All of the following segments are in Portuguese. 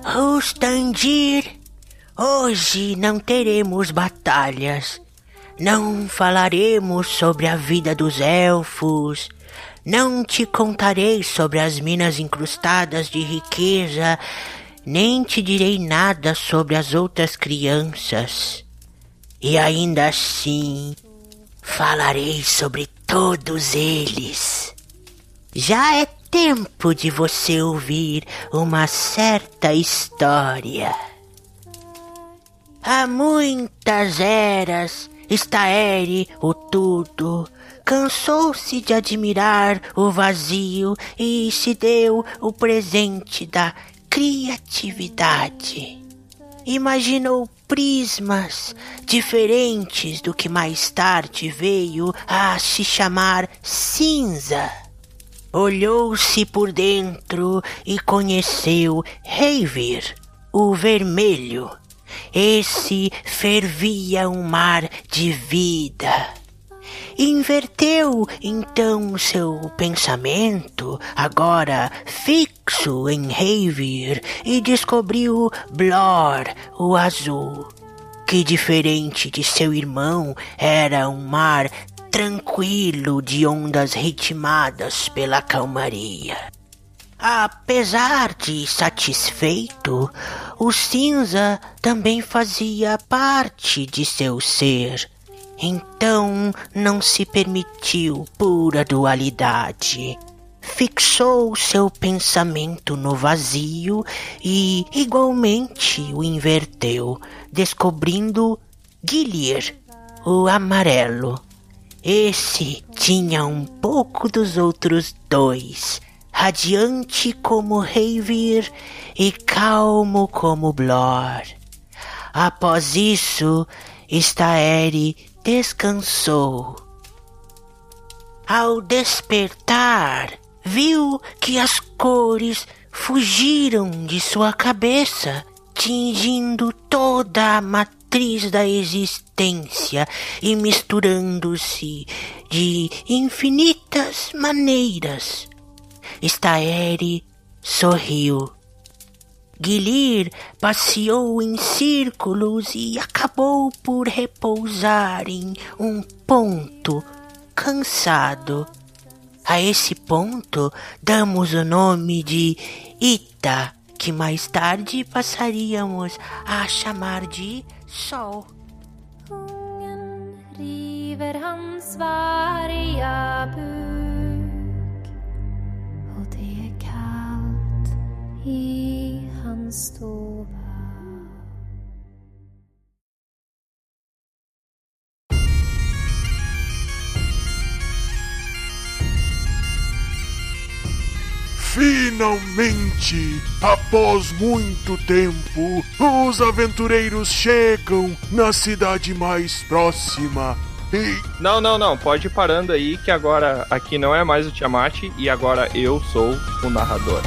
Rustandir, hoje não teremos batalhas. Não falaremos sobre a vida dos elfos. Não te contarei sobre as minas incrustadas de riqueza. Nem te direi nada sobre as outras crianças. E ainda assim, falarei sobre todos eles. Já é tempo de você ouvir uma certa história. Há muitas eras, Staere, o Tudo, cansou-se de admirar o vazio e se deu o presente da criatividade. Imaginou prismas diferentes do que mais tarde veio a se chamar cinza. Olhou-se por dentro e conheceu Heivir, o vermelho. Esse fervia um mar de vida. Inverteu então seu pensamento, agora fixo em Heivir, e descobriu Blor, o azul, que diferente de seu irmão era um mar tranquilo de ondas ritmadas pela calmaria. Apesar de satisfeito, o cinza também fazia parte de seu ser. Então não se permitiu pura dualidade. Fixou seu pensamento no vazio e igualmente o inverteu, descobrindo Gilir, o amarelo. Esse tinha um pouco dos outros dois, radiante como Heivir e calmo como Blor. Após isso, Staere descansou. Ao despertar, viu que as cores fugiram de sua cabeça, tingindo toda a matriz da existência e misturando-se de infinitas maneiras. Staere sorriu. Gilir passeou em círculos e acabou por repousar em um ponto, cansado. A esse ponto damos o nome de Ita, que mais tarde passaríamos a chamar de Sol. Ungen river hans varga buk, och det är kallt i hans stova. Finalmente, após muito tempo, os aventureiros chegam na cidade mais próxima e... Não, pode ir parando aí que agora aqui não é mais o Tiamat e agora eu sou o narrador.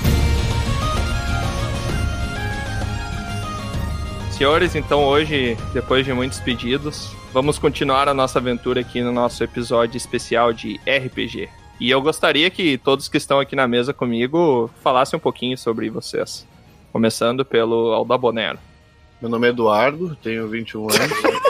Senhores, então hoje, depois de muitos pedidos, vamos continuar a nossa aventura aqui no nosso episódio especial de RPG. E eu gostaria que todos que estão aqui na mesa comigo falassem um pouquinho sobre vocês. Começando pelo Aldabonero. Meu nome é Eduardo, tenho 21 anos.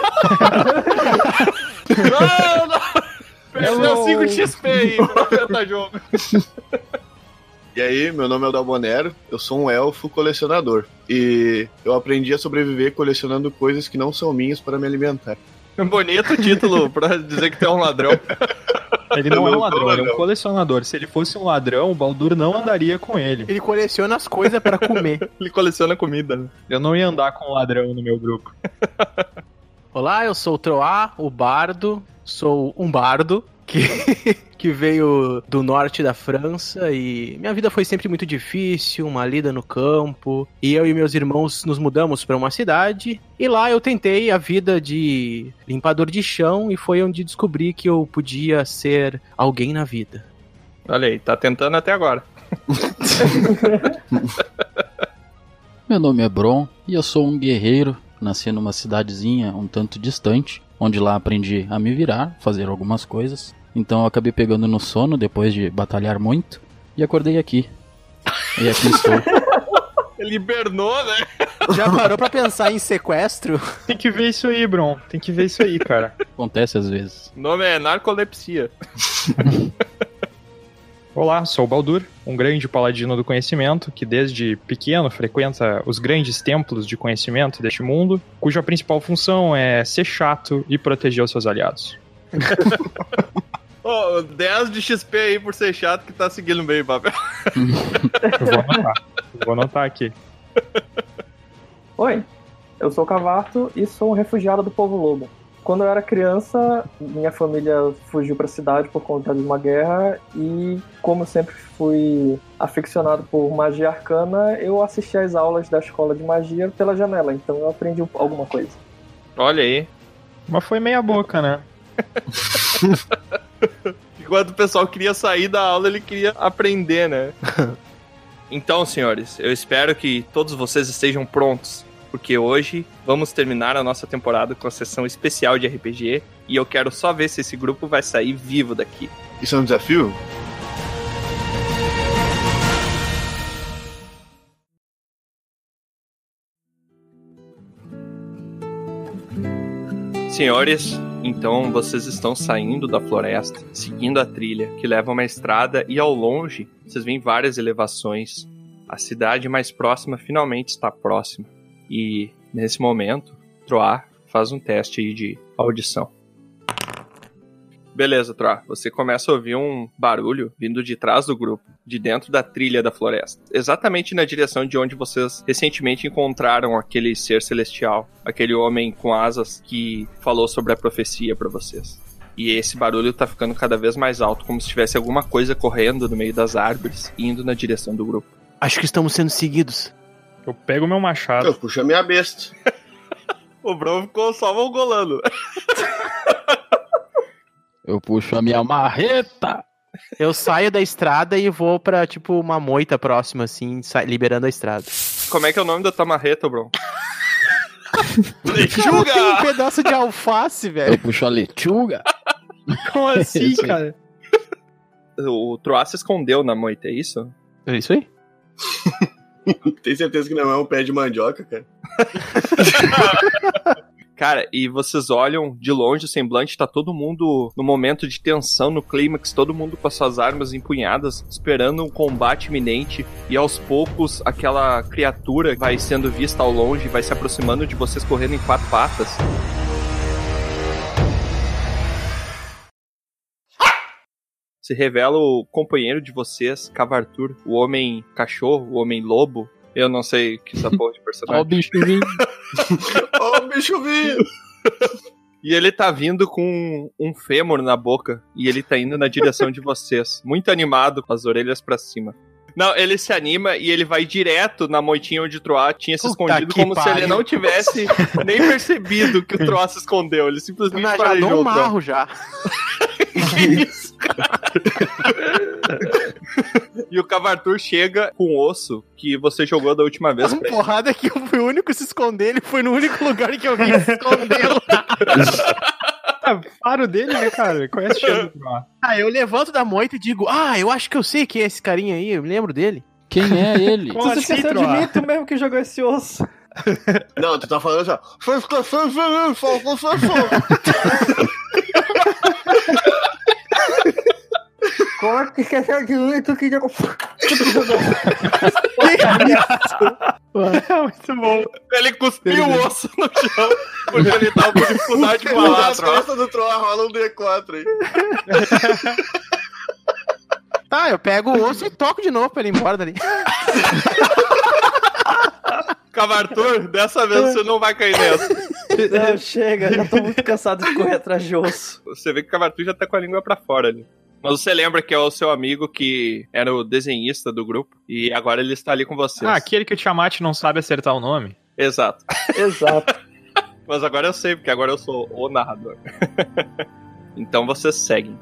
Não! Perdeu 5 XP aí pra tentar jogo. E aí, meu nome é Aldabonero, eu sou um elfo colecionador. E eu aprendi a sobreviver colecionando coisas que não são minhas para me alimentar. Bonito título pra dizer que tu é um ladrão. Ele não é um ladrão, ele é um colecionador. Se ele fosse um ladrão, o Baldur não andaria com ele. Ele coleciona as coisas pra comer. Ele coleciona comida, né? Eu não ia andar com um ladrão no meu grupo. Olá, eu sou o Troá, o bardo. Sou um bardo que veio do norte da França e minha vida foi sempre muito difícil, uma lida no campo. E eu e meus irmãos nos mudamos para uma cidade e lá eu tentei a vida de limpador de chão e foi onde descobri que eu podia ser alguém na vida. Olha aí, tá tentando até agora. Meu nome é Bron e eu sou um guerreiro. Nasci numa cidadezinha um tanto distante, onde lá aprendi a me virar, fazer algumas coisas. Então eu acabei pegando no sono depois de batalhar muito e acordei aqui. E aqui estou. Ele hibernou, né? Já parou pra pensar em sequestro? Tem que ver isso aí, Bron. Tem que ver isso aí, cara. Acontece às vezes. O nome é narcolepsia. Olá, sou o Baldur, um grande paladino do conhecimento que desde pequeno frequenta os grandes templos de conhecimento deste mundo, cuja principal função é ser chato e proteger os seus aliados. 10 de XP aí por ser chato que tá seguindo bem o papel. Eu vou anotar aqui. Oi, eu sou o Cavarto e sou um refugiado do povo lobo. Quando eu era criança, minha família fugiu para a cidade por conta de uma guerra e, como eu sempre fui aficionado por magia arcana, eu assisti às aulas da escola de magia pela janela, então eu aprendi alguma coisa. Olha aí. Mas foi meia boca, né? Enquanto o pessoal queria sair da aula, ele queria aprender, né? Então, senhores, eu espero que todos vocês estejam prontos, porque hoje vamos terminar a nossa temporada com a sessão especial de RPG e eu quero só ver se esse grupo vai sair vivo daqui. Isso é um desafio? Senhores, então vocês estão saindo da floresta, seguindo a trilha que leva a uma estrada e ao longe vocês veem várias elevações. A cidade mais próxima finalmente está próxima. E nesse momento, Troá faz um teste aí de audição. Beleza, Troá. Você começa a ouvir um barulho vindo de trás do grupo, de dentro da trilha da floresta. Exatamente na direção de onde vocês recentemente encontraram aquele ser celestial, aquele homem com asas que falou sobre a profecia pra vocês. E esse barulho tá ficando cada vez mais alto, como se tivesse alguma coisa correndo no meio das árvores, indo na direção do grupo. Acho que estamos sendo seguidos. Eu pego meu machado. Eu puxo a minha besta. O Bron ficou só mongolando. Eu puxo a minha marreta. Eu saio da estrada e vou pra, tipo, uma moita próxima, assim, liberando a estrada. Como é que é o nome da tua marreta, Bron? Lechuga! Tem um pedaço de alface, velho. Eu puxo a lechuga. Como assim, cara? O Troá se escondeu na moita, é isso? É isso aí? Tem certeza que não é um pé de mandioca, cara? Cara, e vocês olham de longe, o semblante tá todo mundo no momento de tensão, no clímax, todo mundo com as suas armas empunhadas, esperando um combate iminente, e aos poucos aquela criatura vai sendo vista ao longe, vai se aproximando de vocês correndo em 4 patas. Se revela o companheiro de vocês, Cavartur, o homem cachorro, o homem lobo. Eu não sei que essa porra de personagem. Ó o bicho vindo. Ó o bicho vindo! E ele tá vindo com um fêmur na boca. E ele tá indo na direção de vocês. Muito animado, com as orelhas pra cima. Não, ele se anima e ele vai direto na moitinha onde o Troá tinha se escondido, como se ele não tivesse nem percebido que o Troá se escondeu. Ele simplesmente já dou um marro já. Que isso, cara? E o Cavartur chega com o osso que você jogou da última vez. Uma porrada que eu fui o único a se esconder, ele foi no único lugar que eu vi se escondeu. Faro dele, né, cara? Conhece o cheiro do Troá. Eu levanto da moita e digo, eu acho que eu sei quem é esse carinha aí, eu lembro dele. Quem é ele? Como Tu esqueceu de mim, tu mesmo que jogou esse osso. Não, tu tá falando assim, Como que esqueceu de mim, tu que jogou... Muito bom. Ele cuspiu o osso no chão, porque ele tava com dificuldade de falar. A testa do Troá rola um D4 aí. Tá, eu pego o osso e toco de novo pra ele ir embora dali. Cavartur, dessa vez você não vai cair nessa. Não, chega, já tô muito cansado de correr atrás de osso. Você vê que o Cavartur já tá com a língua pra fora ali. Mas você lembra que é o seu amigo que era o desenhista do grupo e agora ele está ali com vocês. Aquele que o Tiamat não sabe acertar o nome. Exato. Exato. Mas agora eu sei, porque agora eu sou o narrador. Então vocês seguem.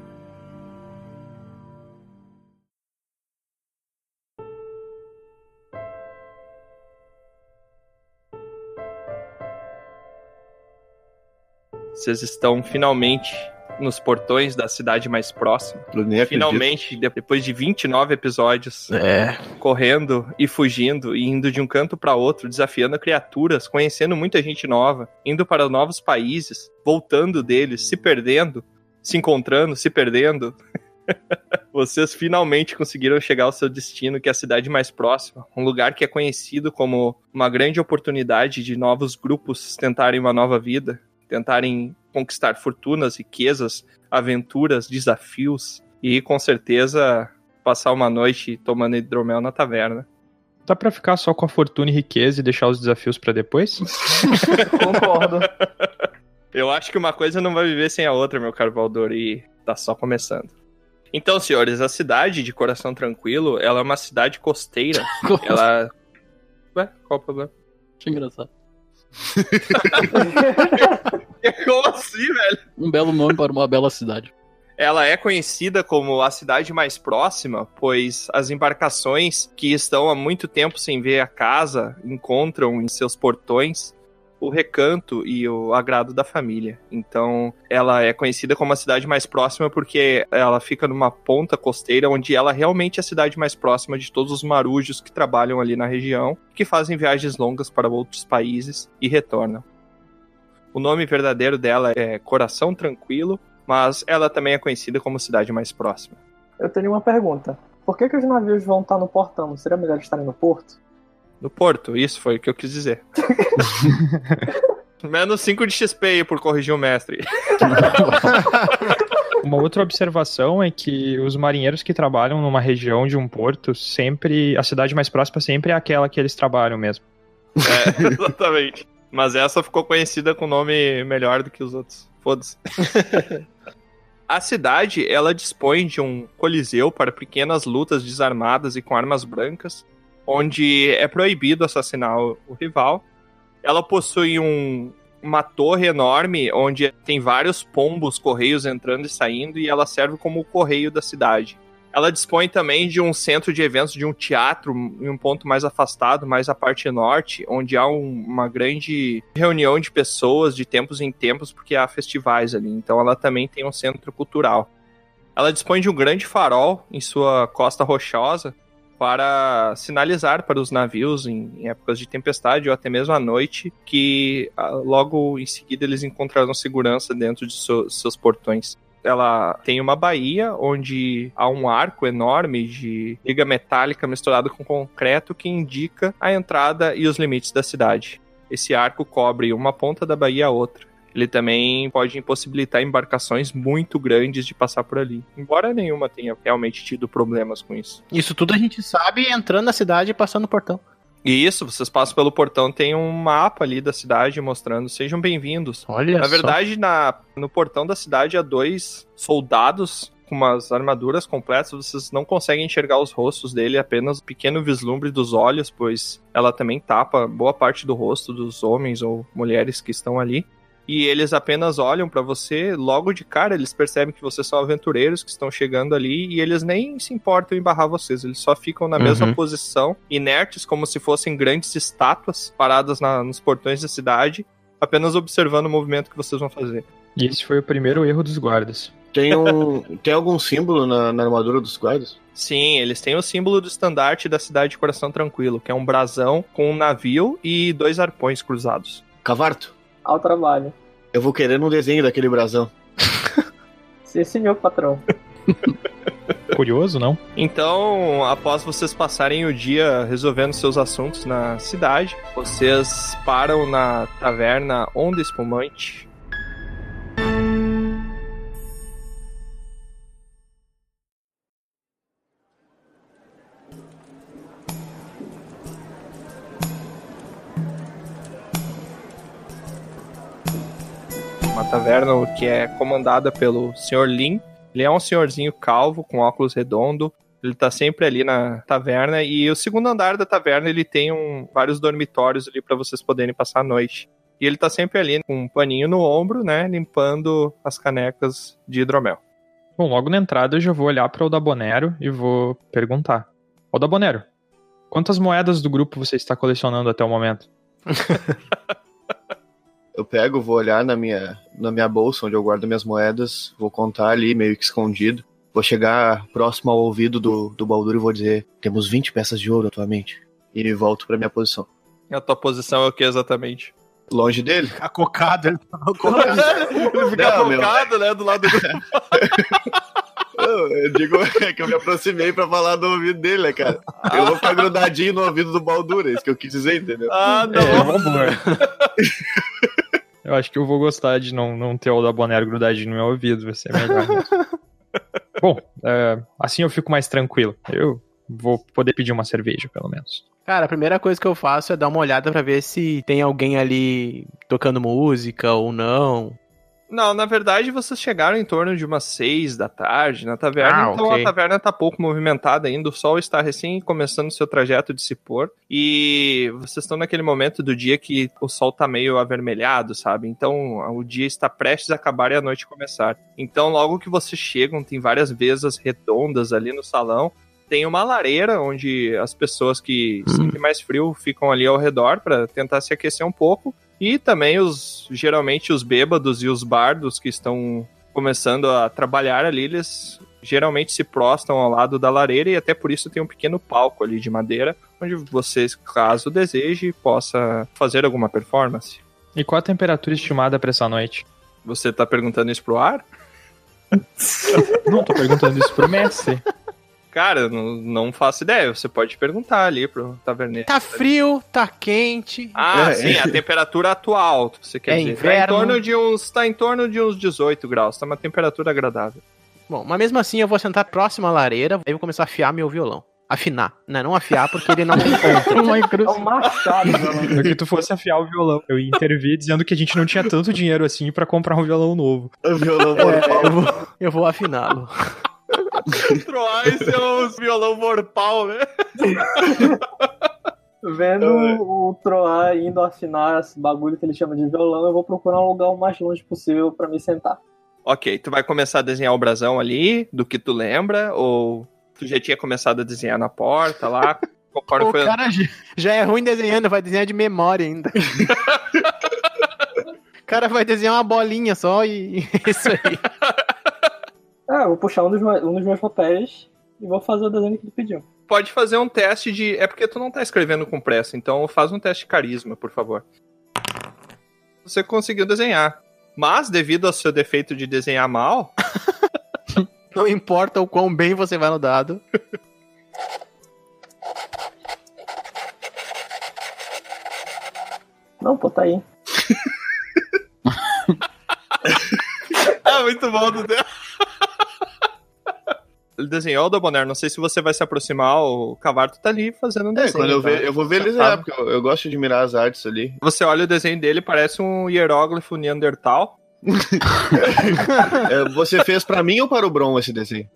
Vocês estão finalmente nos portões da cidade mais próxima. Finalmente, depois de 29 episódios, correndo e fugindo, e indo de um canto para outro, desafiando criaturas, conhecendo muita gente nova, indo para novos países, voltando deles, se perdendo, se encontrando, se perdendo. Vocês finalmente conseguiram chegar ao seu destino, que é a cidade mais próxima, um lugar que é conhecido como uma grande oportunidade de novos grupos tentarem uma nova vida, tentarem conquistar fortunas, riquezas, aventuras, desafios e, com certeza, passar uma noite tomando hidromel na taverna. Dá pra ficar só com a fortuna e riqueza e deixar os desafios pra depois? Concordo. Eu acho que uma coisa não vai viver sem a outra, meu caro Baldur, e tá só começando. Então, senhores, a cidade de Coração Tranquilo, ela é uma cidade costeira. Ela... Ué, qual o problema? Que engraçado. Como assim, velho? Um belo nome para uma bela cidade. Ela é conhecida como a cidade mais próxima, pois as embarcações que estão há muito tempo sem ver a casa encontram em seus portões o recanto e o agrado da família. Então, ela é conhecida como a cidade mais próxima porque ela fica numa ponta costeira onde ela realmente é a cidade mais próxima de todos os marujos que trabalham ali na região, que fazem viagens longas para outros países e retornam. O nome verdadeiro dela é Coração Tranquilo, mas ela também é conhecida como cidade mais próxima. Eu tenho uma pergunta. Por que os navios vão estar no portão? Não seria melhor estarem no porto? No porto, isso foi o que eu quis dizer. Menos 5 de XP aí por corrigir o mestre. Uma outra observação é que os marinheiros que trabalham numa região de um porto, sempre a cidade mais próxima sempre é aquela que eles trabalham mesmo. Exatamente. Mas essa ficou conhecida com nome melhor do que os outros. Foda-se. A cidade, ela dispõe de um coliseu para pequenas lutas desarmadas e com armas brancas, onde é proibido assassinar o rival. Ela possui uma torre enorme, onde tem vários pombos correios entrando e saindo, e ela serve como o correio da cidade. Ela dispõe também de um centro de eventos, de um teatro, em um ponto mais afastado, mais à parte norte, onde há uma grande reunião de pessoas de tempos em tempos, porque há festivais ali. Então ela também tem um centro cultural. Ela dispõe de um grande farol em sua costa rochosa, para sinalizar para os navios em épocas de tempestade ou até mesmo à noite que logo em seguida eles encontrarão segurança dentro de seus portões. Ela tem uma baía onde há um arco enorme de liga metálica misturado com concreto que indica a entrada e os limites da cidade. Esse arco cobre uma ponta da baía a outra. Ele também pode impossibilitar embarcações muito grandes de passar por ali. Embora nenhuma tenha realmente tido problemas com isso. Isso tudo a gente sabe entrando na cidade e passando no portão. E isso, vocês passam pelo portão, tem um mapa ali da cidade mostrando, sejam bem-vindos. Olha Na verdade, no portão da cidade há 2 soldados com umas armaduras completas, vocês não conseguem enxergar os rostos dele, apenas um pequeno vislumbre dos olhos, pois ela também tapa boa parte do rosto dos homens ou mulheres que estão ali. E eles apenas olham pra você, logo de cara eles percebem que vocês são aventureiros que estão chegando ali e eles nem se importam em barrar vocês, eles só ficam na mesma posição, inertes, como se fossem grandes estátuas paradas nos portões da cidade, apenas observando o movimento que vocês vão fazer. E esse foi o primeiro erro dos guardas. Tem algum símbolo na armadura dos guardas? Sim, eles têm o símbolo do estandarte da cidade de Coração Tranquilo, que é um brasão com um navio e 2 arpões cruzados. Cavarto? Ao trabalho. Eu vou querer um desenho daquele brasão. Sim, senhor patrão. Curioso, não? Então, após vocês passarem o dia resolvendo seus assuntos na cidade, vocês param na taverna Onda Espumante. Uma taverna que é comandada pelo Sr. Lin. Ele é um senhorzinho calvo, com óculos redondo. Ele tá sempre ali na taverna. E o segundo andar da taverna, ele tem vários dormitórios ali pra vocês poderem passar a noite. E ele tá sempre ali com um paninho no ombro, né? Limpando as canecas de hidromel. Bom, logo na entrada eu já vou olhar para o Dabonero e vou perguntar. Ô Dabonero, quantas moedas do grupo você está colecionando até o momento? Eu pego, vou olhar na minha bolsa, onde eu guardo minhas moedas, vou contar ali, meio que escondido. Vou chegar próximo ao ouvido do Baldur e vou dizer, temos 20 peças de ouro atualmente. E volto pra minha posição. E a tua posição é o que exatamente? Longe dele? Acocado, ele tá Ele fica focado, né, do lado do... Eu digo que eu me aproximei pra falar do ouvido dele, né, cara? Eu vou ficar grudadinho no ouvido do Baldur, é isso que eu quis dizer, entendeu? Ah, não. Eu acho que eu vou gostar de não ter o da Bonero grudadinho no meu ouvido, vai ser melhor. Bom, assim eu fico mais tranquilo. Eu vou poder pedir uma cerveja, pelo menos. Cara, a primeira coisa que eu faço é dar uma olhada pra ver se tem alguém ali tocando música ou não. Não, na verdade vocês chegaram em torno de umas 6 da tarde na taverna, então ok. A taverna tá pouco movimentada ainda, o sol está recém começando o seu trajeto de se pôr, e vocês estão naquele momento do dia que o sol tá meio avermelhado, sabe? Então o dia está prestes a acabar e a noite começar. Então logo que vocês chegam, tem várias mesas redondas ali no salão, tem uma lareira onde as pessoas que sentem mais frio ficam ali ao redor para tentar se aquecer um pouco. E também geralmente os bêbados e os bardos que estão começando a trabalhar ali, eles geralmente se prostam ao lado da lareira e até por isso tem um pequeno palco ali de madeira, onde vocês, caso deseje, possa fazer alguma performance. E qual a temperatura estimada pra essa noite? Você tá perguntando isso pro ar? Não, tô perguntando isso pro mestre. Cara, eu não faço ideia. Você pode perguntar ali pro taverneiro. Tá frio, tá quente. Ah, sim, a temperatura atual, você quer dizer. Inverno. Tá em torno de uns 18 graus, tá uma temperatura agradável. Bom, mas mesmo assim eu vou sentar próximo à lareira e vou começar a afiar meu violão. Afinar, né? Não afiar porque ele não tem ponta. É um machado, mano. Eu que tu fosse afiar o violão. Eu ia intervir dizendo que a gente não tinha tanto dinheiro assim pra comprar um violão novo. O violão mortal. Eu vou afiná-lo. Troar e seu violão morpal, né? Vendo o Troar indo assinar esse bagulho que ele chama de violão, eu vou procurar um lugar o mais longe possível pra me sentar. Ok, tu vai começar a desenhar o brasão ali, do que tu lembra, ou tu já tinha começado a desenhar na porta lá? Conforme O cara já é ruim desenhando, vai desenhar de memória ainda. O cara vai desenhar uma bolinha só e isso aí. Eu vou puxar um dos meus papéis e vou fazer o desenho que ele pediu. Pode fazer um teste de... É porque tu não tá escrevendo com pressa, então faz um teste de carisma, por favor. Você conseguiu desenhar. Mas, devido ao seu defeito de desenhar mal... Não importa o quão bem você vai no dado. Não, pô, tá aí. Ah, muito bom, Dudu. Ele desenhou o Dobonair, não sei se você vai se aproximar, o Cavarto tá ali fazendo um desenho. Quando eu tá? ver, eu vou ver ele desenhar, porque eu gosto de admirar as artes ali. Você olha o desenho dele, parece um hieróglifo Neandertal. Você fez pra mim ou para o Bron esse desenho?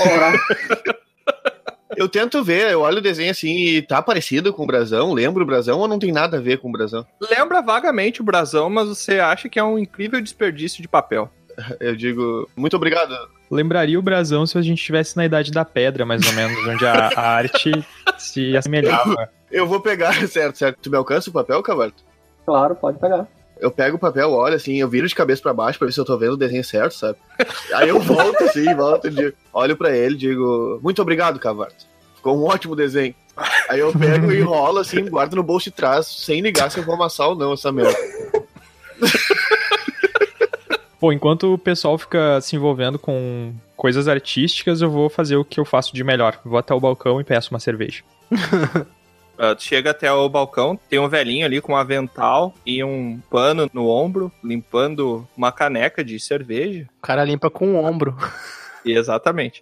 Eu tento ver, eu olho o desenho assim e tá parecido com o brasão, lembra o brasão ou não tem nada a ver com o brasão? Lembra vagamente o brasão, mas você acha que é um incrível desperdício de papel. Eu digo, muito obrigado. Lembraria o brasão se a gente estivesse na Idade da Pedra, mais ou menos, onde a arte se assemelhava. Eu vou pegar, certo. Tu me alcança o papel, Cavarto? Claro, pode pegar. Eu pego o papel, olho assim, eu viro de cabeça pra baixo pra ver se eu tô vendo o desenho certo, sabe? Aí eu volto assim, olho pra ele e digo, muito obrigado, Cavarto. Ficou um ótimo desenho. Aí eu pego e enrolo assim, guardo no bolso de trás, sem ligar se eu vou amassar ou não essa merda. Bom, enquanto o pessoal fica se envolvendo com coisas artísticas, eu vou fazer o que eu faço de melhor. Vou até o balcão e peço uma cerveja. Tu chega até o balcão, tem um velhinho ali com um avental e um pano no ombro, limpando uma caneca de cerveja. O cara limpa com o ombro. Exatamente.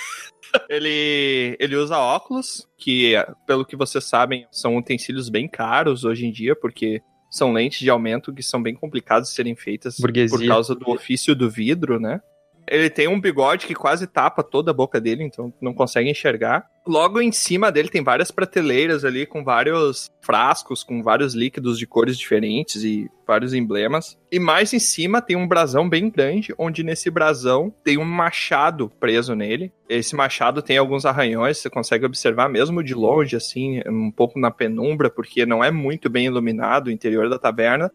Ele usa óculos, que, pelo que vocês sabem, são utensílios bem caros hoje em dia, porque são lentes de aumento que são bem complicadas de serem feitas Burguesia. por causa do ofício do vidro, né? Ele tem um bigode que quase tapa toda a boca dele, então não consegue enxergar. Logo em cima dele tem várias prateleiras ali com vários frascos, com vários líquidos de cores diferentes e vários emblemas. E mais em cima tem um brasão bem grande, onde nesse brasão tem um machado preso nele. Esse machado tem alguns arranhões, você consegue observar mesmo de longe, assim, um pouco na penumbra, porque não é muito bem iluminado o interior da taverna.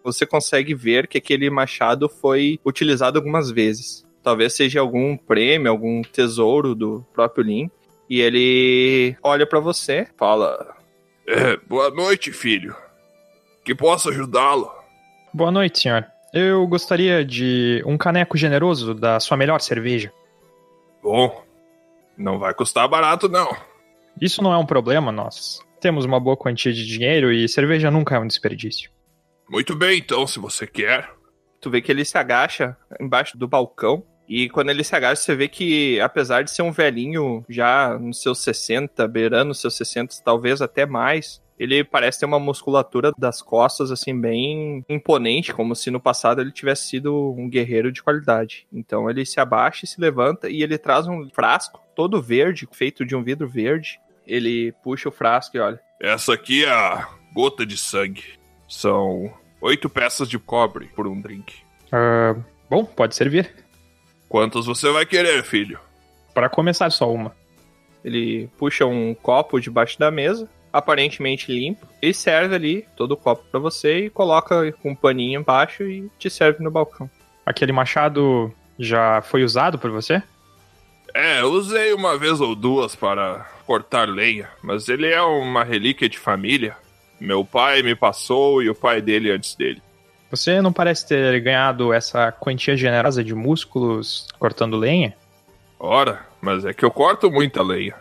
você consegue ver que aquele machado foi utilizado algumas vezes. Talvez seja algum prêmio, algum tesouro do próprio Lin. E ele olha pra você, fala... Boa noite, filho. Que posso ajudá-lo? Boa noite, senhor. Eu gostaria de um caneco generoso da sua melhor cerveja. Bom, não vai custar barato, não. Isso não é um problema, nós temos uma boa quantia de dinheiro e cerveja nunca é um desperdício. Muito bem, então, se você quer. Tu vê que ele se agacha embaixo do balcão. E quando ele se agacha, você vê que, apesar de ser um velhinho já nos seus 60, beirando os seus 60, talvez até mais, ele parece ter uma musculatura das costas, assim, bem imponente, como se no passado ele tivesse sido um guerreiro de qualidade. Então ele se abaixa e se levanta e ele traz um frasco todo verde, feito de um vidro verde. Ele puxa o frasco e olha. Essa aqui é a gota de sangue. São 8 peças de cobre por um drink. Bom, pode servir. Quantas você vai querer, filho? Para começar, só uma. Ele puxa um copo debaixo da mesa, aparentemente limpo, e serve ali todo o copo pra você e coloca com um paninho embaixo e te serve no balcão. Aquele machado já foi usado por você? Usei uma vez ou duas para cortar lenha, mas ele é uma relíquia de família. Meu pai me passou e o pai dele antes dele. Você não parece ter ganhado essa quantia generosa de músculos cortando lenha? Ora, mas é que eu corto muita lenha.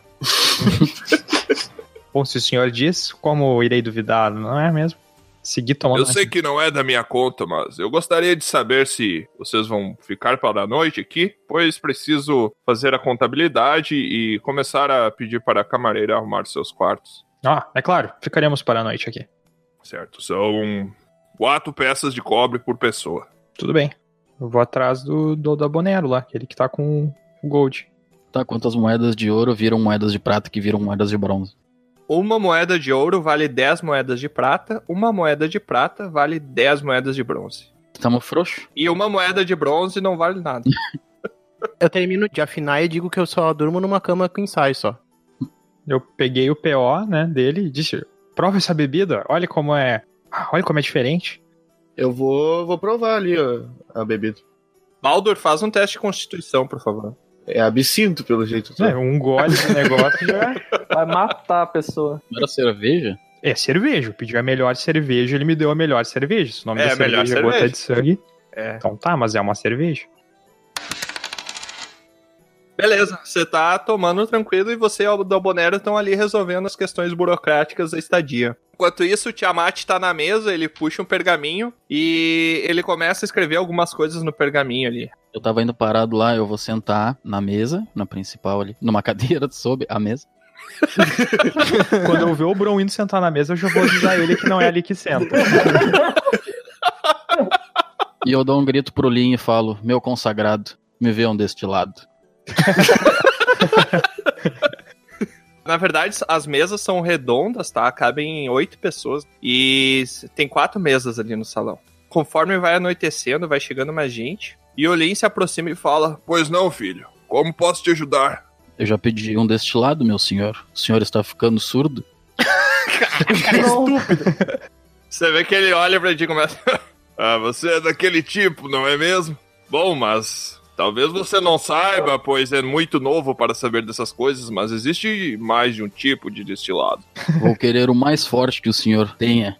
Bom, se o senhor diz, como irei duvidar, não é mesmo? Seguir tomando... Eu sei que não é da minha conta, mas eu gostaria de saber se vocês vão ficar para a noite aqui, pois preciso fazer a contabilidade e começar a pedir para a camareira arrumar seus quartos. É claro, ficaremos para a noite aqui. Certo, são 4 peças de cobre por pessoa. Tudo bem. Eu vou atrás do Dabonero lá, aquele que tá com o gold. Tá, quantas moedas de ouro viram moedas de prata que viram moedas de bronze? Uma moeda de ouro vale 10 moedas de prata, uma moeda de prata vale 10 moedas de bronze. Tamo frouxo? E uma moeda de bronze não vale nada. Eu termino de afinar e digo que eu só durmo numa cama com ensaio só. Eu peguei o PO, né, dele e disse, prova essa bebida, olha como é diferente. Eu vou provar ali a bebida. Baldur, faz um teste de constituição, por favor. É absinto, pelo jeito. Um gole de negócio já... Vai matar a pessoa. Não era cerveja? É cerveja, eu pedi a melhor cerveja, ele me deu a melhor cerveja. Se o nome da cerveja é gota de sangue. Então tá, mas é uma cerveja. Beleza, você tá tomando tranquilo e você e o Dabonero estão ali resolvendo as questões burocráticas da estadia. Enquanto isso, o Tiamat tá na mesa, ele puxa um pergaminho e ele começa a escrever algumas coisas no pergaminho ali. Eu tava indo parado lá, eu vou sentar na mesa, na principal ali, numa cadeira sob a mesa. Quando eu ver o Bron indo sentar na mesa, eu já vou avisar ele que não é ali que senta. E eu dou um grito pro Lin e falo, meu consagrado, me vejam deste lado. Na verdade, as mesas são redondas, tá? Cabem 8 pessoas e tem 4 mesas ali no salão. Conforme vai anoitecendo, vai chegando mais gente. E o Lin se aproxima e fala: Pois não, filho. Como posso te ajudar? Eu já pedi um deste lado, meu senhor. O senhor está ficando surdo? Cara, estúpido. Você vê que ele olha pra ti e começa... Você é daquele tipo, não é mesmo? Bom, mas... Talvez você não saiba, pois é muito novo para saber dessas coisas, mas existe mais de um tipo de destilado. Vou querer o mais forte que o senhor tenha.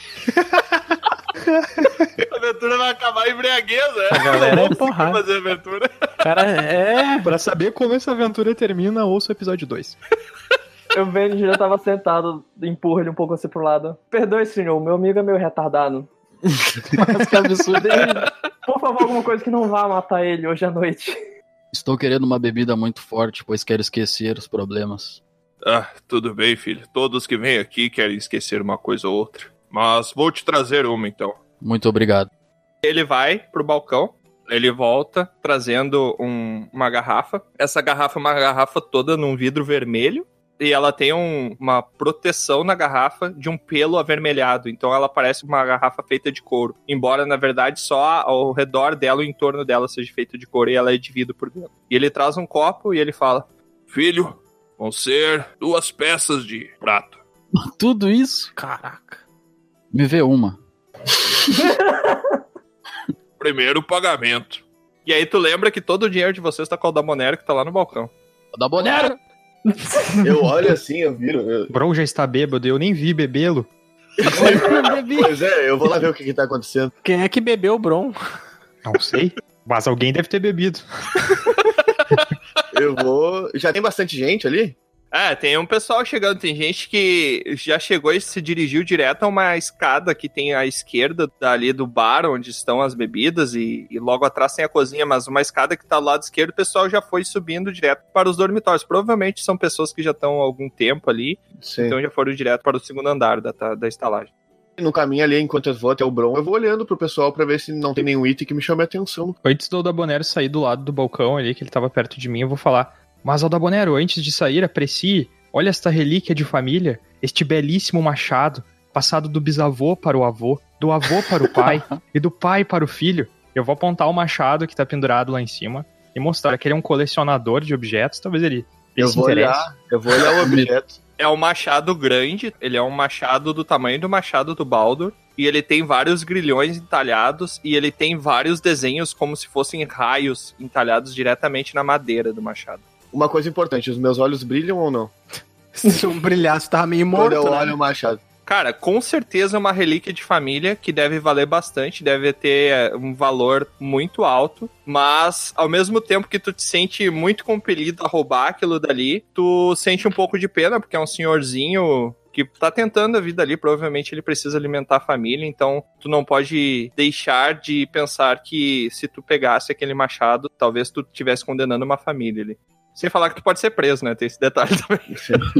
A aventura vai acabar em embriaguez, né? A galera é porrada. Fazer a aventura. Cara, pra saber como essa aventura termina, ouça o episódio 2. Eu vejo, ele já tava sentado, empurra ele um pouco assim pro lado. Perdoe, senhor, meu amigo é meio retardado. Mas que absurdo. Por favor, alguma coisa que não vá matar ele hoje à noite. Estou querendo uma bebida muito forte, pois quero esquecer os problemas. Tudo bem, filho. Todos que vêm aqui querem esquecer uma coisa ou outra. Mas vou te trazer uma, então. Muito obrigado. Ele vai pro balcão, ele volta trazendo uma garrafa. Essa garrafa é uma garrafa toda num vidro vermelho. E ela tem uma proteção na garrafa de um pelo avermelhado. Então ela parece uma garrafa feita de couro. Embora, na verdade, só ao redor dela, o entorno dela seja feito de couro. E ela é de vidro por dentro. E ele traz um copo e ele fala: Filho, vão ser 2 peças de prata. Tudo isso? Caraca. Me vê uma. primeiro pagamento. E aí tu lembra que todo o dinheiro de vocês tá com o da Bonero, que tá lá no balcão. O da Bonero! Eu olho assim, eu viro. Bron já está bêbado, eu nem vi bebê-lo. Pois é, eu vou lá ver o que tá acontecendo. Quem é que bebeu o Bron? Não sei, mas alguém deve ter bebido. Eu vou. Já tem bastante gente ali? Tem um pessoal chegando, tem gente que já chegou e se dirigiu direto a uma escada que tem à esquerda dali do bar, onde estão as bebidas, e logo atrás tem a cozinha, mas uma escada que tá do lado esquerdo, o pessoal já foi subindo direto para os dormitórios. Provavelmente são pessoas que já estão há algum tempo ali, Sim. então já foram direto para o segundo andar da estalagem. No caminho ali, enquanto eu vou até o Bron, eu vou olhando pro pessoal pra ver se não tem nenhum item que me chame a atenção. Antes do Aldabonero sair do lado do balcão ali, que ele tava perto de mim, eu vou falar: mas Aldabonero, antes de sair, aprecie, olha esta relíquia de família, este belíssimo machado, passado do bisavô para o avô, do avô para o pai e do pai para o filho. Eu vou apontar o machado que tá pendurado lá em cima e mostrar que ele é um colecionador de objetos, talvez ele se interesse. Eu vou olhar o objeto. É um machado grande, ele é um machado do tamanho do machado do Baldur, e ele tem vários grilhões entalhados, e ele tem vários desenhos como se fossem raios entalhados diretamente na madeira do machado. Uma coisa importante, os meus olhos brilham ou não? Se não brilhasse, tava meio Quando morto, eu né? olho o machado. Cara, com certeza é uma relíquia de família que deve valer bastante, deve ter um valor muito alto, mas ao mesmo tempo que tu te sente muito compelido a roubar aquilo dali, tu sente um pouco de pena, porque é um senhorzinho que tá tentando a vida ali, provavelmente ele precisa alimentar a família, então tu não pode deixar de pensar que se tu pegasse aquele machado, talvez tu estivesse condenando uma família ali. Sem falar que tu pode ser preso, né? Tem esse detalhe também.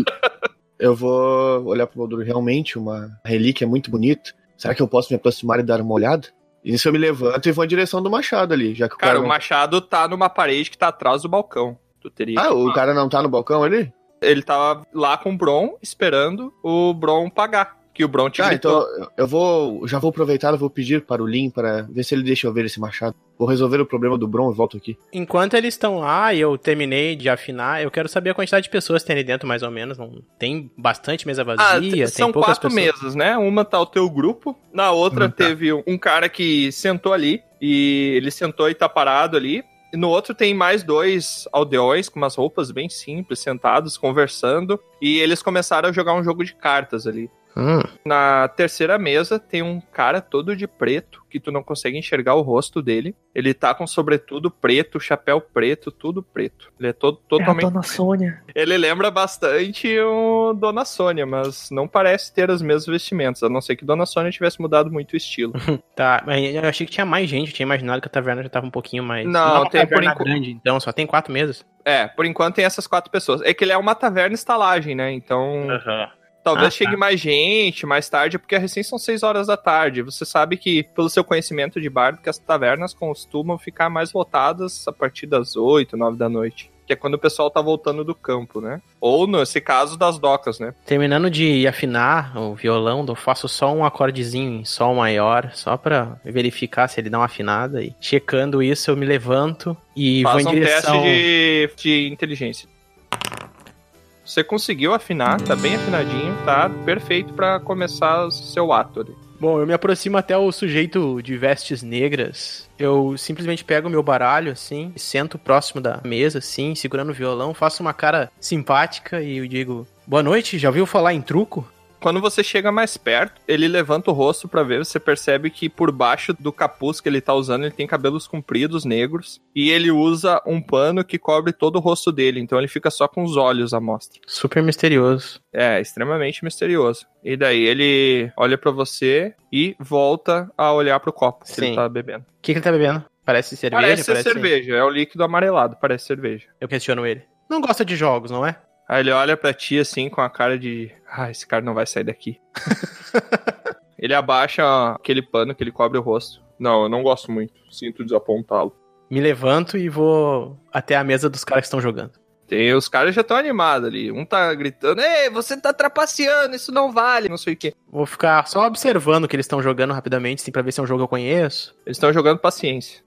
Eu vou olhar pro Baldur, realmente uma relíquia muito bonita. Será que eu posso me aproximar e dar uma olhada? E nisso eu me levanto e vou em direção do machado ali, já que o Cara, cara o machado tá numa parede que tá atrás do balcão. Tu teria que... o cara não tá no balcão ali? Ele tava lá com o Bron, esperando o Bron pagar. Que o Bron te gritou. Então eu já vou aproveitar, eu vou pedir para o Lin para ver se ele deixa eu ver esse machado. Vou resolver o problema do Bron e volto aqui. Enquanto eles estão lá e eu terminei de afinar, eu quero saber a quantidade de pessoas que tem ali dentro, mais ou menos. Não tem bastante mesa vazia, são tem poucas 4 pessoas. mesas, né? Uma tá o teu grupo, na outra teve um cara que sentou ali, e ele sentou e tá parado ali. E no outro tem mais 2 aldeões com umas roupas bem simples, sentados, conversando, e eles começaram a jogar um jogo de cartas ali. Na terceira mesa tem um cara todo de preto, que tu não consegue enxergar o rosto dele. Ele tá com sobretudo preto, chapéu preto, tudo preto. Ele é totalmente... É a Dona Sônia. Ele lembra bastante o Dona Sônia, mas não parece ter as mesmas vestimentas, a não ser que Dona Sônia tivesse mudado muito o estilo. Tá, mas eu achei que tinha mais gente, eu tinha imaginado que a taverna já tava um pouquinho mais... Não, tem por enquanto grande, então só tem 4 mesas. Por enquanto tem essas 4 pessoas. É que ele é uma taverna estalagem, né? Então... Talvez chegue mais gente, mais tarde, porque recém são 6 horas da tarde. Você sabe que, pelo seu conhecimento de bardo, que as tavernas costumam ficar mais lotadas a partir das 8, 9 da noite. Que é quando o pessoal tá voltando do campo, né? Ou, nesse caso, das docas, né? Terminando de afinar o violão, eu faço só um acordezinho em sol maior, só pra verificar se ele dá uma afinada. E checando isso, eu me levanto e vou em direção... Faça um teste de inteligência. Você conseguiu afinar, tá bem afinadinho, tá perfeito pra começar o seu ato ali. Bom, eu me aproximo até o sujeito de vestes negras. Eu simplesmente pego o meu baralho, assim, sento próximo da mesa, assim, segurando o violão, faço uma cara simpática e eu digo: boa noite, já ouviu falar em truco? Quando você chega mais perto, ele levanta o rosto pra ver, você percebe que por baixo do capuz que ele tá usando, ele tem cabelos compridos, negros, e ele usa um pano que cobre todo o rosto dele, então ele fica só com os olhos à mostra. Super misterioso. Extremamente misterioso. E daí ele olha pra você e volta a olhar pro copo que ele tá bebendo. O que ele tá bebendo? Parece cerveja? Parece ser cerveja, é o líquido amarelado, parece cerveja. Eu questiono ele. Não gosta de jogos, não é? Aí ele olha pra ti assim com a cara de... esse cara não vai sair daqui. Ele abaixa aquele pano que ele cobre o rosto. Não, eu não gosto muito. Sinto desapontá-lo. Me levanto e vou até a mesa dos caras que estão jogando. Os caras já estão animados ali. Um tá gritando: ei, você tá trapaceando, isso não vale, não sei o quê. Vou ficar só observando o que eles estão jogando rapidamente, assim, pra ver se é um jogo que eu conheço. Eles estão jogando paciência.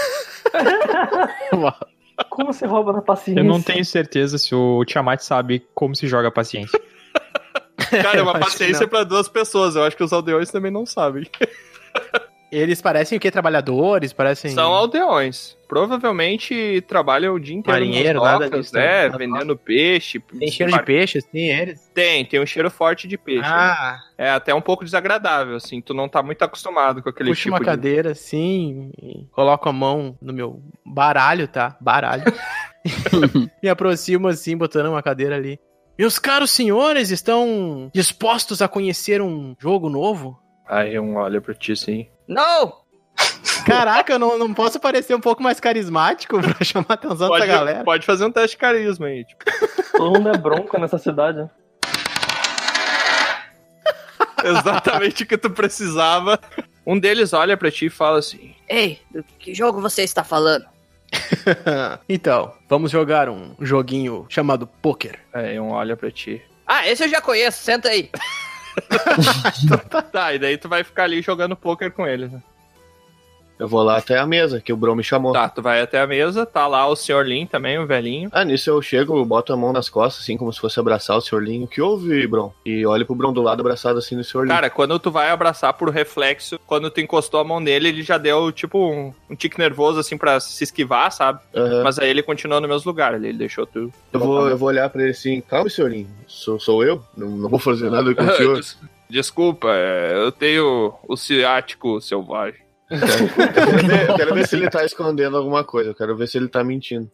Como se rouba na paciência? Eu não tenho certeza se o Tiamat sabe como se joga paciência. Cara, é uma paciência pra 2 pessoas. Eu acho que os aldeões também não sabem. Eles parecem o quê? Trabalhadores? Parecem... São aldeões. Provavelmente trabalham o dia inteiro Marinheiro, nos nada docas, disso, né? né? Vendendo peixe. Tem cheiro de peixe, assim, eles? Tem um cheiro forte de peixe. Ah, É até um pouco desagradável, assim. Tu não tá muito acostumado com aquele puxa tipo uma cadeira, assim, e coloco a mão no meu baralho, tá? Baralho. Me aproximo, assim, botando uma cadeira ali. Meus caros senhores, estão dispostos a conhecer um jogo novo? Aí um olha pra ti, assim. Não! Caraca, eu não posso parecer um pouco mais carismático pra chamar a atenção dessa galera? Pode fazer um teste de carisma aí, tipo. Todo mundo é bronco nessa cidade. Exatamente o que tu precisava. Um deles olha pra ti e fala assim: Ei, do que jogo você está falando? Então, vamos jogar um joguinho chamado Poker. Aí um olha pra ti. Ah, esse eu já conheço, senta aí. Tá, e daí tu vai ficar ali jogando poker com eles, né? Eu vou lá até a mesa, que o Bron me chamou. Tá, tu vai até a mesa, tá lá o Sr. Lin também, o velhinho. Ah, nisso eu chego, eu boto a mão nas costas, assim, como se fosse abraçar o Sr. Lin. O que houve, Bron? E olho pro Bron do lado, abraçado assim no Sr. Lin. Cara, quando tu vai abraçar por reflexo, quando tu encostou a mão nele, ele já deu, tipo, um tique nervoso, assim, pra se esquivar, sabe? Aham. Mas aí ele continuou no mesmo lugar, ele deixou tu... Eu vou olhar pra ele assim, calma, Sr. Lin, sou eu? Não vou fazer nada com o senhor. Desculpa, eu tenho o ciático selvagem. Eu quero ver se ele tá escondendo alguma coisa, eu quero ver se ele tá mentindo.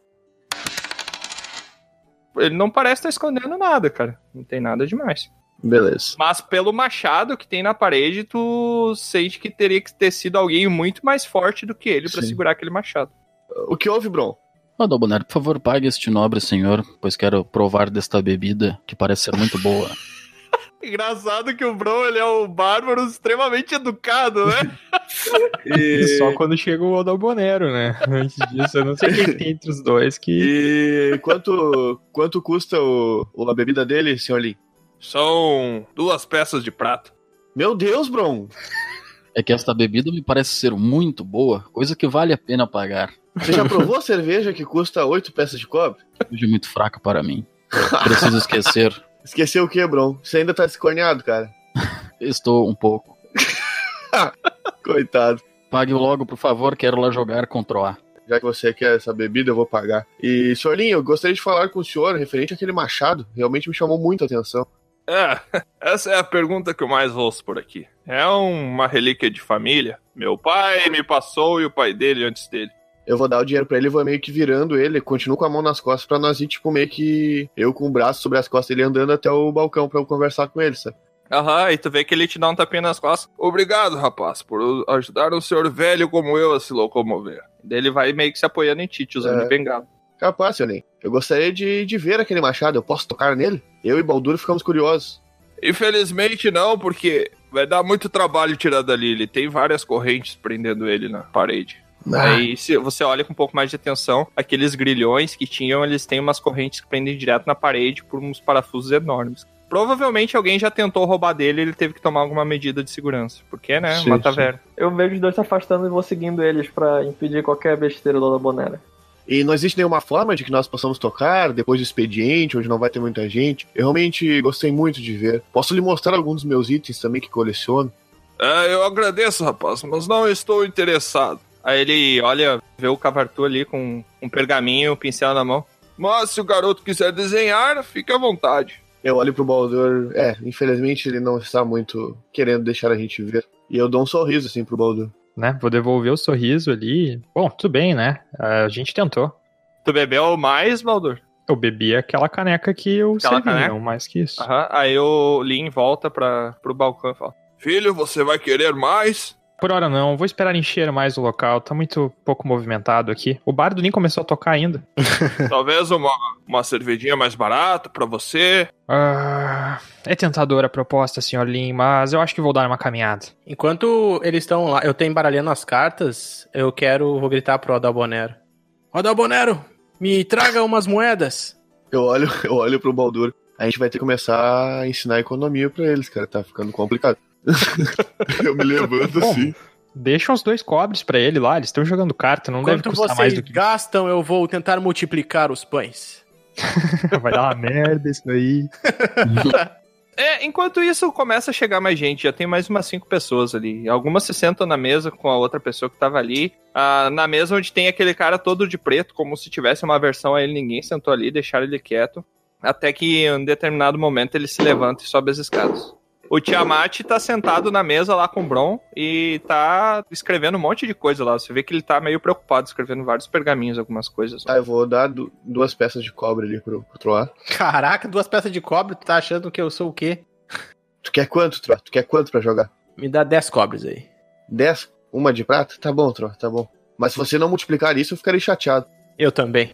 Ele não parece estar escondendo nada, cara. Não tem nada demais. Beleza. Mas pelo machado que tem na parede, tu sente que teria que ter sido alguém muito mais forte do que ele pra Sim. segurar aquele machado. O que houve, Bron? Adalbonero, por favor, pague este nobre senhor, pois quero provar desta bebida, que parece ser muito boa. Engraçado que o Bron, ele é um bárbaro extremamente educado, né? Só quando chega o Adalbonero, né? Antes disso, eu não sei o que tem entre os dois que... E quanto custa a bebida dele, Sr. Lin? São 2 peças de prata. Meu Deus, Bron! É que esta bebida me parece ser muito boa, coisa que vale a pena pagar. Você já provou a cerveja que custa 8 peças de cobre? Hoje é muito fraca para mim. Preciso esquecer. Esqueceu o que, Bron? Você ainda tá descorneado, cara. Estou um pouco. Coitado. Pague logo, por favor, quero lá jogar com Troá. Já que você quer essa bebida, eu vou pagar. E, Sr. Lin, eu gostaria de falar com o senhor referente àquele machado. Realmente me chamou muito a atenção. Essa é a pergunta que eu mais ouço por aqui. É uma relíquia de família. Meu pai me passou e o pai dele antes dele. Eu vou dar o dinheiro pra ele e vou meio que virando ele. Continuo com a mão nas costas pra nós ir, tipo, meio que eu com o braço sobre as costas dele andando até o balcão pra eu conversar com ele, sabe? Aham, e tu vê que ele te dá um tapinha nas costas. Obrigado, rapaz, por ajudar um senhor velho como eu a se locomover. Daí ele vai meio que se apoiando em ti, te usando de bengala. Capaz, Sr. Lin. Eu gostaria de ver aquele machado. Eu posso tocar nele? Eu e Baldur ficamos curiosos. Infelizmente não, porque vai dar muito trabalho tirar dali. Ele tem várias correntes prendendo ele na parede. Aí, se você olha com um pouco mais de atenção, aqueles grilhões que tinham, eles têm umas correntes que prendem direto na parede por uns parafusos enormes. Provavelmente alguém já tentou roubar dele e ele teve que tomar alguma medida de segurança. Porque, né? Sim, Uma taverna. Eu vejo os dois se afastando e vou seguindo eles pra impedir qualquer besteira do Adalbonero. E não existe nenhuma forma de que nós possamos tocar depois do expediente, onde não vai ter muita gente. Eu realmente gostei muito de ver. Posso lhe mostrar alguns dos meus itens também que coleciono? Eu agradeço, rapaz, mas não estou interessado. Aí ele olha, vê o Cavartu ali com um pergaminho, um pincel na mão. Mas se o garoto quiser desenhar, fique à vontade. Eu olho pro Baldur. Infelizmente ele não está muito querendo deixar a gente ver. E eu dou um sorriso assim pro Baldur. Né? Vou devolver o sorriso ali. Bom, tudo bem, né? A gente tentou. Tu bebeu mais, Baldur? Eu bebi aquela caneca que eu servi, não mais que isso. Aham, aí o Lin volta pro balcão e fala: Filho, você vai querer mais? Por hora não, vou esperar encher mais o local, tá muito pouco movimentado aqui. O bardo nem começou a tocar ainda. Talvez uma cervejinha mais barata pra você. É tentadora a proposta, Sr. Lin, mas eu acho que vou dar uma caminhada. Enquanto eles estão lá, eu tô embaralhando as cartas, vou gritar pro Adalbonero. Adalbonero, me traga umas moedas. Eu olho pro Baldur. A gente vai ter que começar a ensinar economia pra eles, cara. Tá ficando complicado. Eu me levanto assim. Deixa uns 2 cobres pra ele lá, eles estão jogando carta, não deve Enquanto custar mais do que... gastam, eu vou tentar multiplicar os pães. Vai dar uma merda isso daí. Enquanto isso, começa a chegar mais gente. Já tem mais umas 5 pessoas ali. Algumas se sentam na mesa com a outra pessoa que tava ali. Na mesa onde tem aquele cara todo de preto, como se tivesse uma aversão a ele. Ninguém sentou ali, deixaram ele quieto. Até que em um determinado momento ele se levanta e sobe as escadas. O Tiamat tá sentado na mesa lá com o Bron e tá escrevendo um monte de coisa lá. Você vê que ele tá meio preocupado, escrevendo vários pergaminhos, algumas coisas. Eu vou dar 2 peças de cobre ali pro Troá. Caraca, 2 peças de cobre, tu tá achando que eu sou o quê? Tu quer quanto, Troá? Tu quer quanto pra jogar? Me dá 10 cobres aí. 10? Uma de prata? Tá bom, Troá, tá bom. Mas se você não multiplicar isso, eu ficarei chateado. Eu também.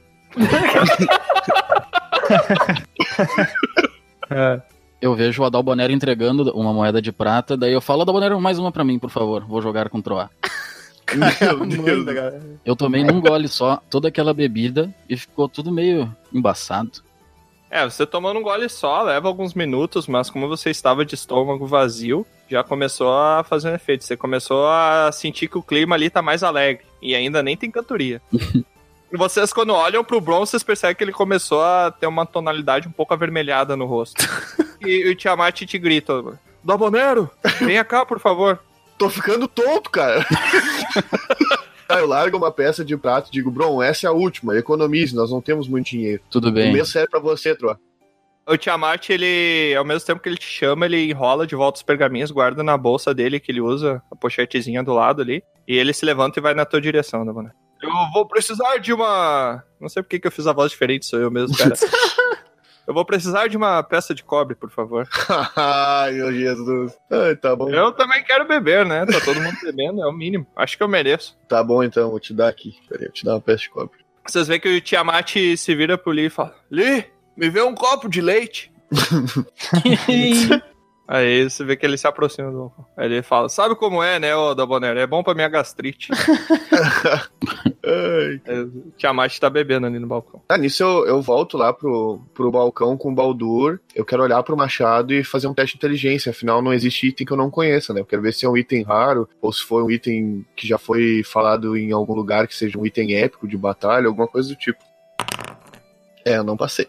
Eu vejo o Adalbonero entregando uma moeda de prata, daí eu falo, Adalbonero, mais uma pra mim, por favor. Vou jogar com o Troá. Meu Deus. Eu tomei num gole só toda aquela bebida e ficou tudo meio embaçado. Você tomou num gole só, leva alguns minutos, mas como você estava de estômago vazio, já começou a fazer um efeito. Você começou a sentir que o clima ali tá mais alegre. E ainda nem tem cantoria. E vocês, quando olham pro Bron, vocês percebem que ele começou a ter uma tonalidade um pouco avermelhada no rosto. E o Tiamat te grita: Dalbonero, venha cá, por favor. Tô ficando tonto, cara. Eu largo uma peça de prata e digo, Bron, essa é a última, economize, nós não temos muito dinheiro. Tudo bem. O mesmo serve pra você, Troá. O Tiamat, ele, ao mesmo tempo que ele te chama, ele enrola de volta os pergaminhos, guarda na bolsa dele, que ele usa, a pochetezinha do lado ali, e ele se levanta e vai na tua direção, Dalbonero. Eu vou precisar de uma... Não sei porque que eu fiz a voz diferente, sou eu mesmo, cara. Eu vou precisar de uma peça de cobre, por favor. Ai, meu Jesus. Ai, tá bom. Eu também quero beber, né? Tá todo mundo bebendo, é o mínimo. Acho que eu mereço. Tá bom, então, vou te dar aqui. Peraí, vou te dar uma peça de cobre. Vocês veem que o Tiamat se vira pro Lee e fala: Lee, me vê um copo de leite. Aí você vê que ele se aproxima do balcão. Aí ele fala: sabe como é, né, ô Dalbonero? É bom pra minha gastrite. O Tiamat tá bebendo ali no balcão. Nisso eu volto lá pro balcão com o Baldur. Eu quero olhar pro machado e fazer um teste de inteligência. Afinal, não existe item que eu não conheça, né? Eu quero ver se é um item raro ou se foi um item que já foi falado em algum lugar, que seja um item épico de batalha, alguma coisa do tipo. Eu não passei.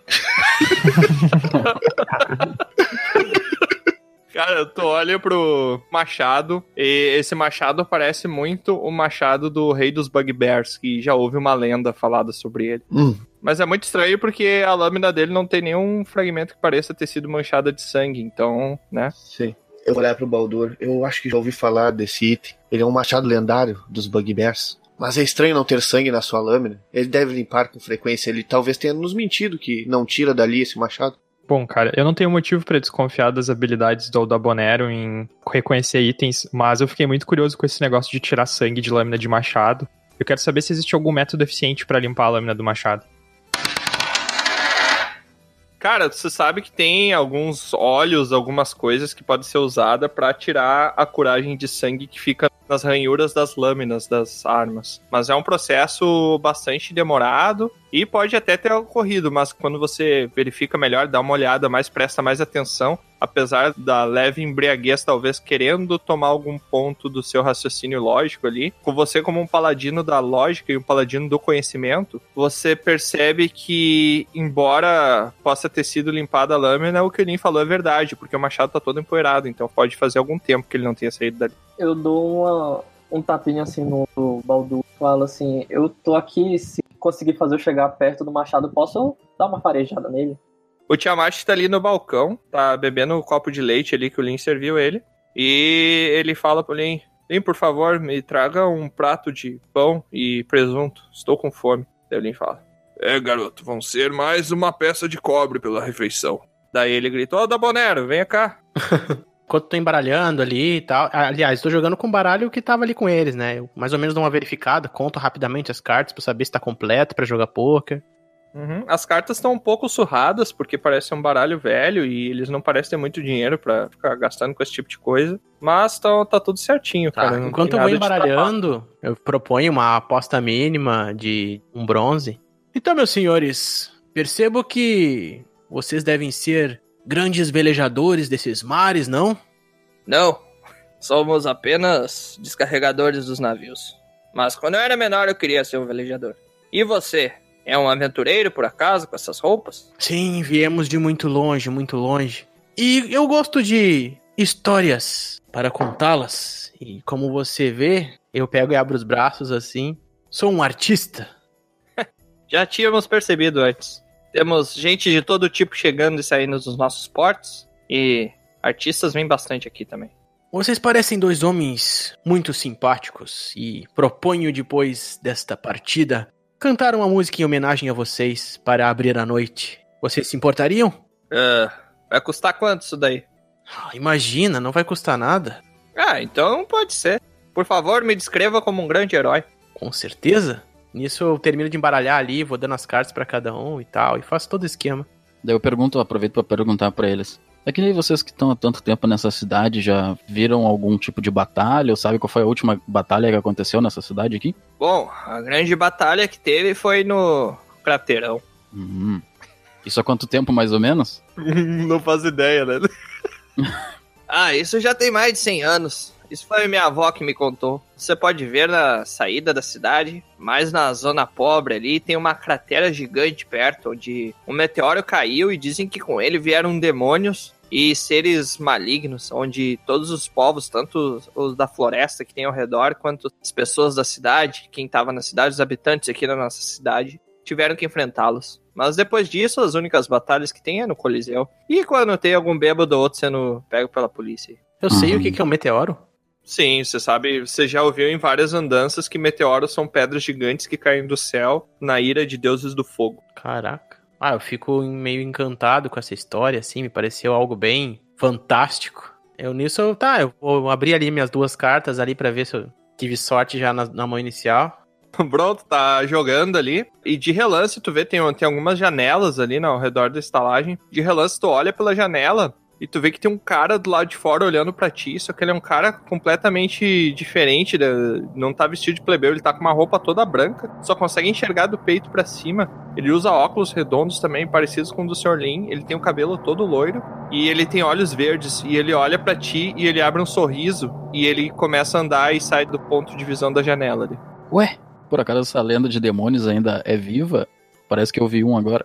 Cara, tu olha pro machado e esse machado parece muito o machado do Rei dos Bugbears, que já houve uma lenda falada sobre ele. Mas é muito estranho porque a lâmina dele não tem nenhum fragmento que pareça ter sido manchada de sangue, então, né? Sim. Eu vou olhar pro Baldur. Eu acho que já ouvi falar desse item. Ele é um machado lendário dos Bugbears. Mas é estranho não ter sangue na sua lâmina. Ele deve limpar com frequência. Ele talvez tenha nos mentido que não tira dali esse machado. Bom, cara, eu não tenho motivo pra desconfiar das habilidades do Aldabonero em reconhecer itens, mas eu fiquei muito curioso com esse negócio de tirar sangue de lâmina de machado. Eu quero saber se existe algum método eficiente pra limpar a lâmina do machado. Cara, você sabe que tem alguns óleos, algumas coisas que podem ser usadas pra tirar a curagem de sangue que fica nas ranhuras das lâminas das armas. Mas é um processo bastante demorado e pode até ter ocorrido, mas quando você verifica melhor, dá uma olhada mais, presta mais atenção, apesar da leve embriaguez, talvez querendo tomar algum ponto do seu raciocínio lógico ali, com você como um paladino da lógica e um paladino do conhecimento, você percebe que, embora possa ter sido limpada a lâmina, o que o Lin falou é verdade, porque o machado tá todo empoeirado, então pode fazer algum tempo que ele não tenha saído dali. Eu dou um tapinha assim no Baldur, falo assim, eu tô aqui, se conseguir fazer eu chegar perto do machado, posso dar uma farejada nele? O Tiamat tá ali no balcão, tá bebendo um copo de leite ali que o Lin serviu ele, e ele fala pro Lin: Lin, por favor, me traga um prato de pão e presunto, estou com fome. Daí o Lin fala: garoto, vão ser mais uma peça de cobre pela refeição. Daí ele gritou: Dalbonero, venha cá. Enquanto tô embaralhando ali e tal. Aliás, tô jogando com o baralho que tava ali com eles, né? Eu mais ou menos dou uma verificada, conto rapidamente as cartas pra saber se tá completo pra jogar poker. As cartas estão um pouco surradas, porque parece um baralho velho e eles não parecem ter muito dinheiro pra ficar gastando com esse tipo de coisa. Mas tá tudo certinho, cara. Enquanto eu vou embaralhando, eu proponho uma aposta mínima de um bronze. Então, meus senhores, percebo que vocês devem ser grandes velejadores desses mares, não? Não, somos apenas descarregadores dos navios. Mas quando eu era menor eu queria ser um velejador. E você? É um aventureiro, por acaso, com essas roupas? Sim, viemos de muito longe, muito longe. E eu gosto de histórias para contá-las. E como você vê, eu pego e abro os braços assim. Sou um artista. Já tínhamos percebido antes. Temos gente de todo tipo chegando e saindo dos nossos portos. E artistas vêm bastante aqui também. Vocês parecem dois homens muito simpáticos. E proponho, depois desta partida, cantar uma música em homenagem a vocês para abrir a noite. Vocês se importariam? Vai custar quanto isso daí? Imagina, não vai custar nada. Então pode ser. Por favor, me descreva como um grande herói. Com certeza. Nisso eu termino de embaralhar ali, vou dando as cartas pra cada um e tal, e faço todo o esquema. Daí eu aproveito pra perguntar pra eles. É que nem vocês que estão há tanto tempo nessa cidade, já viram algum tipo de batalha? Ou sabe qual foi a última batalha que aconteceu nessa cidade aqui? Bom, a grande batalha que teve foi no Craterão. Isso há quanto tempo, mais ou menos? Não faço ideia, né? Isso já tem mais de 100 anos. Isso foi minha avó que me contou. Você pode ver na saída da cidade, mas na zona pobre ali, tem uma cratera gigante perto, onde um meteoro caiu e dizem que com ele vieram demônios e seres malignos, onde todos os povos, tanto os da floresta que tem ao redor, quanto as pessoas da cidade, quem estava na cidade, os habitantes aqui da nossa cidade, tiveram que enfrentá-los. Mas depois disso, as únicas batalhas que tem é no Coliseu. E quando tem algum bêbado ou outro sendo pego pela polícia. Eu sei o que é um meteoro. Sim, você sabe, você já ouviu em várias andanças que meteoros são pedras gigantes que caem do céu na ira de deuses do fogo. Caraca. Eu fico meio encantado com essa história, assim, me pareceu algo bem fantástico. Eu vou abrir ali minhas duas cartas ali pra ver se eu tive sorte já na mão inicial. Pronto, tá jogando ali, e de relance tu vê, tem algumas janelas ali ao redor da estalagem. De relance tu olha pela janela e tu vê que tem um cara do lado de fora olhando pra ti, só que ele é um cara completamente diferente, não tá vestido de plebeu, ele tá com uma roupa toda branca, só consegue enxergar do peito pra cima. Ele usa óculos redondos também, parecidos com o do Sr. Lin, ele tem o cabelo todo loiro, e ele tem olhos verdes, e ele olha pra ti e ele abre um sorriso, e ele começa a andar e sai do ponto de visão da janela ali. Ué, por acaso essa lenda de demônios ainda é viva? Parece que eu vi um agora.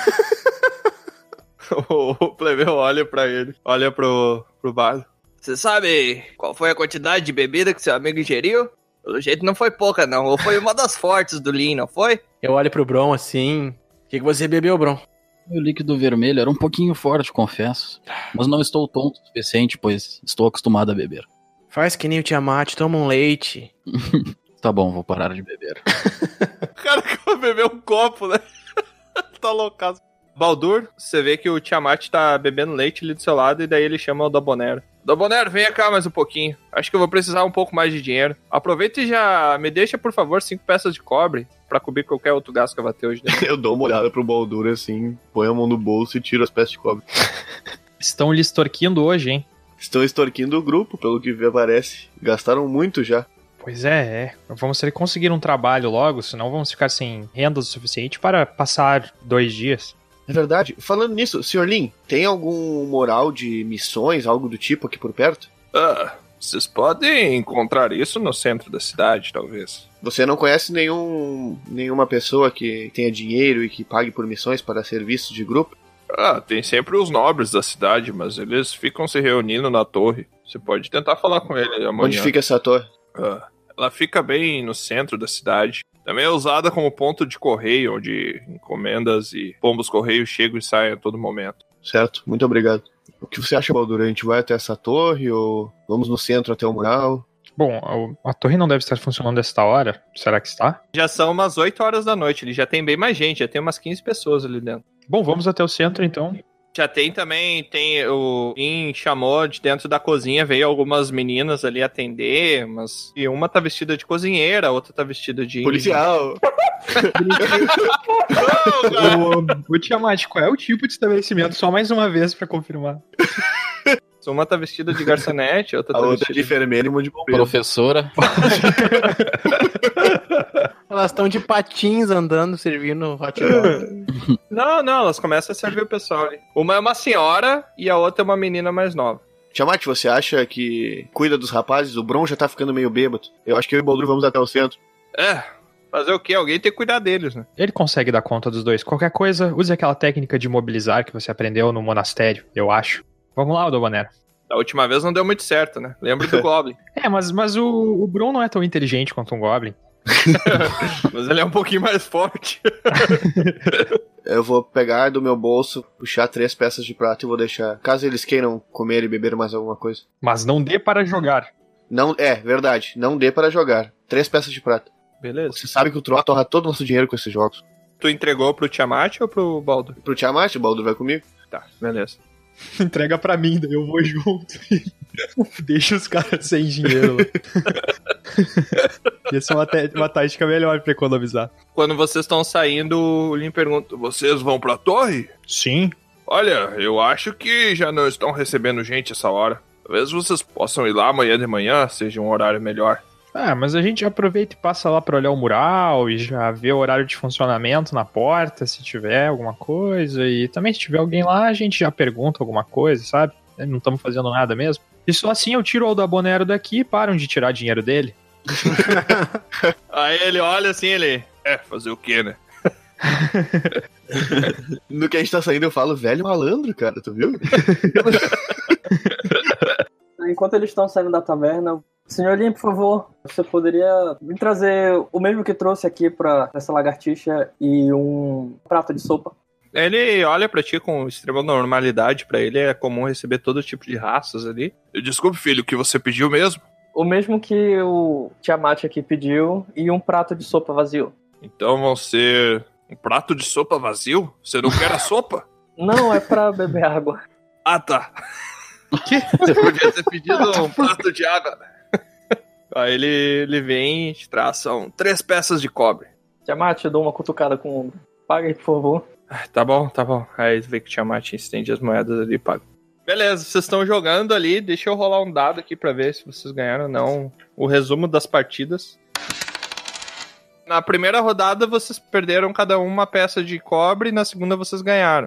O plebeu olha pra ele, olha pro bardo. Você sabe qual foi a quantidade de bebida que seu amigo ingeriu? Pelo jeito não foi pouca não, ou foi uma das fortes do Lin, não foi? Eu olho pro Bron assim, o que você bebeu, Bron? O líquido vermelho era um pouquinho forte, confesso. Mas não estou tonto o suficiente, pois estou acostumado a beber. Faz que nem o Tiamat, toma um leite. Tá bom, vou parar de beber. O cara que vai beber um copo, né? Tá loucaço. Baldur, você vê que o Tiamat tá bebendo leite ali do seu lado e daí ele chama o Dobonero. Dobonero, venha cá mais um pouquinho. Acho que eu vou precisar um pouco mais de dinheiro. Aproveita e já me deixa, por favor, 5 peças de cobre pra cobrir qualquer outro gasto que eu vou ter hoje. Eu dou uma olhada pro Baldur assim, põe a mão no bolso e tiro as peças de cobre. Estão lhe extorquindo hoje, hein? Estão extorquindo o grupo, pelo que parece. Gastaram muito já. Pois é. Vamos ter que conseguir um trabalho logo, senão vamos ficar sem renda o suficiente para passar 2 dias. É verdade. Falando nisso, Sr. Lin, tem algum moral de missões, algo do tipo aqui por perto? Vocês podem encontrar isso no centro da cidade, talvez. Você não conhece nenhuma pessoa que tenha dinheiro e que pague por missões para serviços de grupo? Tem sempre os nobres da cidade, mas eles ficam se reunindo na torre. Você pode tentar falar com ele amanhã. Onde fica essa torre? Ela fica bem no centro da cidade. Também é usada como ponto de correio, onde encomendas e pombos correios chegam e saem a todo momento. Certo, muito obrigado. O que você acha, Baldur? A gente vai até essa torre ou vamos no centro até o mural? Bom, a torre não deve estar funcionando esta hora. Será que está? Já são umas 8 horas da noite, ele já tem bem mais gente, já tem umas 15 pessoas ali dentro. Bom, vamos até o centro então. Já tem o Lin chamou de dentro da cozinha, veio algumas meninas ali atender, e uma tá vestida de cozinheira, a outra tá vestida de... policial! O Tiamat, qual é o tipo de estabelecimento? Só mais uma vez pra confirmar. Uma tá vestida de garçonete, a outra tá vestida de enfermeira e uma de bombeiro. Professora. Elas estão de patins andando, servindo hot dog. Não, elas começam a servir o pessoal ali. Uma é uma senhora e a outra é uma menina mais nova. Tiamat, você acha que cuida dos rapazes? O Bron já tá ficando meio bêbado. Eu acho que eu e o Baldur vamos até o centro. Fazer o quê? Alguém tem que cuidar deles, né? Ele consegue dar conta dos dois. Qualquer coisa, use aquela técnica de imobilizar que você aprendeu no monastério, eu acho. Vamos lá, Aldabonero. Da última vez não deu muito certo, né? Lembra do Goblin. Mas o Bron não é tão inteligente quanto um Goblin. Mas ele é um pouquinho mais forte. Eu vou pegar do meu bolso, puxar 3 peças de prata e vou deixar, caso eles queiram comer e beber mais alguma coisa. Mas não dê para jogar. Não, verdade, não dê para jogar. 3 peças de prata. Beleza. Você sabe que o Troá torra todo o nosso dinheiro com esses jogos. Tu entregou pro Tiamat ou pro Baldur? Pro Tiamat, o Baldur vai comigo. Tá, beleza. Entrega pra mim, daí eu vou junto. Deixa os caras sem dinheiro. Essa é uma tática melhor pra economizar. Quando vocês estão saindo, o Lin pergunta: vocês vão pra torre? Sim. Olha, eu acho que já não estão recebendo gente essa hora. Talvez vocês possam ir lá amanhã de manhã, seja um horário melhor. Mas a gente aproveita e passa lá pra olhar o mural e já vê o horário de funcionamento na porta, se tiver alguma coisa. E também se tiver alguém lá, a gente já pergunta alguma coisa, sabe? Não estamos fazendo nada mesmo. E só assim eu tiro o Aldabonero daqui e param de tirar dinheiro dele. Aí ele olha assim, ele... fazer o quê, né? No que a gente tá saindo eu falo, velho malandro, cara, tu viu? Enquanto eles estão saindo da taverna, senhorinha, por favor, você poderia me trazer o mesmo que trouxe aqui pra essa lagartixa e um prato de sopa? Ele olha pra ti com extrema normalidade, pra ele é comum receber todo tipo de raças ali. Desculpe, filho, o que você pediu mesmo? O mesmo que o Tiamat aqui pediu e um prato de sopa vazio. Então vão ser um prato de sopa vazio? Você não quer a sopa? Não, é pra beber água. Ah, tá. O quê? Você podia ter pedido um prato de água. Aí ele vem e te traz, são 3 peças de cobre. Tiamat, eu dou uma cutucada com o ombro. Paga aí, por favor. Tá bom. Aí vê que o Tiamat estende as moedas ali e paga. Beleza, vocês estão jogando ali, deixa eu rolar um dado aqui pra ver se vocês ganharam ou não o resumo das partidas. Na primeira rodada vocês perderam cada uma peça de cobre, na segunda vocês ganharam.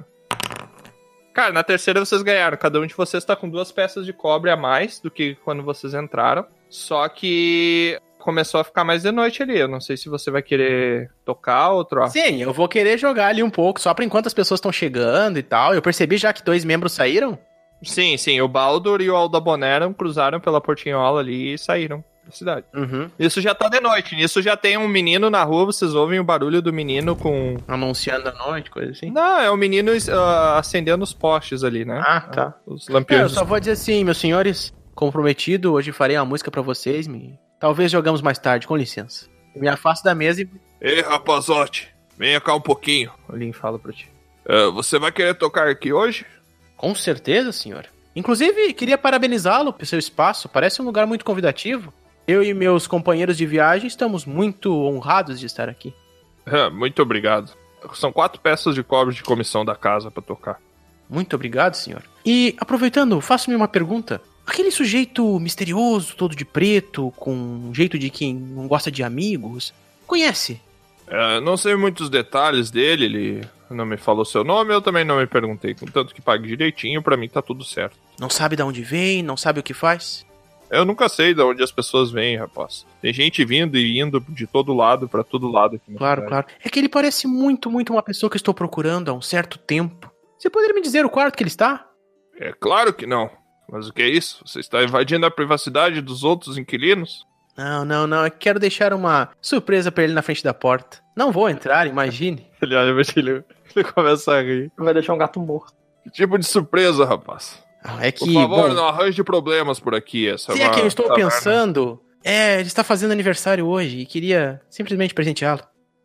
Cara, na terceira vocês ganharam, cada um de vocês tá com 2 peças de cobre a mais do que quando vocês entraram. Só que começou a ficar mais de noite ali, eu não sei se você vai querer tocar ou trocar. Sim, eu vou querer jogar ali um pouco, só pra enquanto as pessoas estão chegando e tal. Eu percebi já que 2 membros saíram. Sim, o Baldur e o Aldabonero cruzaram pela portinhola ali e saíram da cidade. Uhum. Isso já tá de noite, nisso já tem um menino na rua, vocês ouvem o barulho do menino com... Anunciando a noite, coisa assim. Não, é o menino acendendo os postes ali, né? Ah, tá. Os lampiões. Eu só vou dizer assim, meus senhores, comprometido, hoje farei uma música pra vocês, talvez jogamos mais tarde, com licença. Eu me afasto da mesa e... Ei, rapazote, venha cá um pouquinho. O Lin fala pra ti. Você vai querer tocar aqui hoje? Com certeza, senhor. Inclusive, queria parabenizá-lo pelo seu espaço. Parece um lugar muito convidativo. Eu e meus companheiros de viagem estamos muito honrados de estar aqui. Muito obrigado. São 4 peças de cobre de comissão da casa pra tocar. Muito obrigado, senhor. E, aproveitando, faça-me uma pergunta. Aquele sujeito misterioso, todo de preto, com um jeito de quem não gosta de amigos, conhece? Não sei muitos detalhes dele, ele não me falou seu nome, eu também não me perguntei. Contanto que pague direitinho, pra mim tá tudo certo. Não sabe de onde vem, não sabe o que faz? Eu nunca sei de onde as pessoas vêm, rapaz. Tem gente vindo e indo de todo lado pra todo lado. Aqui Claro. É que ele parece muito uma pessoa que estou procurando há um certo tempo. Você poderia me dizer o quarto que ele está? É claro que não. Mas o que é isso? Você está invadindo a privacidade dos outros inquilinos? Não. Eu quero deixar uma surpresa pra ele na frente da porta. Não vou entrar, imagine. Ele olha pra ti, ele começa a rir. Vai deixar um gato morto. Que tipo de surpresa, rapaz? É que, por favor, não arranje problemas por aqui. Se é quem eu estou pensando, ele está fazendo aniversário hoje e queria simplesmente presenteá-lo.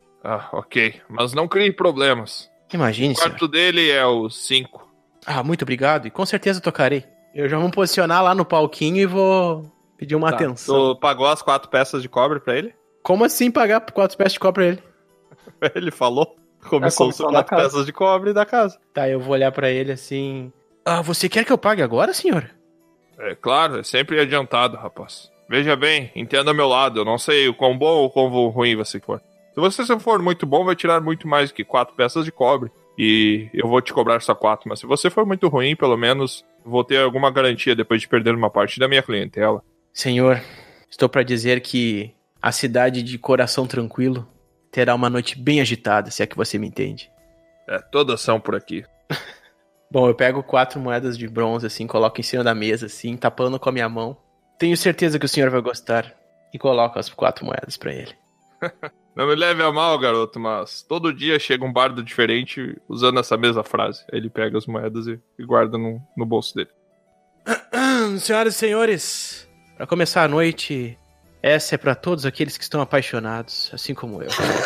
Ok. Mas não crie problemas. Imagine, o quarto dele é o 5. Muito obrigado. E com certeza tocarei. Eu já vou me posicionar lá no palquinho e vou pedir uma atenção. Tu pagou as 4 peças de cobre pra ele? Como assim pagar 4 peças de cobre pra ele? Ele falou. Começou as 4 peças de cobre da casa. Tá, eu vou olhar pra ele assim... você quer que eu pague agora, senhor? É claro, é sempre adiantado, rapaz. Veja bem, entenda meu lado. Eu não sei o quão bom ou quão ruim você for. Se você for muito bom, vai tirar muito mais que 4 peças de cobre. E eu vou te cobrar só 4. Mas se você for muito ruim, pelo menos vou ter alguma garantia depois de perder uma parte da minha clientela. Senhor, estou pra dizer que a cidade de Coração Tranquilo terá uma noite bem agitada, se é que você me entende. Todas são por aqui. Bom, eu pego 4 moedas de bronze, assim, coloco em cima da mesa, assim, tapando com a minha mão. Tenho certeza que o senhor vai gostar. E coloco as 4 moedas pra ele. Não me leve a mal, garoto, mas todo dia chega um bardo diferente usando essa mesma frase. Aí ele pega as moedas e guarda no bolso dele. Senhoras e senhores, pra começar a noite, essa é pra todos aqueles que estão apaixonados, assim como eu.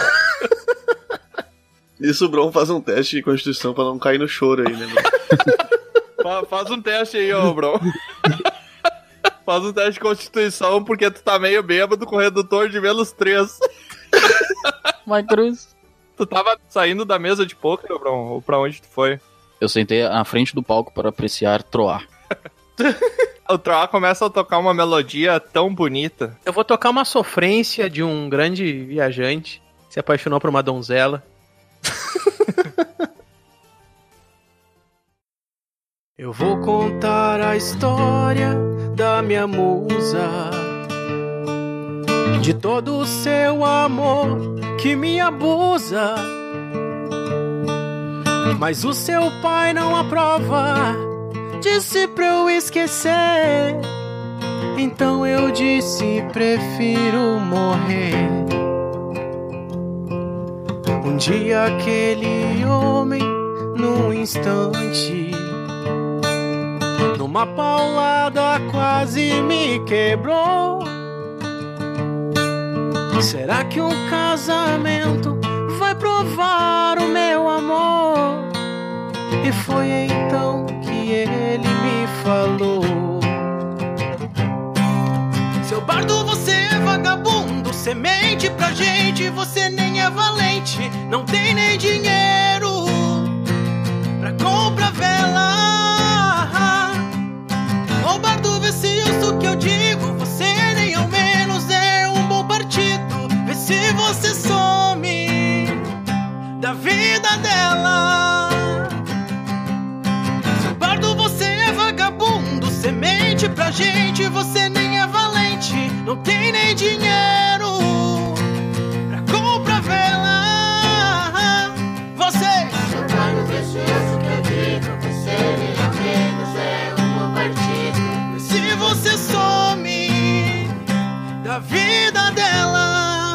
Isso o Bron faz um teste de constituição pra não cair no choro aí, né? Faz um teste aí, ô, bro. Faz um teste de constituição porque tu tá meio bêbado com redutor de -3. Vai, Cruz. Tu tava saindo da mesa de pôquer, Bron? Ou pra onde tu foi? Eu sentei à frente do palco para apreciar Troar. O Troar começa a tocar uma melodia tão bonita. Eu vou tocar uma sofrência de um grande viajante que se apaixonou por uma donzela. Eu vou contar a história da minha musa, de todo o seu amor que me abusa. Mas o seu pai não aprova, disse pra eu esquecer. Então eu disse, prefiro morrer. Um dia aquele homem, num instante, numa paulada quase me quebrou. Será que um casamento vai provar o meu amor? E foi então que ele me falou: seu bardo, você é vagabundo, semente pra gente, você nem é valente, não tem nem dinheiro pra comprar vela. Ô bardo, vê se isso que eu digo, você nem ao menos é um bom partido. Vê se você some da vida dela. Seu bardo, você é vagabundo, semente pra gente, você nem é valente, não tem nem dinheiro pra comprar vela. Você, seu bardo, vê se isso que eu digo, você nem ao menos é um bom partido. Vê se você some da vida dela.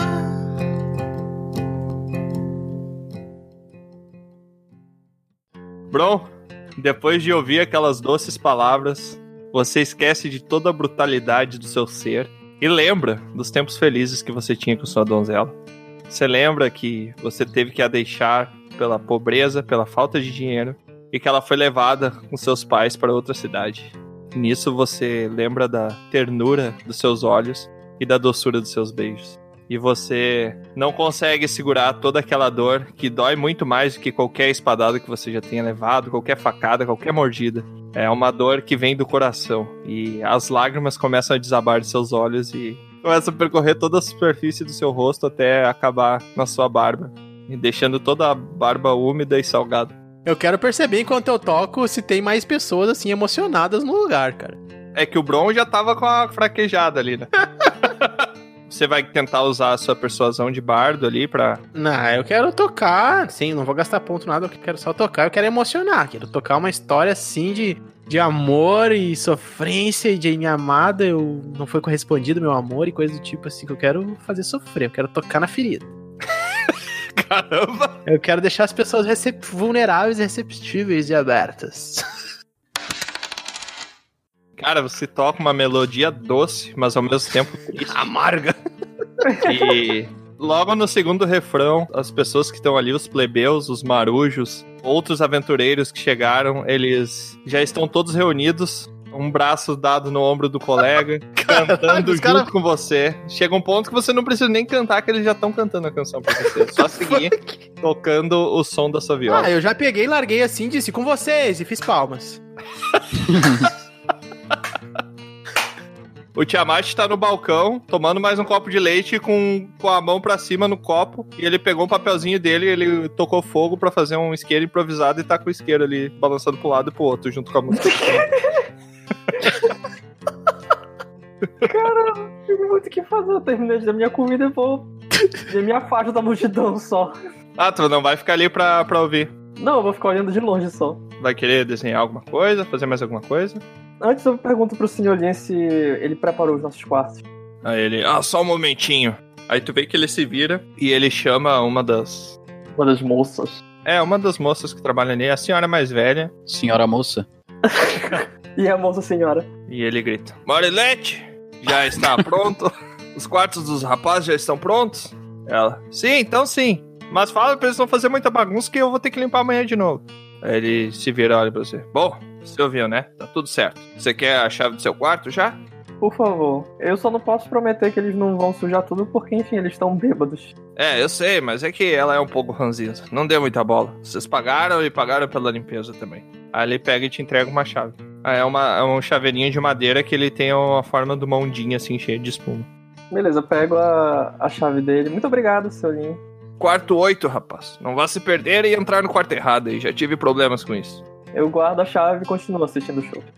Bron, depois de ouvir aquelas doces palavras, você esquece de toda a brutalidade do seu ser e lembra dos tempos felizes que você tinha com sua donzela. Você lembra que você teve que a deixar pela pobreza, pela falta de dinheiro, e que ela foi levada com seus pais para outra cidade. Nisso você lembra da ternura dos seus olhos e da doçura dos seus beijos. E você não consegue segurar toda aquela dor que dói muito mais do que qualquer espadada que você já tenha levado, qualquer facada, qualquer mordida. É uma dor que vem do coração. E as lágrimas começam a desabar de seus olhos e começam a percorrer toda a superfície do seu rosto até acabar na sua barba, e deixando toda a barba úmida e salgada. Eu quero perceber enquanto eu toco se tem mais pessoas assim emocionadas no lugar, cara. É que o Bron já tava com a fraquejada ali, né? Você vai tentar usar a sua persuasão de bardo ali pra... Não, eu quero tocar, sim, não vou gastar ponto nada, eu quero só tocar, eu quero emocionar, quero tocar uma história assim de amor e sofrência e de minha amada, eu não foi correspondido meu amor e coisa do tipo assim, que eu quero fazer sofrer, eu quero tocar na ferida. Caramba! Eu quero deixar as pessoas vulneráveis, receptíveis e abertas. Cara, você toca uma melodia doce, mas ao mesmo tempo triste. Amarga. E logo no segundo refrão, as pessoas que estão ali, os plebeus, os marujos, outros aventureiros que chegaram, eles já estão todos reunidos, um braço dado no ombro do colega, cantando junto com você. Chega um ponto que você não precisa nem cantar, que eles já estão cantando a canção pra você. Só seguir tocando o som da sua viola. Ah, eu já peguei, larguei assim, disse com vocês e fiz palmas. O Tiamat tá no balcão, tomando mais um copo de leite com a mão pra cima no copo. E ele pegou um papelzinho dele, ele tocou fogo pra fazer um isqueiro improvisado e tá com o isqueiro ali, balançando pro lado e pro outro, junto com a música. Cara, eu tenho muito o que fazer. Eu terminei da minha comida e vou... Eu me afasto da multidão só. Ah, tu não vai ficar ali pra ouvir? Não, eu vou ficar olhando de longe só. Vai querer desenhar alguma coisa? Fazer mais alguma coisa? Antes eu pergunto pro Sr. Lin se ele preparou os nossos quartos. Aí ele, só um momentinho. Aí tu vê que ele se vira e ele chama uma das moças. uma das moças que trabalha ali, a senhora mais velha. Senhora moça. E a moça senhora. E ele grita, Marilete, já está pronto? Os quartos dos rapazes já estão prontos? Ela, sim, então sim. Mas fala pra eles não fazer muita bagunça que eu vou ter que limpar amanhã de novo. Aí ele se vira e olha pra você. Bom, você ouviu, né? Tá tudo certo. Você quer a chave do seu quarto já? Por favor. Eu só não posso prometer que eles não vão sujar tudo porque, enfim, eles estão bêbados. Eu sei, mas é que ela é um pouco ranzinza. Não deu muita bola. Vocês pagaram e pagaram pela limpeza também. Aí ele pega e te entrega uma chave. É um chaveirinho de madeira que ele tem uma forma de uma ondinha assim, cheia de espuma. Beleza, eu pego a chave dele. Muito obrigado, Sr. Lin. Quarto 8, rapaz. Não vá se perder e entrar no quarto errado aí. Já tive problemas com isso. Eu guardo a chave e continuo assistindo o show.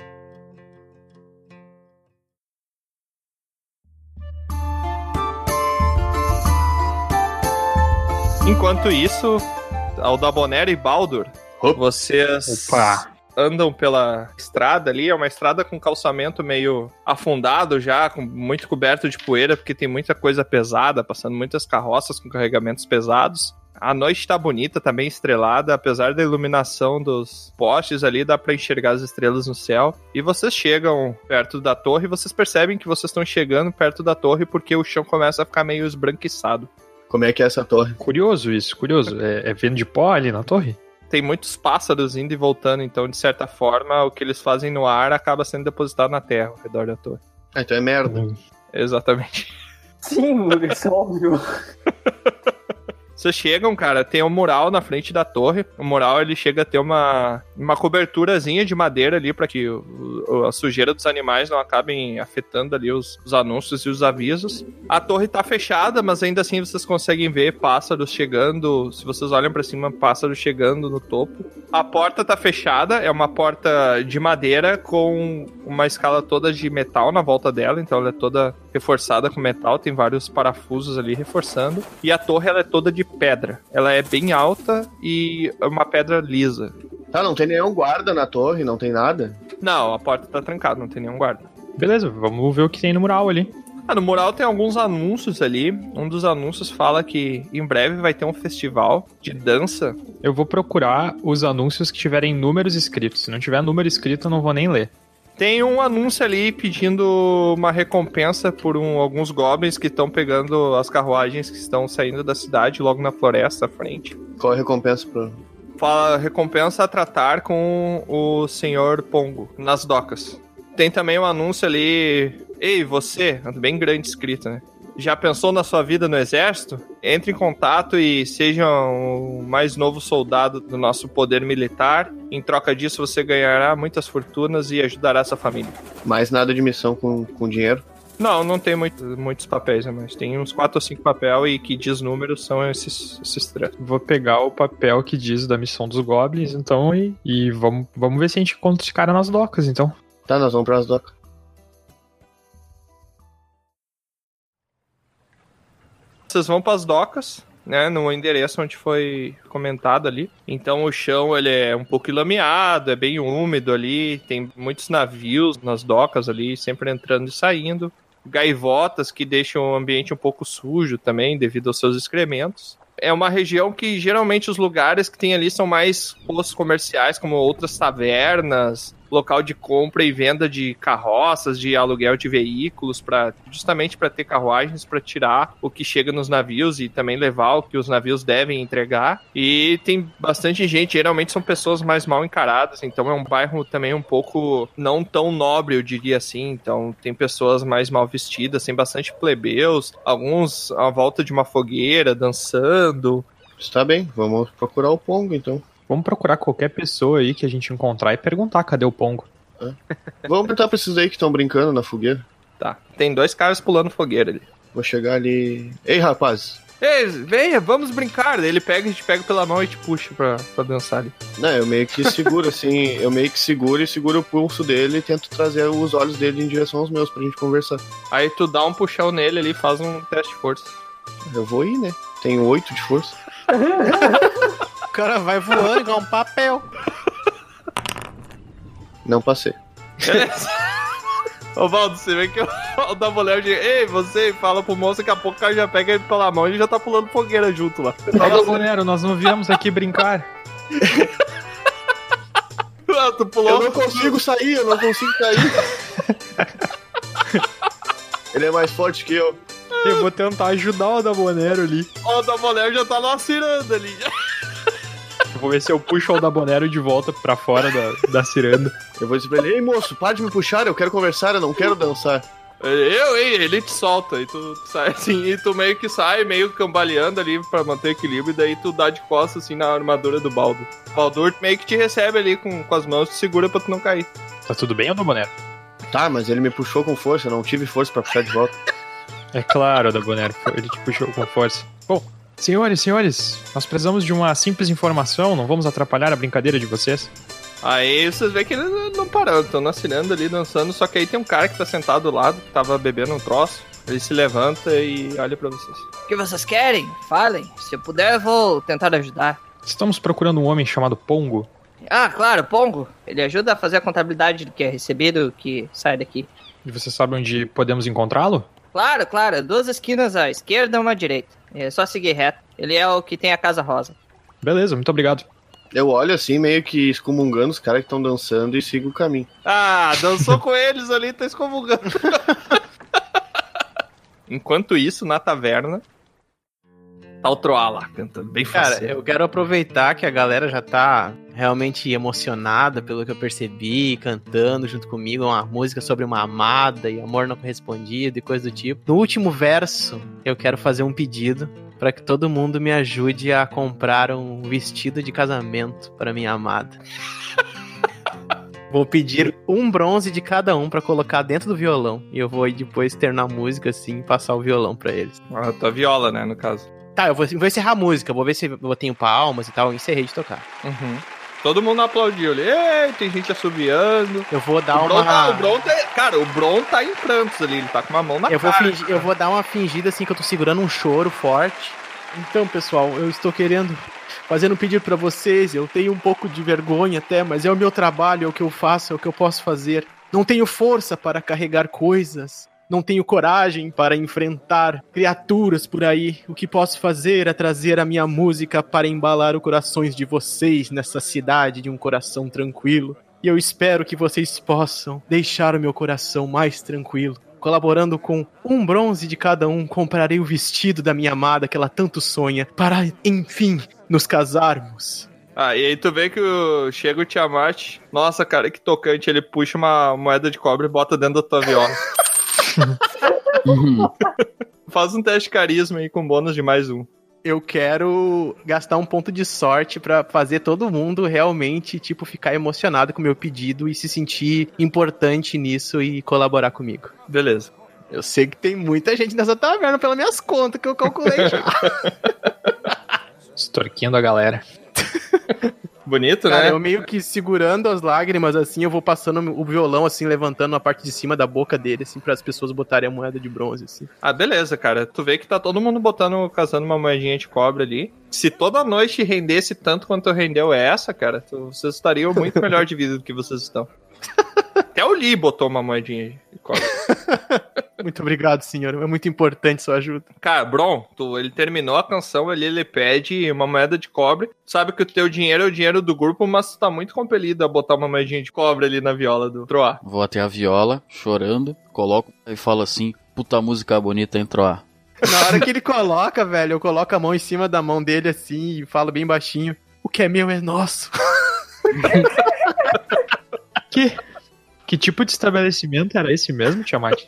Enquanto isso, Aldabonera e Baldur, vocês andam pela estrada ali. É uma estrada com calçamento meio afundado já, muito coberto de poeira, porque tem muita coisa pesada, passando muitas carroças com carregamentos pesados. A noite tá bonita, tá bem estrelada, apesar da iluminação dos postes ali, dá pra enxergar as estrelas no céu. E vocês chegam perto da torre e vocês percebem que vocês estão chegando perto da torre porque o chão começa a ficar meio esbranquiçado. Como é que é essa torre? Curioso isso, curioso. É vento de pó ali na torre? Tem muitos pássaros indo e voltando, então, de certa forma, o que eles fazem no ar acaba sendo depositado na terra, ao redor da torre. Então é merda. Exatamente. Sim, isso é óbvio. Vocês chegam, cara, tem um mural na frente da torre. O mural, ele chega a ter uma coberturazinha de madeira ali pra que a sujeira dos animais não acabem afetando ali os anúncios e os avisos. A torre tá fechada, mas ainda assim vocês conseguem ver pássaros chegando. Se vocês olham pra cima, pássaros chegando no topo. A porta tá fechada, é uma porta de madeira com uma escala toda de metal na volta dela, então ela é toda reforçada com metal, tem vários parafusos ali reforçando. E a torre, ela é toda de pedra. Ela é bem alta e é uma pedra lisa. Tá, não tem nenhum guarda na torre, não tem nada? Não, a porta tá trancada, não tem nenhum guarda. Beleza, vamos ver o que tem no mural ali. No mural tem alguns anúncios ali. Um dos anúncios fala que em breve vai ter um festival de dança. Eu vou procurar os anúncios que tiverem números escritos. Se não tiver número escrito, eu não vou nem ler. Tem um anúncio ali pedindo uma recompensa por alguns goblins que estão pegando as carruagens que estão saindo da cidade logo na floresta à frente. Qual a recompensa pro... Fala recompensa a tratar com o Sr. Pongo nas docas. Tem também um anúncio ali... Ei, você, bem grande escrito, né? Já pensou na sua vida no exército? Entre em contato e seja o mais novo soldado do nosso poder militar. Em troca disso, você ganhará muitas fortunas e ajudará essa família. Mais nada de missão com dinheiro? Não tem muitos papéis, né? Mas tem uns 4 ou 5 papéis e que diz números, são esses 3. Vou pegar o papel que diz da missão dos goblins, então, e vamos ver se a gente encontra esse cara nas docas, então. Tá, nós vamos pras docas. Vocês vão para as docas, né, no endereço onde foi comentado ali. Então o chão, ele é um pouco lameado, é bem úmido ali, tem muitos navios nas docas ali, sempre entrando e saindo. Gaivotas que deixam o ambiente um pouco sujo também, devido aos seus excrementos. É uma região que geralmente os lugares que tem ali são mais postos comerciais, como outras tavernas, local de compra e venda de carroças, de aluguel de veículos, justamente para ter carruagens para tirar o que chega nos navios e também levar o que os navios devem entregar. E tem bastante gente, geralmente são pessoas mais mal encaradas, então é um bairro também um pouco não tão nobre, eu diria assim. Então tem pessoas mais mal vestidas, tem bastante plebeus, alguns à volta de uma fogueira, dançando. Está bem, vamos procurar o Pongo então. Vamos procurar qualquer pessoa aí que a gente encontrar e perguntar cadê o Pongo. Vamos perguntar pra esses aí que estão brincando na fogueira. Tá, tem 2 caras pulando fogueira ali. Vou chegar ali... Ei, rapaz! Ei, venha, vamos brincar! Ele a gente pega pela mão e te puxa pra dançar ali. Não, eu meio que seguro assim, seguro o pulso dele e tento trazer os olhos dele em direção aos meus pra gente conversar. Aí tu dá um puxão nele ali e faz um teste de força. Eu vou ir, né? Tenho 8 de força. O cara vai voando igual um papel. Não passei. Beleza. Ô, Valdo, você vê que o da mulher diz, ei, você fala pro moço, daqui a pouco o cara já pega ele pela mão e ele já tá pulando fogueira junto lá. Fala, Bonero, nós não viemos aqui brincar. Tu pulou. Eu não consigo sair, Ele é mais forte que eu. Eu vou tentar ajudar o da Bonero ali. O da mulher já tá lá ciranda ali. Eu vou ver se eu puxo o da Bonero de volta pra fora da ciranda. Eu vou dizer pra ele, ei moço, para de me puxar, eu quero conversar, eu não quero dançar. Ele te solta e tu sai assim, e tu meio que sai, meio cambaleando ali pra manter equilíbrio, e daí tu dá de costas assim na armadura do Baldur. O Baldur meio que te recebe ali com as mãos, te segura pra tu não cair. Tá tudo bem, da Bonero? Tá, mas ele me puxou com força, eu não tive força pra puxar de volta. É claro, da Bonero, ele te puxou com força. Bom, senhores, nós precisamos de uma simples informação, não vamos atrapalhar a brincadeira de vocês. Aí vocês veem que eles não pararam, estão nascendo ali, dançando, só que aí tem um cara que tá sentado do lado, que tava bebendo um troço, ele se levanta e olha pra vocês. O que vocês querem? Falem. Se eu puder, eu vou tentar ajudar. Estamos procurando um homem chamado Pongo. Ah, claro, Pongo. Ele ajuda a fazer a contabilidade do que é recebido, que sai daqui. E você sabe onde podemos encontrá-lo? Claro, 2 esquinas à esquerda e uma à direita. É só seguir reto. Ele é o que tem a casa rosa. Beleza, muito obrigado. Eu olho assim, meio que excomungando os caras que estão dançando e sigo o caminho. Ah, dançou com eles ali, tá excomungando. Enquanto isso, na taverna, tá o Troá lá, cantando bem fácil. Cara, eu quero aproveitar que a galera já tá realmente emocionada, pelo que eu percebi, cantando junto comigo uma música sobre uma amada e amor não correspondido e coisa do tipo. No último verso, eu quero fazer um pedido para que todo mundo me ajude a comprar um vestido de casamento para minha amada. Vou pedir um bronze de cada um pra colocar dentro do violão. E eu vou depois terminar a música assim e passar o violão pra eles. A tua viola, né, no caso. Tá, eu vou encerrar a música. Vou ver se eu tenho palmas e tal. Eu encerrei de tocar. Uhum. Todo mundo aplaudiu ali. Ei, tem gente assobiando. Eu vou dar Cara, o Bron tá em prantos ali. Ele tá com uma mão na cara. Eu vou dar uma fingida assim que eu tô segurando um choro forte. Então, pessoal, eu estou querendo fazer um pedido pra vocês. Eu tenho um pouco de vergonha até, mas é o meu trabalho, é o que eu faço, é o que eu posso fazer. Não tenho força para carregar coisas. Não tenho coragem para enfrentar criaturas por aí. O que posso fazer é trazer a minha música para embalar os corações de vocês nessa cidade de um coração tranquilo. E eu espero que vocês possam deixar o meu coração mais tranquilo. Colaborando com um bronze de cada um, comprarei o vestido da minha amada que ela tanto sonha para, enfim, nos casarmos. Ah, e aí tu vê que chega o Tiamat. Nossa, cara, que tocante. Ele puxa uma moeda de cobre e bota dentro da tua viola. Faz um teste de carisma aí com bônus de mais um. Eu quero gastar um ponto de sorte pra fazer todo mundo realmente, tipo, ficar emocionado com o meu pedido e se sentir importante nisso e colaborar comigo. Beleza. Eu sei que tem muita gente nessa taverna pelas minhas contas que eu calculei já. Extorquindo a galera. Bonito, cara, né? Eu meio que segurando as lágrimas, assim, eu vou passando o violão, assim, levantando a parte de cima da boca dele, assim, para as pessoas botarem a moeda de bronze, assim. Ah, beleza, cara. Tu vê que tá todo mundo casando uma moedinha de cobre ali. Se toda noite rendesse tanto quanto rendeu essa, cara, vocês estariam muito melhor de vida do que vocês estão. Até o Lee botou uma moedinha de cobre. Muito obrigado, senhor. É muito importante sua ajuda. Cara, Bron, ele terminou a canção ali, ele pede uma moeda de cobre. Sabe que o teu dinheiro é o dinheiro do grupo, mas tu tá muito compelido a botar uma moedinha de cobre ali na viola do Troá. Vou até a viola, chorando, coloco e falo assim, puta música bonita, hein, Troá? Na hora que ele coloca, velho, eu coloco a mão em cima da mão dele assim e falo bem baixinho, o que é meu é nosso. Que tipo de estabelecimento era esse mesmo, Tiamat?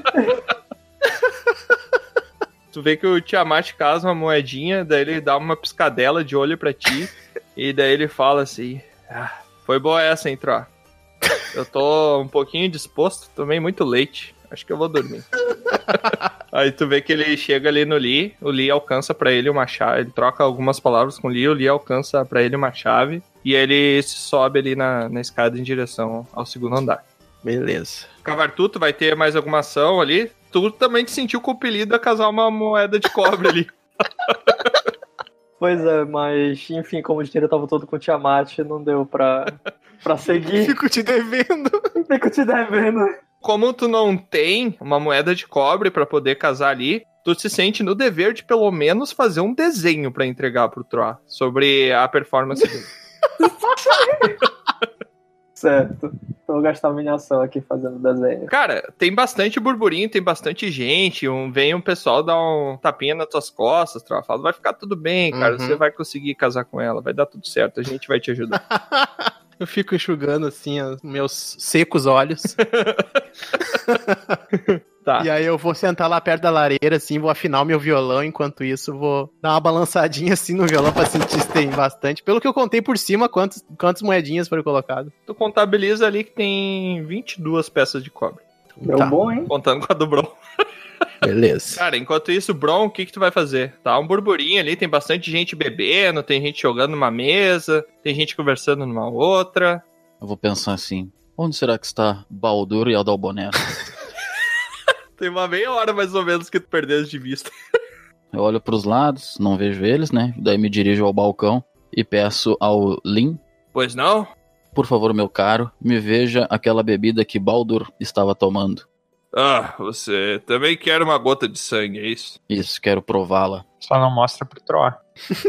Tu vê que o Tiamat casa uma moedinha, daí ele dá uma piscadela de olho pra ti, e daí ele fala assim, foi boa essa, hein, Troá? Eu tô um pouquinho disposto, tomei muito leite, acho que eu vou dormir. Aí tu vê que ele chega ali no Lee, o Lee alcança pra ele uma chave, ele troca algumas palavras com o Lee alcança pra ele uma chave, e ele sobe ali na escada em direção ao segundo andar. Beleza. Cavartu, tu vai ter mais alguma ação ali? Tu também te sentiu compelido a casar uma moeda de cobre ali. Pois é, mas enfim, como o dinheiro tava todo com o Tiamat, não deu pra seguir. Fico te devendo. Fico te devendo. Como tu não tem uma moeda de cobre pra poder casar ali, tu se sente no dever de pelo menos fazer um desenho pra entregar pro Troá sobre a performance dele. Certo. Então eu vou gastar minha ação aqui fazendo desenho. Cara, tem bastante burburinho, tem bastante gente. Vem um pessoal dar um tapinha nas tuas costas, Troá. Fala, vai ficar tudo bem, cara. Você vai conseguir casar com ela, vai dar tudo certo. A gente vai te ajudar. Eu fico enxugando assim os meus secos olhos. Tá. E aí eu vou sentar lá perto da lareira, assim, vou afinar o meu violão, enquanto isso vou dar uma balançadinha assim no violão pra sentir se tem bastante. Pelo que eu contei por cima, quantas moedinhas foram colocadas. Tu contabiliza ali que tem 22 peças de cobre. Deu Tá. bom, hein? Contando com a do Bron. Beleza. Cara, enquanto isso, Bron, o que tu vai fazer? Tá um burburinho ali, tem bastante gente bebendo, tem gente jogando numa mesa, tem gente conversando numa outra. Eu vou pensar assim, onde será que está Baldur e Adalbonero? Tem uma meia hora mais ou menos que tu perdeste de vista. Eu olho pros lados, não vejo eles, né? Daí me dirijo ao balcão e peço ao Lin, Pois não? por favor, meu caro, me veja aquela bebida que Baldur estava tomando. Ah, você também quer uma gota de sangue, é isso? Isso, quero prová-la. Só não mostra pro Troá.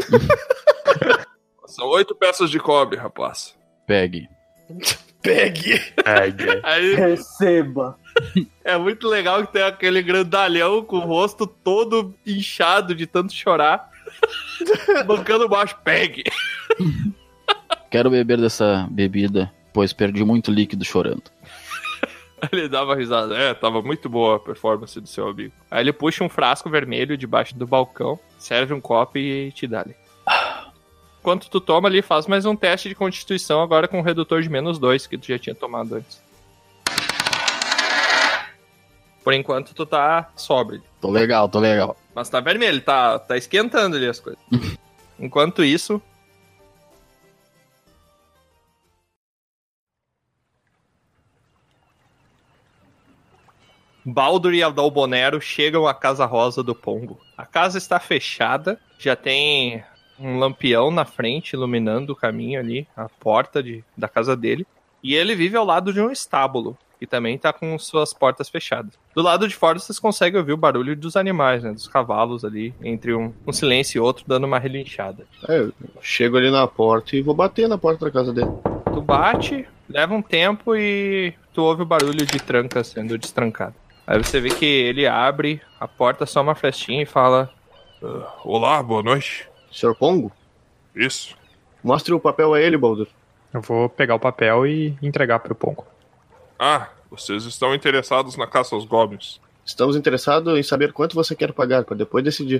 São 8 peças de cobre, rapaz. Pegue. Pegue! Aí Receba. é muito legal que tem aquele grandalhão com o rosto todo inchado de tanto chorar. Bancando baixo, pegue. Quero beber dessa bebida, pois perdi muito líquido chorando. Ele dá uma risada. Tava muito boa a performance do seu amigo. Aí ele puxa um frasco vermelho debaixo do balcão, serve um copo e te dá ali. Enquanto tu toma ali, faz mais um teste de constituição agora com um redutor de -2 que tu já tinha tomado antes. Por enquanto tu tá sóbrio. Tô legal, tô legal. Mas tá vermelho, tá esquentando ali as coisas. Enquanto isso... Baldur e Adalbonero chegam à Casa Rosa do Pombo. A casa está fechada, já tem um lampião na frente iluminando o caminho ali, a porta da casa dele. E ele vive ao lado de um estábulo, que também está com suas portas fechadas. Do lado de fora vocês conseguem ouvir o barulho dos animais, né, dos cavalos ali, entre um silêncio e outro, dando uma relinchada. Eu chego ali na porta e vou bater na porta da casa dele. Tu bate, leva um tempo e tu ouve o barulho de tranca sendo destrancada. Aí você vê que ele abre a porta só uma frestinha e fala: Olá, boa noite. Senhor Pongo? Isso. Mostre o papel a ele, Baldur. Eu vou pegar o papel e entregar pro Pongo. Ah, vocês estão interessados na caça aos goblins. Estamos interessados em saber quanto você quer pagar, para depois decidir.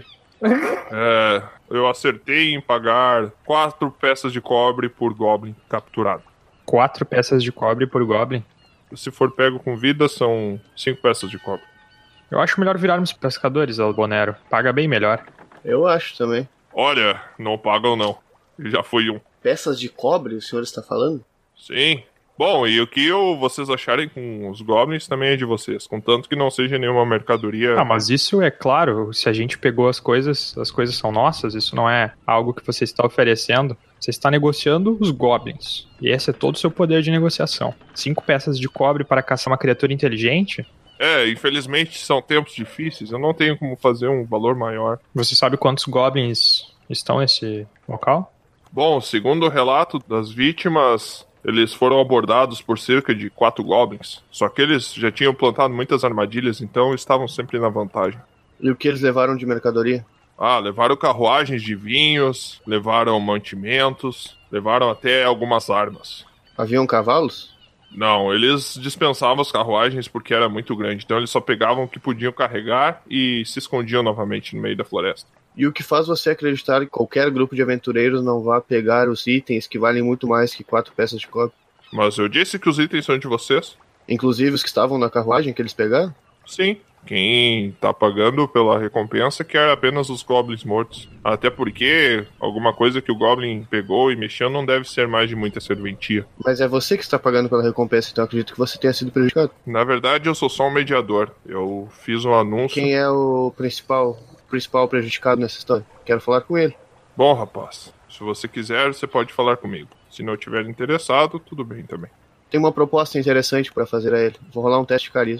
Eu acertei em pagar 4 peças de cobre por goblin capturado. 4 peças de cobre por Goblin. Se for pego com vida, são 5 peças de cobre. Eu acho melhor virarmos pescadores, Albonero. Paga bem melhor. Eu acho também. Olha, não pagam não. Já fui um. Peças de cobre, o senhor está falando? Sim. Bom, e o que vocês acharem com os goblins também é de vocês. Contanto que não seja nenhuma mercadoria... Ah, mas isso é claro. Se a gente pegou as coisas são nossas. Isso não é algo que você está oferecendo. Você está negociando os goblins. E esse é todo o seu poder de negociação. 5 peças de cobre para caçar uma criatura inteligente? Infelizmente são tempos difíceis. Eu não tenho como fazer um valor maior. Você sabe quantos goblins estão nesse local? Bom, segundo o relato das vítimas, eles foram abordados por cerca de 4 goblins. Só que eles já tinham plantado muitas armadilhas, então estavam sempre na vantagem. E o que eles levaram de mercadoria? Levaram carruagens de vinhos, levaram mantimentos, levaram até algumas armas. Haviam cavalos? Não, eles dispensavam as carruagens porque era muito grande, então eles só pegavam o que podiam carregar e se escondiam novamente no meio da floresta. E o que faz você acreditar que qualquer grupo de aventureiros não vá pegar os itens que valem muito mais que 4 peças de cobre? Mas eu disse que os itens são de vocês. Inclusive os que estavam na carruagem que eles pegaram? Sim. Quem tá pagando pela recompensa quer apenas os goblins mortos. Até porque alguma coisa que o goblin pegou e mexeu não deve ser mais de muita serventia. Mas é você que está pagando pela recompensa, então acredito que você tenha sido prejudicado. Na verdade, eu sou só um mediador. Eu fiz um anúncio... Quem é o principal prejudicado nessa história? Quero falar com ele. Bom, rapaz, se você quiser, você pode falar comigo. Se não estiver interessado, tudo bem também. Tem uma proposta interessante pra fazer a ele. Vou rolar um teste de carisma.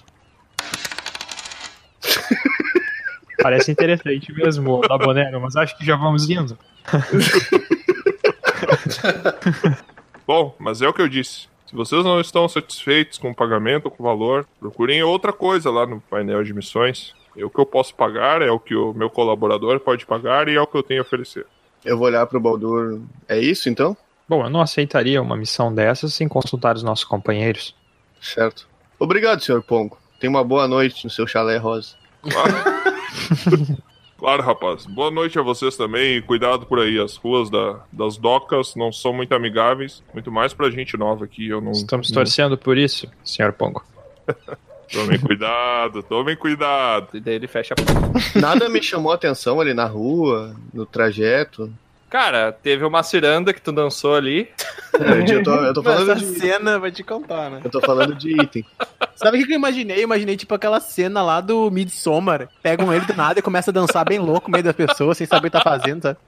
Parece interessante mesmo, Labonero, mas acho que já vamos indo. Bom, mas é o que eu disse. Se vocês não estão satisfeitos com o pagamento ou com o valor, procurem outra coisa lá no painel de missões. O que eu posso pagar é o que o meu colaborador pode pagar e é o que eu tenho a oferecer. Eu vou olhar pro Baldur. É isso, então? Bom, eu não aceitaria uma missão dessas sem consultar os nossos companheiros. Certo. Obrigado, Sr. Pongo. Tenha uma boa noite no seu chalé rosa. Claro, rapaz. Boa noite a vocês também e cuidado por aí. As ruas das docas não são muito amigáveis, muito mais pra gente nova aqui. Estamos torcendo por isso, Sr. Pongo. Tomem cuidado, tomem cuidado. E daí ele fecha a porta. Nada me chamou a atenção ali na rua, no trajeto. Cara, teve uma ciranda que tu dançou ali. Eu tô falando Essa de... cena vai te contar, né? Eu tô falando de item. Sabe o que eu imaginei? Eu imaginei, tipo, aquela cena lá do Midsommar. Pegam ele do nada e começa a dançar bem louco no meio das pessoas, sem saber o que tá fazendo, sabe?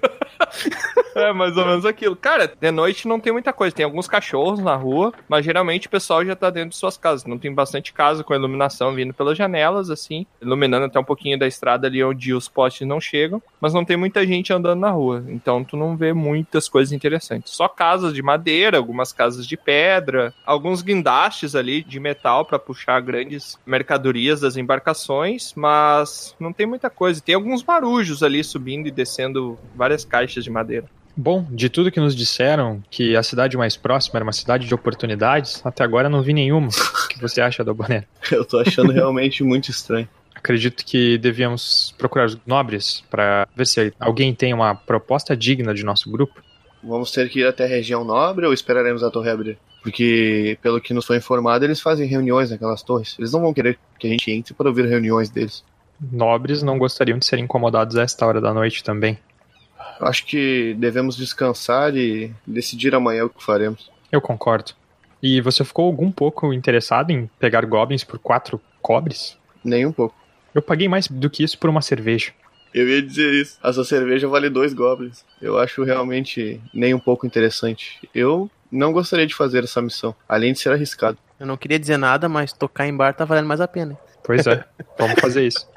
É, mais ou menos aquilo. Cara, de noite não tem muita coisa. Tem alguns cachorros na rua, mas geralmente o pessoal já tá dentro de suas casas. Não tem bastante casa com iluminação vindo pelas janelas, assim, iluminando até um pouquinho da estrada ali onde os postes não chegam, mas não tem muita gente andando na rua. Então tu não vê muitas coisas interessantes. Só casas de madeira, algumas casas de pedra, alguns guindastes ali de metal para puxar grandes mercadorias das embarcações, mas não tem muita coisa. Tem alguns marujos ali subindo e descendo várias caixas de madeira. Bom, de tudo que nos disseram, que a cidade mais próxima era uma cidade de oportunidades, até agora não vi nenhuma. O que você acha, Dabonero? Eu tô achando realmente muito estranho. Acredito que devíamos procurar os nobres para ver se alguém tem uma proposta digna de nosso grupo. Vamos ter que ir até a região nobre ou esperaremos a torre abrir? Porque, pelo que nos foi informado, eles fazem reuniões naquelas torres. Eles não vão querer que a gente entre para ouvir reuniões deles. Nobres não gostariam de ser incomodados a esta hora da noite também. Acho que devemos descansar e decidir amanhã o que faremos. Eu concordo. E você ficou algum pouco interessado em pegar goblins por 4 cobres? Nem um pouco. Eu paguei mais do que isso por uma cerveja. Eu ia dizer isso. A sua cerveja vale 2 goblins. Eu acho realmente nem um pouco interessante. Eu não gostaria de fazer essa missão, além de ser arriscado. Eu não queria dizer nada, mas tocar em bar tá valendo mais a pena. Pois é, vamos fazer isso.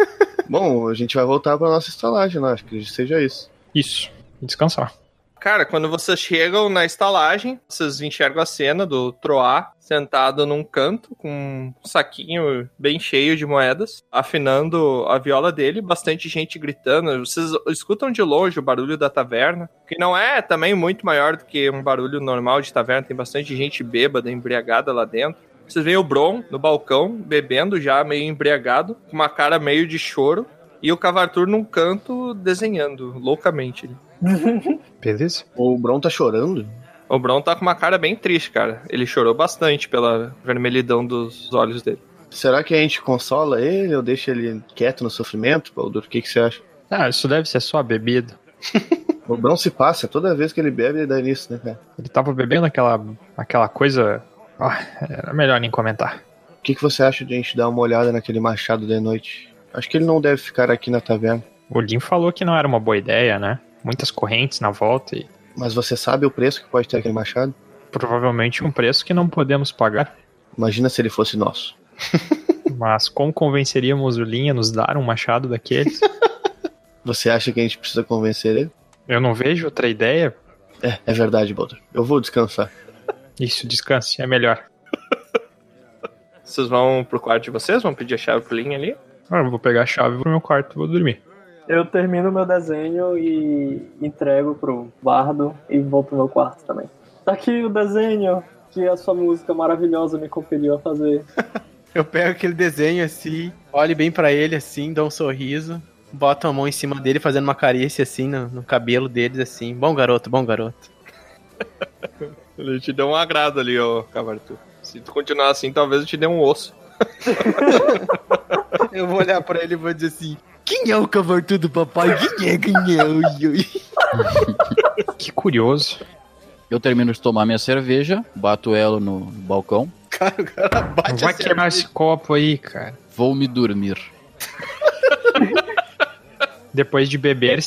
Bom, a gente vai voltar pra nossa estalagem, né? Acho que seja isso. Isso, descansar. Cara, quando vocês chegam na estalagem, vocês enxergam a cena do Troá sentado num canto com um saquinho bem cheio de moedas, afinando a viola dele, bastante gente gritando. Vocês escutam de longe o barulho da taverna, que não é também muito maior do que um barulho normal de taverna, tem bastante gente bêbada, embriagada lá dentro. Vocês veem o Bron no balcão, bebendo já, meio embriagado, com uma cara meio de choro, e o Cavartur num canto desenhando loucamente. Beleza? O Bron tá chorando? O Bron tá com uma cara bem triste, cara. Ele chorou bastante pela vermelhidão dos olhos dele. Será que a gente consola ele ou deixa ele quieto no sofrimento, Baldur? O que você acha? Ah, isso deve ser só a bebida. O Bron se passa, toda vez que ele bebe, ele dá nisso, né, cara? Ele tava bebendo aquela coisa... era melhor nem comentar. O que você acha de a gente dar uma olhada naquele machado de noite? Acho que ele não deve ficar aqui na taverna. O Lin falou que não era uma boa ideia, né? Muitas correntes na volta e... Mas você sabe o preço que pode ter aquele machado? Provavelmente um preço que não podemos pagar. Imagina se ele fosse nosso. Mas como convenceríamos o Lin a nos dar um machado daqueles? Você acha que a gente precisa convencer ele? Eu não vejo outra ideia. É verdade, Baldur. Eu vou descansar. Isso, descanse, é melhor. Vocês vão pro quarto de vocês? Vão pedir a chave pro Lin ali? Eu vou pegar a chave pro meu quarto e vou dormir. Eu termino meu desenho e entrego pro bardo e vou pro meu quarto também. Tá aqui o desenho que a sua música maravilhosa me compeliu a fazer. Eu pego aquele desenho assim, olho bem pra ele assim, dou um sorriso, boto a mão em cima dele fazendo uma carícia assim no cabelo deles assim. Bom garoto, bom garoto. Ele te deu um agrado ali, ó, Cavartur. Se tu continuar assim, talvez eu te dê um osso. Eu vou olhar pra ele e vou dizer assim: quem é o Cavartur do papai? Quem é? Ui, ui. Que curioso. Eu termino de tomar minha cerveja, bato ela no balcão. Cara, o cara bate Vai a quebrar cerveja. esse copo aí, cara. Vou me dormir. Depois de beber-se,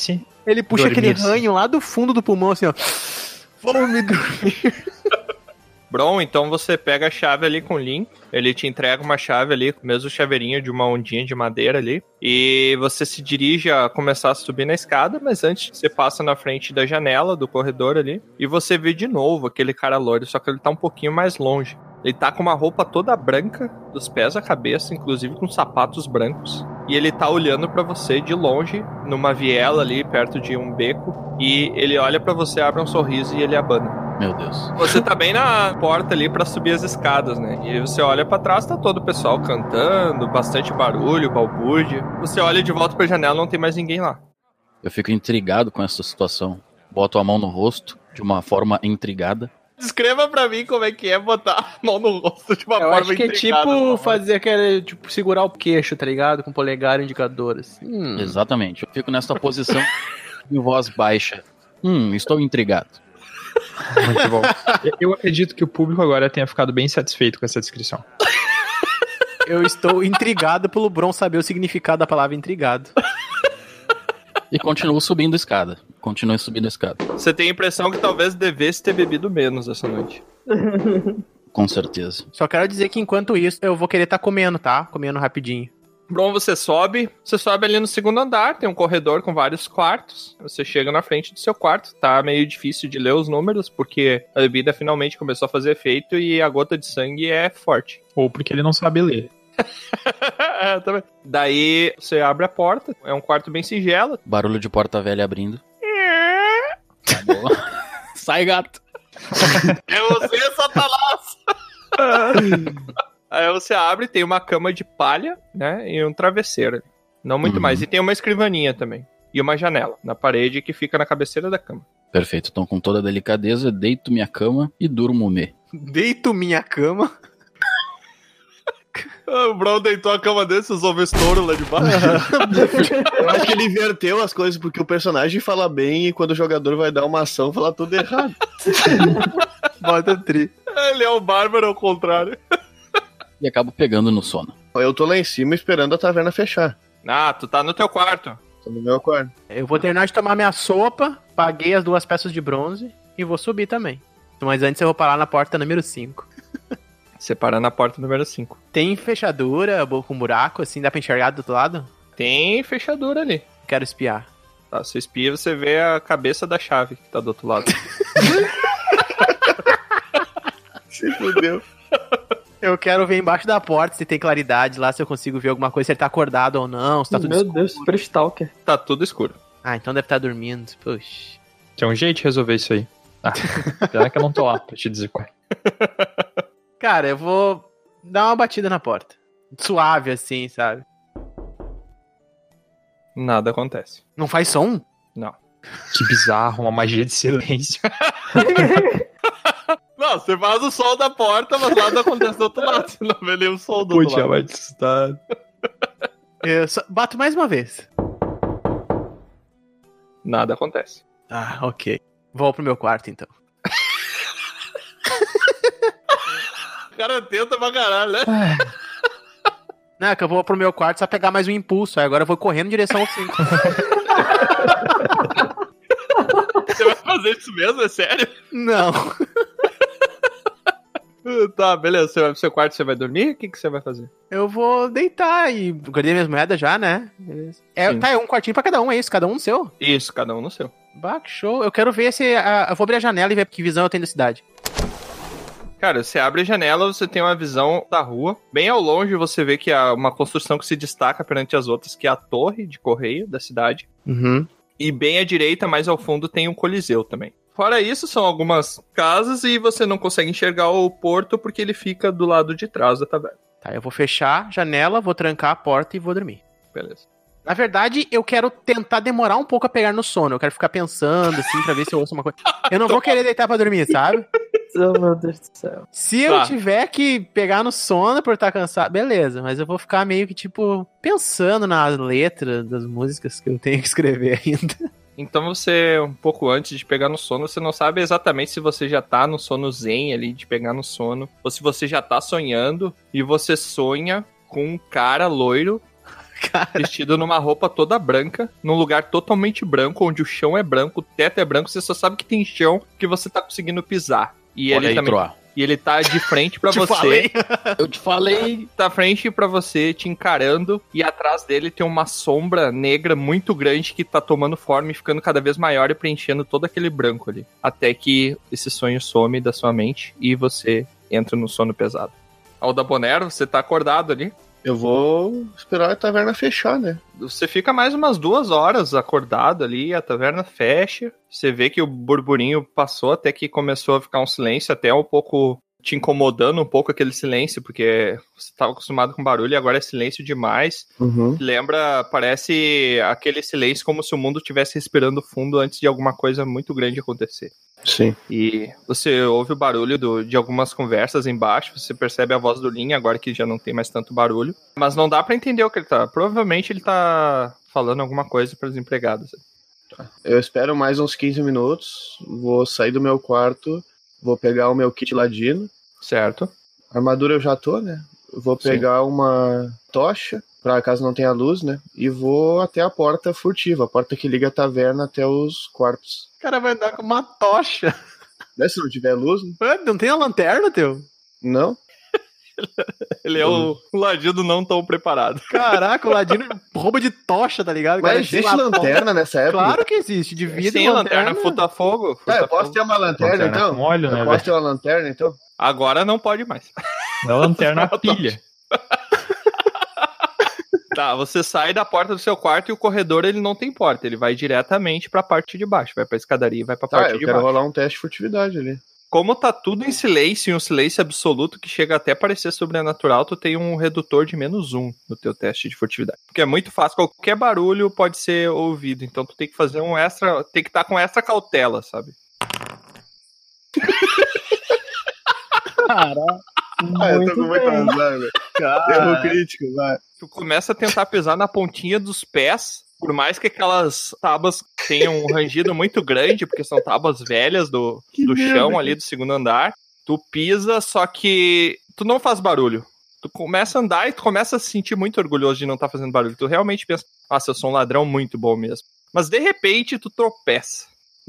Ele puxa Dormir, aquele sim. ranho lá do fundo do pulmão, assim, ó. Vamos me dormir. Bron, então você pega a chave ali com o Lin, ele te entrega uma chave ali, com o mesmo chaveirinho de uma ondinha de madeira ali, e você se dirige a começar a subir na escada, mas antes você passa na frente da janela do corredor ali, e você vê de novo aquele cara loiro, só que ele tá um pouquinho mais longe. Ele tá com uma roupa toda branca, dos pés à cabeça, inclusive com sapatos brancos, e ele tá olhando pra você de longe, numa viela ali, perto de um beco, e ele olha pra você, abre um sorriso e ele abana. Meu Deus. Você tá bem na porta ali pra subir as escadas, né? E você olha pra trás, tá todo o pessoal cantando, bastante barulho, balbúrdia. Você olha de volta pra janela, não tem mais ninguém lá. Eu fico intrigado com essa situação. Boto a mão no rosto, de uma forma intrigada. Descreva pra mim como é que é botar a mão no rosto de uma Eu forma acho que é intrigada, tipo mano. fazer aquele, tipo, segurar o queixo, tá ligado? Com o polegar e o indicador, assim. Exatamente. Eu fico nessa posição, em voz baixa. Estou intrigado. Muito bom. Eu acredito que o público agora tenha ficado bem satisfeito com essa descrição. Eu estou intrigado pelo Bron saber o significado da palavra intrigado. E continuo subindo a escada. Continuo subindo a escada. Você tem a impressão que talvez devesse ter bebido menos essa noite. Com certeza. Só quero dizer que enquanto isso, eu vou querer estar comendo, tá? Comendo rapidinho. Bom, você sobe ali no segundo andar, tem um corredor com vários quartos. Você chega na frente do seu quarto, tá meio difícil de ler os números, porque a bebida finalmente começou a fazer efeito e a gota de sangue é forte. Ou porque ele não sabe ler. É, também. Daí você abre a porta, é um quarto bem singelo. Barulho de porta velha abrindo. Tá bom. Sai, gato. É você, Satanás! Aí você abre, tem uma cama de palha, né, e um travesseiro. Não muito mais. E tem uma escrivaninha também. E uma janela na parede que fica na cabeceira da cama. Perfeito. Então, com toda a delicadeza, deito minha cama e durmo-me. Deito minha cama. O Brown deitou a cama desse, usou o estouro lá de baixo. Eu acho que ele inverteu as coisas, porque o personagem fala bem e quando o jogador vai dar uma ação, fala tudo errado. Bota tri. Ele é o bárbaro ao contrário. E acabo pegando no sono. Eu tô lá em cima esperando a taverna fechar. Ah, tu tá no teu quarto. Tô no meu quarto. Eu vou terminar de tomar minha sopa, paguei as 2 peças de bronze e vou subir também. Mas antes eu vou parar na porta número 5. Você para na porta número 5. Tem fechadura com buraco, assim, dá pra enxergar do outro lado? Tem fechadura ali. Quero espiar. Tá, você espia, você vê a cabeça da chave que tá do outro lado. Se fudeu. Eu quero ver embaixo da porta se tem claridade lá, se eu consigo ver alguma coisa, se ele tá acordado ou não, se tá tudo Meu escuro. Deus, Super Stalker. Tá tudo escuro. Ah, então deve estar dormindo. Puxa. Tem um jeito de resolver isso aí. Será que eu não tô lá pra te dizer qual é? Cara, eu vou dar uma batida na porta. Suave assim, sabe? Nada acontece. Não faz som? Não. Que bizarro, uma magia de silêncio. Não, você faz o som da porta, mas nada acontece do outro lado. Você não vê nenhum som do outro lado. vai te assustar. Eu bato mais uma vez. Nada acontece. Ah, ok. Vou pro meu quarto, então. O cara tenta pra caralho, né? Não, é que eu vou pro meu quarto só pegar mais um impulso. Aí agora eu vou correndo em direção ao 5. Você vai fazer isso mesmo? É sério? Não. Tá, beleza. Você vai pro seu quarto, você vai dormir? O que você vai fazer? Eu vou deitar e guardei minhas moedas já, né? Beleza. Tá, é um quartinho pra cada um, é isso? Cada um no seu? Isso, cada um no seu. Bah, que show. Eu quero ver se... eu vou abrir a janela e ver que visão eu tenho da cidade. Cara, você abre a janela, você tem uma visão da rua. Bem ao longe você vê que há uma construção que se destaca perante as outras, que é a torre de correio da cidade. Uhum. E bem à direita, mais ao fundo, tem um coliseu também. Fora isso, são algumas casas e você não consegue enxergar o porto porque ele fica do lado de trás da taverna. Tá, eu vou fechar a janela, vou trancar a porta e vou dormir. Beleza. Na verdade, eu quero tentar demorar um pouco a pegar no sono. Eu quero ficar pensando, assim, pra ver se eu ouço uma coisa. Eu não vou querer deitar pra dormir, sabe? Oh, meu Deus do céu. Se eu tiver que pegar no sono por estar cansado, beleza. Mas eu vou ficar meio que, tipo, pensando nas letras das músicas que eu tenho que escrever ainda. Então você, um pouco antes de pegar no sono, você não sabe exatamente se você já tá no sono zen ali, de pegar no sono, ou se você já tá sonhando e você sonha com um cara loiro vestido numa roupa toda branca, num lugar totalmente branco, onde o chão é branco, o teto é branco, você só sabe que tem chão que você tá conseguindo pisar. E Olha ele aí, também... Troá. E ele tá de frente pra você. Falei. Eu te falei. Tá frente pra você, te encarando, e atrás dele tem uma sombra negra muito grande que tá tomando forma e ficando cada vez maior e preenchendo todo aquele branco ali. Até que esse sonho some da sua mente e você entra no sono pesado. Alda Bonero, você tá acordado ali. Eu vou esperar a taverna fechar, né? Você fica mais umas 2 horas acordado ali, a taverna fecha. Você vê que o burburinho passou até que começou a ficar um silêncio, até um pouco te incomodando um pouco aquele silêncio, porque você estava acostumado com barulho e agora é silêncio demais. Uhum. Lembra, parece aquele silêncio como se o mundo estivesse respirando fundo antes de alguma coisa muito grande acontecer. Sim. E você ouve o barulho de algumas conversas embaixo, você percebe a voz do Lin, agora que já não tem mais tanto barulho. Mas não dá pra entender o que ele tá... Provavelmente ele tá falando alguma coisa para os empregados. Eu espero mais uns 15 minutos, vou sair do meu quarto, vou pegar o meu kit ladino. Certo. Armadura eu já tô, né? Vou pegar uma tocha, pra caso não tenha luz, né? E vou até a porta furtiva, a porta que liga a taverna até os quartos. O cara vai andar com uma tocha. Né? Se não tiver luz, né? Não tem a lanterna, teu? Não? Ele é o ladino não tão preparado. Caraca, o ladino rouba de tocha, tá ligado? Mas Cara, existe lanterna nessa época? Claro que existe, de vida Sim, e lanterna futa fogo. Eu posso ter uma lanterna, então? com óleo, né, Eu posso ter uma lanterna, então? Agora não pode mais. Da lanterna a pilha. Tá, você sai da porta do seu quarto e o corredor ele não tem porta, ele vai diretamente pra parte de baixo, vai pra escadaria e vai pra parte eu de quero baixo. rolar um teste de furtividade ali. Como tá tudo em silêncio, e um silêncio absoluto que chega até a parecer sobrenatural, tu tem um redutor de -1 no teu teste de furtividade. Porque é muito fácil, qualquer barulho pode ser ouvido, então tu tem que fazer um extra, tem que estar com extra cautela, sabe? Caraca. Eu tô com muito azar, velho. Erro crítico, vai. Tu começa a tentar pisar na pontinha dos pés, por mais que aquelas tábuas tenham um rangido muito grande, porque são tábuas velhas do chão ali do segundo andar, tu pisa, só que tu não faz barulho. Tu começa a andar e tu começa a se sentir muito orgulhoso de não estar fazendo barulho. Tu realmente pensa, nossa, eu sou um ladrão muito bom mesmo. Mas de repente tu tropeça.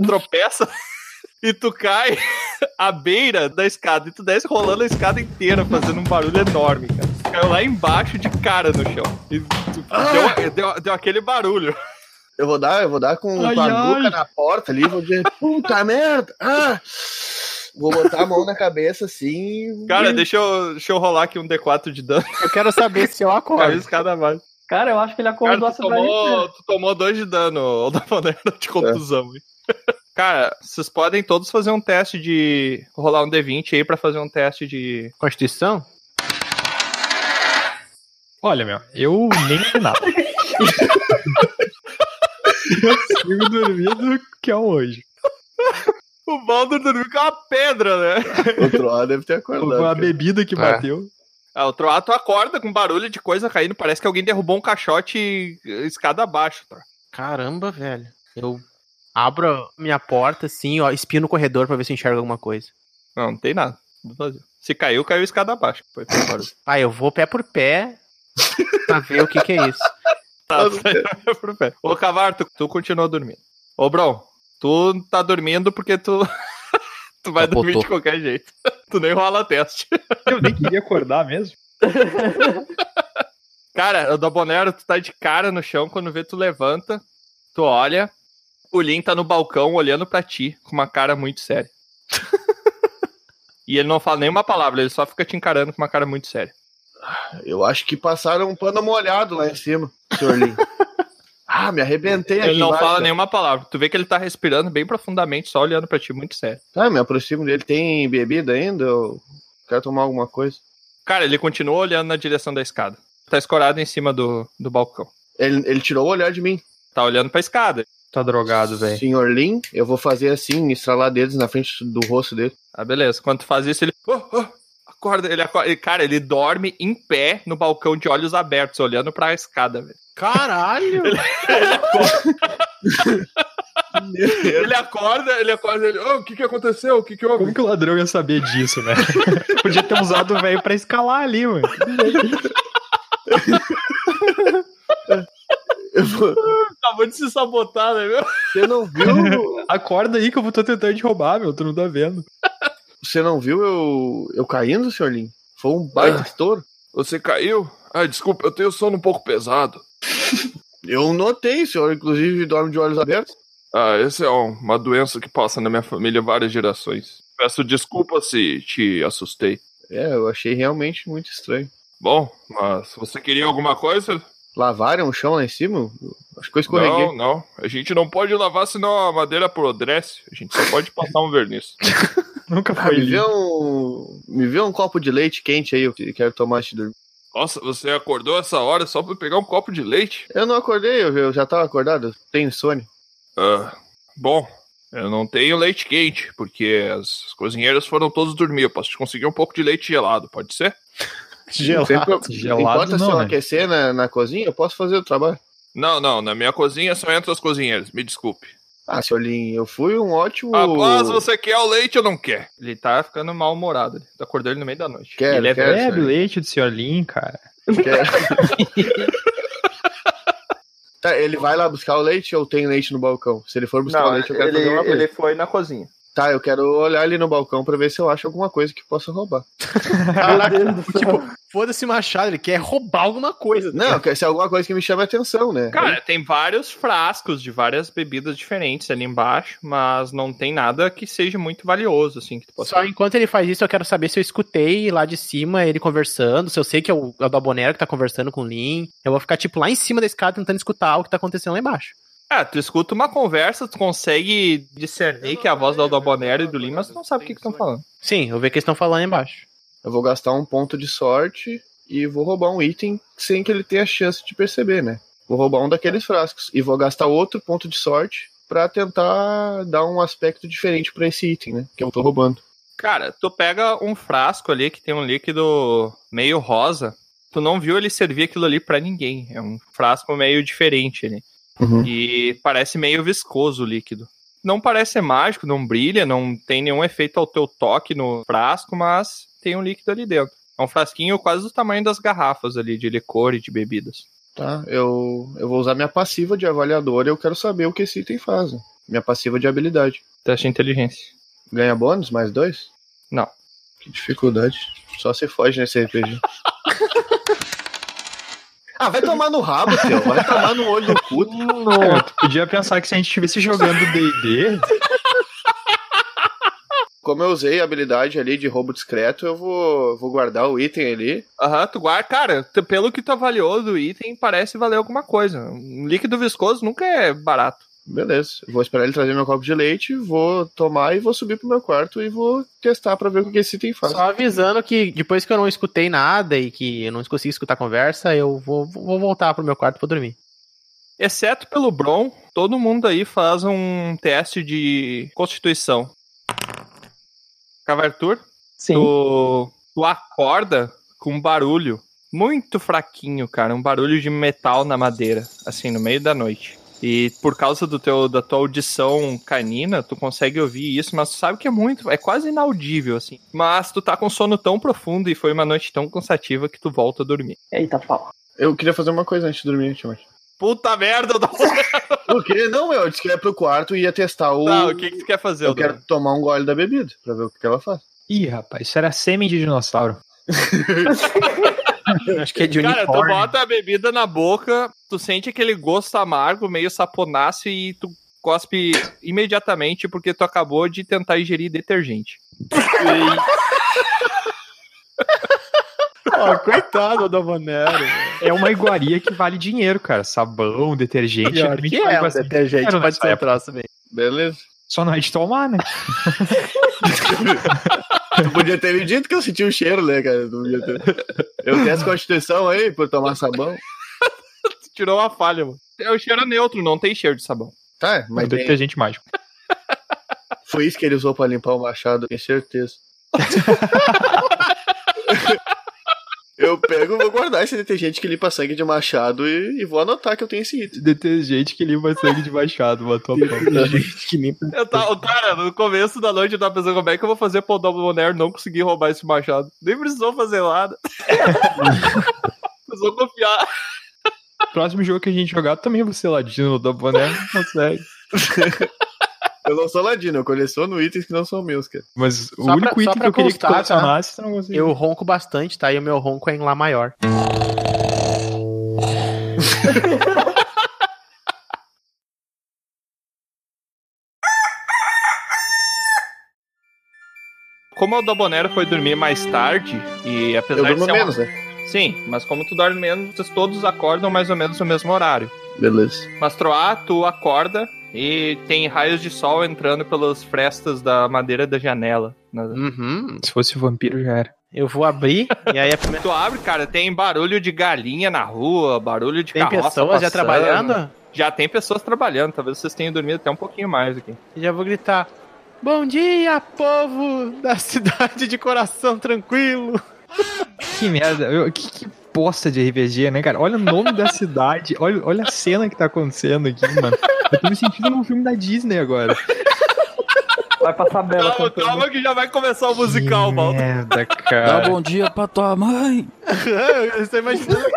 E tu cai à beira da escada. E tu desce rolando a escada inteira, fazendo um barulho enorme, cara. Tu caiu lá embaixo de cara no chão. E deu aquele barulho. Eu vou dar com a nuca na porta ali, vou dizer, puta merda! Vou botar a mão na cabeça assim. Cara, deixa eu rolar aqui um D4 de dano. Eu quero saber se eu Caiu a acordo. escada abaixo. Cara, eu acho que ele acordou a cidade inteira. Tu tomou 2 de dano, ou da maneira de contusão. Cara, vocês podem todos fazer um teste de... rolar um D20 aí pra fazer um teste de... Constituição? Olha, meu, eu nem vi nada. Eu sigo dormindo que é hoje. O Baldur dormiu com uma pedra, né? O Troá deve ter acordado. Foi a cara. bebida que bateu. O Troato acorda com barulho de coisa caindo, parece que alguém derrubou um caixote escada abaixo. Tá? Caramba, velho. Eu abro minha porta assim, ó, espio no corredor pra ver se eu enxergo alguma coisa. Não tem nada. Se caiu escada abaixo. Foi barulho. Eu vou pé por pé pra ver o que é isso. Tá, por pé. Ô, Cavar, tu continuou dormindo. Ô, Bron, tu tá dormindo porque tu vai dormir de qualquer jeito. Tu nem rola teste. Eu nem queria acordar mesmo. Cara, o Dabonero, tu tá de cara no chão, quando vê tu levanta, tu olha, o Lin tá no balcão olhando pra ti, com uma cara muito séria. E ele não fala nenhuma palavra, ele só fica te encarando com uma cara muito séria. Eu acho que passaram um pano molhado lá em cima, senhor Lin. Me arrebentei aqui. Ele não embaixo, fala cara. nenhuma palavra. Tu vê que ele tá respirando bem profundamente, só olhando pra ti, muito sério. Tá, me aproximo dele. Tem bebida ainda? Eu quero tomar alguma coisa. Cara, ele continua olhando na direção da escada. Tá escorado em cima do balcão. Ele tirou o olhar de mim. Tá olhando pra escada. Tá drogado, velho. Senhor Lin, eu vou fazer assim, estralar dedos na frente do rosto dele. Beleza. Quando tu faz isso, ele... acorda. Ele acorda. Cara, ele dorme em pé no balcão de olhos abertos, olhando pra escada, velho. Caralho! Ele acorda, o que aconteceu? O que houve? Como que o ladrão ia saber disso, né? Podia ter usado o velho pra escalar ali, mano. Acabou de se sabotar, né, meu? Você não viu? Acorda aí que eu tô tentando te roubar, meu. Tu não tá vendo. Você não viu eu caindo, senhor Lin? Foi um baita estouro. Você caiu? Ah, desculpa, eu tenho sono um pouco pesado. Eu notei, o senhor inclusive dorme de olhos abertos. Ah, essa é uma doença que passa na minha família há várias gerações. Peço desculpa se te assustei. Eu achei realmente muito estranho. Bom, mas você queria alguma coisa? Lavaram o chão lá em cima? Acho que eu escorreguei. Não. A gente não pode lavar, senão a madeira apodrece. A gente só pode passar um verniz. Nunca foi. Me vê um copo de leite quente aí, eu quero tomar antes de dormir. Nossa, você acordou essa hora só pra pegar um copo de leite? Eu não acordei, eu já tava acordado, eu tenho insônia. Bom, eu não tenho leite quente, porque as cozinheiras foram todos dormir. Eu posso te conseguir um pouco de leite gelado, pode ser? Gelado Importa não, se eu aquecer na cozinha, eu posso fazer o trabalho. Não, na minha cozinha só entram as cozinheiras, me desculpe. Ah, senhor Lin, eu fui um ótimo... Após você quer o leite ou não quer? Ele tá ficando mal-humorado. Ele acordou ele no meio da noite. Quero, Bebe leite do senhor Lin, cara. Tá, ele vai lá buscar o leite ou tem leite no balcão? Se ele for buscar o leite, eu quero fazer uma coisa. Ele foi na cozinha. Tá, eu quero olhar ali no balcão pra ver se eu acho alguma coisa que possa roubar. Tipo, foda-se Machado, ele quer roubar alguma coisa. Não, quer ser alguma coisa que me chame a atenção, né? Cara, tem vários frascos de várias bebidas diferentes ali embaixo, mas não tem nada que seja muito valioso, assim, que tu possa... Só enquanto ele faz isso, eu quero saber se eu escutei lá de cima ele conversando, se eu sei que é o Dabonero que tá conversando com o Lin. Eu vou ficar, tipo, lá em cima da escada tentando escutar o que tá acontecendo lá embaixo. Tu escuta uma conversa, tu consegue discernir que é a voz do Aldabonero e do Lin, mas tu não sabe o que estão falando. Sim, eu vejo que eles estão falando lá embaixo. Eu vou gastar um ponto de sorte e vou roubar um item sem que ele tenha chance de perceber, né? Vou roubar um daqueles frascos e vou gastar outro ponto de sorte pra tentar dar um aspecto diferente pra esse item, né? Que eu tô roubando. Cara, tu pega um frasco ali que tem um líquido meio rosa, tu não viu ele servir aquilo ali pra ninguém. É um frasco meio diferente ali. Uhum. E parece meio viscoso o líquido. Não parece ser mágico, não brilha, não tem nenhum efeito ao teu toque no frasco, mas tem um líquido ali dentro. É um frasquinho quase do tamanho das garrafas ali de licor e de bebidas. Tá, eu vou usar minha passiva de avaliador e eu quero saber o que esse item faz. Né? Minha passiva de habilidade. Teste de inteligência. Ganha bônus? Mais 2? Não. Que dificuldade. Só se foge nesse RPG. Ah, vai tomar no rabo, teu. Vai tomar no olho do cu. Tu podia pensar que se a gente estivesse jogando D&D... Como eu usei a habilidade ali de roubo discreto, eu vou guardar o item ali. Tu guarda. Cara, pelo que tu avaliou do item, parece valer alguma coisa. Um líquido viscoso nunca é barato. Beleza. Eu vou esperar ele trazer meu copo de leite, vou tomar e vou subir pro meu quarto e vou testar pra ver o que esse item faz. Só avisando que depois que eu não escutei nada e que eu não consegui escutar a conversa, eu vou voltar pro meu quarto pra dormir. Exceto pelo Bron, todo mundo aí faz um teste de constituição. Cavartur, Sim. tu acorda com um barulho muito fraquinho, cara. Um barulho de metal na madeira, assim, no meio da noite. E por causa da tua audição canina, tu consegue ouvir isso, mas tu sabe que é quase inaudível, assim. Mas tu tá com sono tão profundo e foi uma noite tão cansativa que tu volta a dormir. Eita, pau. Eu queria fazer uma coisa antes de dormir, Timóteo. Puta merda, eu Por quê? Não, eu disse que ia pro quarto e ia testar o... Tá, o que tu quer fazer? Eu quero tomar um gole da bebida, pra ver o que ela faz. Ih, rapaz, isso era sêmen de dinossauro. Acho que é de Cara, unicórnio. tu bota a bebida na boca, tu sente aquele gosto amargo, meio saponáceo, e tu cospe imediatamente porque tu acabou de tentar ingerir detergente. Coitado do Bonero. É uma iguaria que vale dinheiro, cara. Sabão, detergente. Pior que é um detergente, Era pode nessa ser um época. troço bem. Beleza. Só não é de tomar, né? Tu podia ter me dito que eu senti o cheiro, né, cara? Tu podia ter... Eu testo constituição aí por tomar sabão. Tu tirou uma falha, mano. O cheiro é neutro, não tem cheiro de sabão. Tá, mas Mas detergente mágico. foi isso que ele usou pra limpar o machado, tenho certeza. Eu pego e vou guardar esse detergente que limpa sangue de machado e vou anotar que eu tenho esse item. Detergente que limpa sangue de machado, matou a pau. Detergente que limpa. Cara, no começo da noite eu tava pensando como é que eu vou fazer pro Bonero não conseguir roubar esse machado. Nem precisou fazer nada. Precisou confiar. próximo jogo que a gente jogar, também vou ser ladino da boné, não consegue. Eu não sou ladino, eu coleciono itens que não são meus, cara. Mas o Só único pra- só item pra que eu queria que tu constar, tá? colecionasse, tu não conseguiu. Eu ronco bastante, tá? E o meu ronco é em Lá maior. Como o Dabonero foi dormir mais tarde, e apesar Eu de durmo ser menos, né? Sim, mas como tu dorme menos, vocês todos acordam mais ou menos no mesmo horário. Beleza. Mas Troá, tu acorda e tem raios de sol entrando pelas frestas da madeira da janela. Uhum. Se fosse vampiro, já era. Eu vou abrir, e aí a primeira... Tu abre, cara, tem barulho de galinha na rua, barulho de Tem carroça pessoas já passando. trabalhando? Já tem pessoas trabalhando, talvez vocês tenham dormido até um pouquinho mais aqui. Já vou gritar: bom dia, povo da cidade de coração tranquilo. Que merda, que bosta de RPG, né, cara? Olha o nome da cidade, olha a cena que tá acontecendo aqui, mano. Eu tô me sentindo num filme da Disney agora. Vai passar Bela Calma, cantando. calma que já vai começar o musical, Que Baldo. merda, Dá cara. bom dia pra tua mãe. Eu estou imaginando.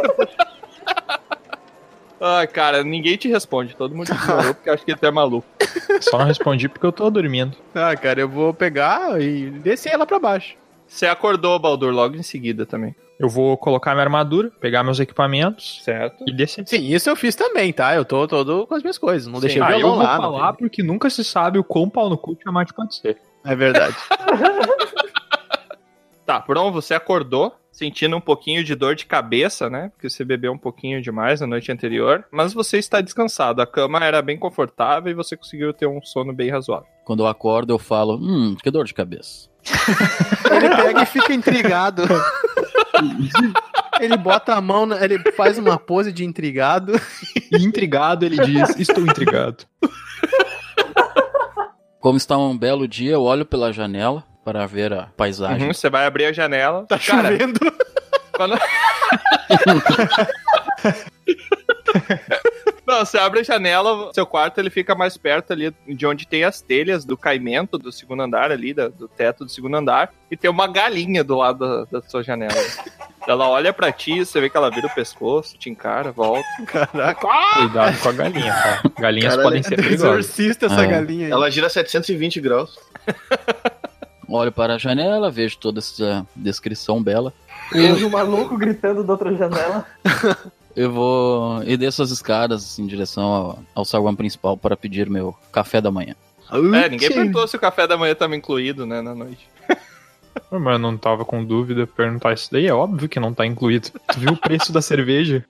Ai, cara, ninguém te responde, todo mundo te ignorou porque acha que tu é maluco. Só não respondi porque eu tô dormindo. Ah, cara, eu vou pegar e descer lá pra baixo. Você acordou, Baldur, logo em seguida também. Eu vou colocar minha armadura, pegar meus equipamentos Certo. e descer. Sim, isso eu fiz também, tá? Eu tô todo com as minhas coisas. Não deixei o Ah, eu violão vou lá. não falar tem- porque nunca se sabe o quão pau no cu que a Mate pode ser. É verdade. Tá, Bron, você acordou sentindo um pouquinho de dor de cabeça, né? Porque você bebeu um pouquinho demais na noite anterior. Mas você está descansado. A cama era bem confortável e você conseguiu ter um sono bem razoável. Quando eu acordo, eu falo, que dor de cabeça. Ele pega e fica intrigado. Ele bota a mão, ele faz uma pose de intrigado. E intrigado, ele diz: estou intrigado. Como está um belo dia, eu olho pela janela para ver a paisagem. Uhum, você vai abrir a janela. Tá Cara, chovendo. quando- Não, você abre a janela, seu quarto ele fica mais perto ali de onde tem as telhas do caimento do segundo andar ali, do teto do segundo andar, e tem uma galinha do lado da sua janela. Ela olha pra ti, você vê que ela vira o pescoço, te encara, volta. Caraca. Cuidado com a galinha, cara. Galinhas Caralho, podem ser perigosas. Exorcista essa É. galinha aí. Ela gira 720 graus. Olho para a janela, vejo toda essa descrição bela. Vejo um maluco gritando da outra janela. Eu vou e desço as escadas em direção ao saguão principal para pedir meu café da manhã. Ninguém perguntou se o café da manhã tava incluído, né, na noite. Mas eu não tava com dúvida perguntar isso daí. É óbvio que não tá incluído. Tu viu o preço da cerveja?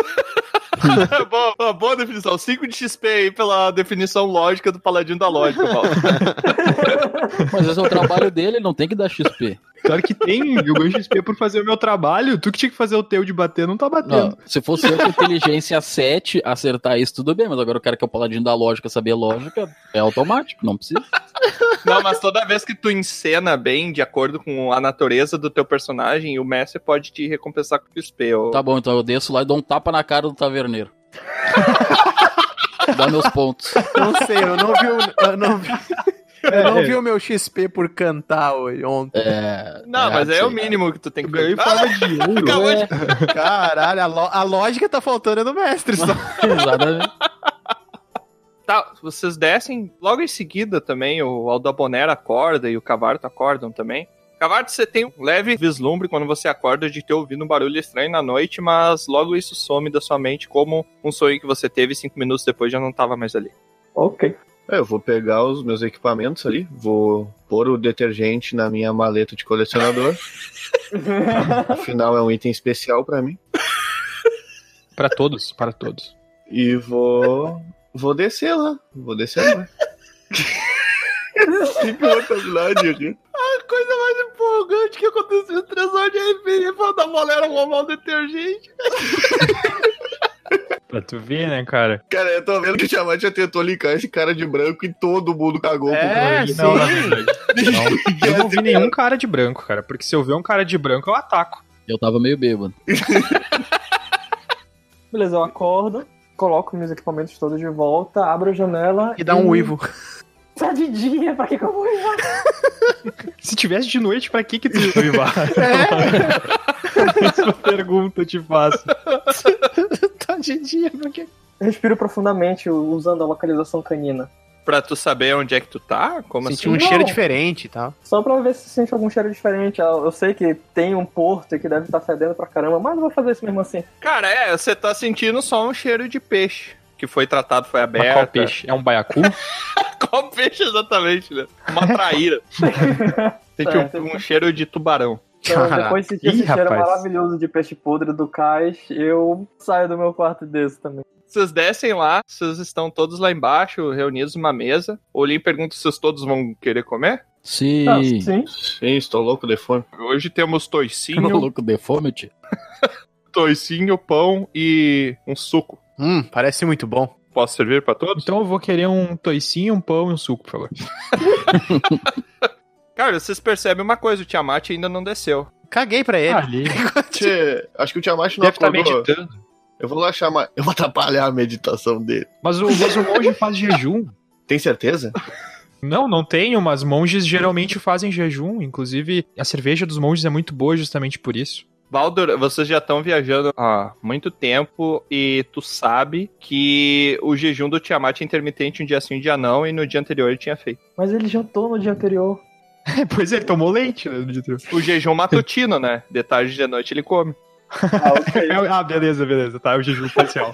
Boa definição. 5 de XP aí pela definição lógica do paladino da lógica, Paulo. Mas esse é o trabalho dele, ele não tem que dar XP. Claro que tem. Eu ganho XP por fazer o meu trabalho. Tu que tinha que fazer o teu de bater, não tá batendo. Não, se fosse eu com inteligência 7 acertar isso, tudo bem, mas agora o cara que é o paladino da lógica saber lógica é automático, não precisa. Não, mas toda vez que tu encena bem, de acordo com a natureza do teu personagem, o mestre pode te recompensar com XP. Ou... Tá bom, então eu desço lá e dou um tapa na cara do taverneiro. Dá meus pontos. Não sei, eu não vi o meu XP por cantar hoje, ontem. Não, mas errado é o isso aí, mínimo que tu tem que Ganhei em ganhar. forma de ouro. Acabou de... Caralho, a lógica tá faltando é do mestre só. Exatamente. Tá, vocês descem. Logo em seguida também, o Aldabonero acorda e o Cavarto acordam também. Cavarto, você tem um leve vislumbre quando você acorda de ter ouvido um barulho estranho na noite, mas logo isso some da sua mente como um sonho que você teve 5 minutos depois já não tava mais ali. Ok. Eu vou pegar os meus equipamentos ali, vou pôr o detergente na minha maleta de colecionador. Afinal, é um item especial pra mim. Para todos, para todos. E vou descer lá. Vou descer lá. Que oportunidade aqui. A coisa mais empolgante que aconteceu no 3 horas de RPG foi da mulher roubar o detergente. Pra tu ver, né, cara? Cara, eu tô vendo que o Tiamat já tentou linkar esse cara de branco e todo mundo cagou pro cara. sim. Não, na verdade. Não, eu não vi nenhum cara de branco, cara. Porque se eu ver um cara de branco, eu ataco. Eu tava meio bêbado. Beleza, eu acordo, coloco meus equipamentos todos de volta, abro a janela E dá um uivo. Tá de dia, pra que eu vou uivar? Se tivesse de noite, pra que tu ia uivar? Essa pergunta eu te faço. Tá de dia, porque... Respiro profundamente usando a localização canina. Pra tu saber onde é que tu tá? Como Senti assim? um cheiro diferente e tal. Só pra ver se sente algum cheiro diferente. Eu sei que tem um porto que deve estar fedendo pra caramba, mas eu vou fazer isso mesmo assim. Cara, você tá sentindo só um cheiro de peixe. Que foi tratado, foi Mas aberto. qual peixe? É um baiacu? Qual peixe exatamente, né? Uma traíra. Sente um cheiro de tubarão. Então, depois de sentir esse cheiro rapaz. maravilhoso de peixe podre do cais, eu saio do meu quarto desse também. Vocês descem lá, vocês estão todos lá embaixo, reunidos numa mesa. O Olim pergunta se vocês todos vão querer comer. Sim. Sim. Sim, estou louco de fome. Hoje temos Tô toicinho, louco de fome, tio. pão e um suco. Parece muito bom. Posso servir pra todos? Então eu vou querer um toicinho, um pão e um suco, por favor. Cara, vocês percebem uma coisa, o Tiamat ainda não desceu. Caguei pra ele. Ali. Acho que o Tiamat não Deve estar acordou. meditando. Eu vou lá chamar. Eu vou atrapalhar a meditação dele. Mas o monge faz jejum. Tem certeza? Não tenho, mas monges geralmente fazem jejum. Inclusive, a cerveja dos monges é muito boa justamente por isso. Baldur, vocês já estão viajando há muito tempo e tu sabe que o jejum do Tiamat é intermitente um dia sim, um dia não, e no dia anterior ele tinha feito. Mas ele jantou no dia anterior. Pois é, ele tomou leite, né, no dia anterior. O jejum matutino, né? De tarde e de noite ele come. Ah, ok. Beleza, tá, é o jejum parcial.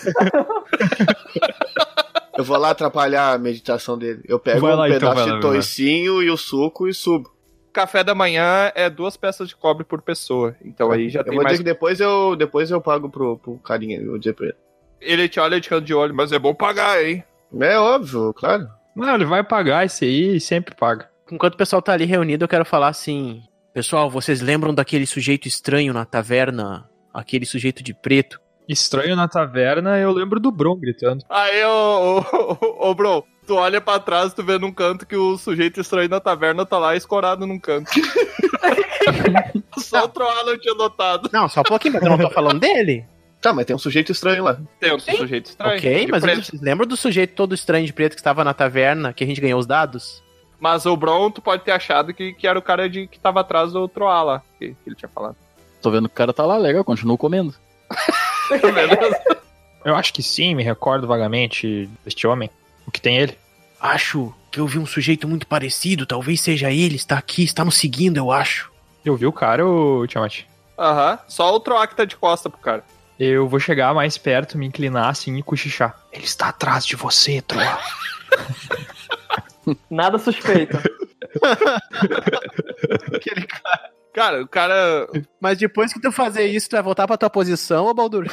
Eu vou lá atrapalhar a meditação dele. Eu pego Vai lá, um então, pedaço vai lá, de toicinho e o suco e subo. Café da manhã é 2 peças de cobre por pessoa. Então aí já Eu tem vou mais. dizer que depois eu pago pro carinha. Eu vou dizer pra ele. Ele te olha de canto de olho, mas é bom pagar, hein? É óbvio, claro. Não, ele vai pagar esse aí e sempre paga. Enquanto o pessoal tá ali reunido, eu quero falar assim... Pessoal, vocês lembram daquele sujeito estranho na taverna? Aquele sujeito de preto? Estranho na taverna, eu lembro do Bron gritando. Aí, ô, bro, tu olha pra trás e tu vê num canto que o sujeito estranho na taverna tá lá escorado num canto. Só o Troá não tinha notado. Não, só um pouquinho, mas eu não tô falando dele. Tá, mas tem um sujeito estranho lá. Tem um sujeito estranho. Ok, de mas preto. vocês lembram do sujeito todo estranho de preto que estava na taverna, que a gente ganhou os dados? Mas o Bron, tu pode ter achado que era o cara que tava atrás do Troá lá, que ele tinha falado. Tô vendo que o cara tá lá, legal, continuo comendo. Beleza? Eu acho que sim, me recordo vagamente deste homem. O que tem ele? Acho que eu vi um sujeito muito parecido, talvez seja ele, está aqui, está nos seguindo, eu acho. Eu vi o cara, o Tiamat? Aham, só o Troá que tá de costa pro cara. Eu vou chegar mais perto, me inclinar assim e cochichar. Ele está atrás de você, Troá. Nada suspeito. Aquele cara. Cara, o cara... Mas depois que tu fazer isso, tu vai voltar pra tua posição, ô Baldur?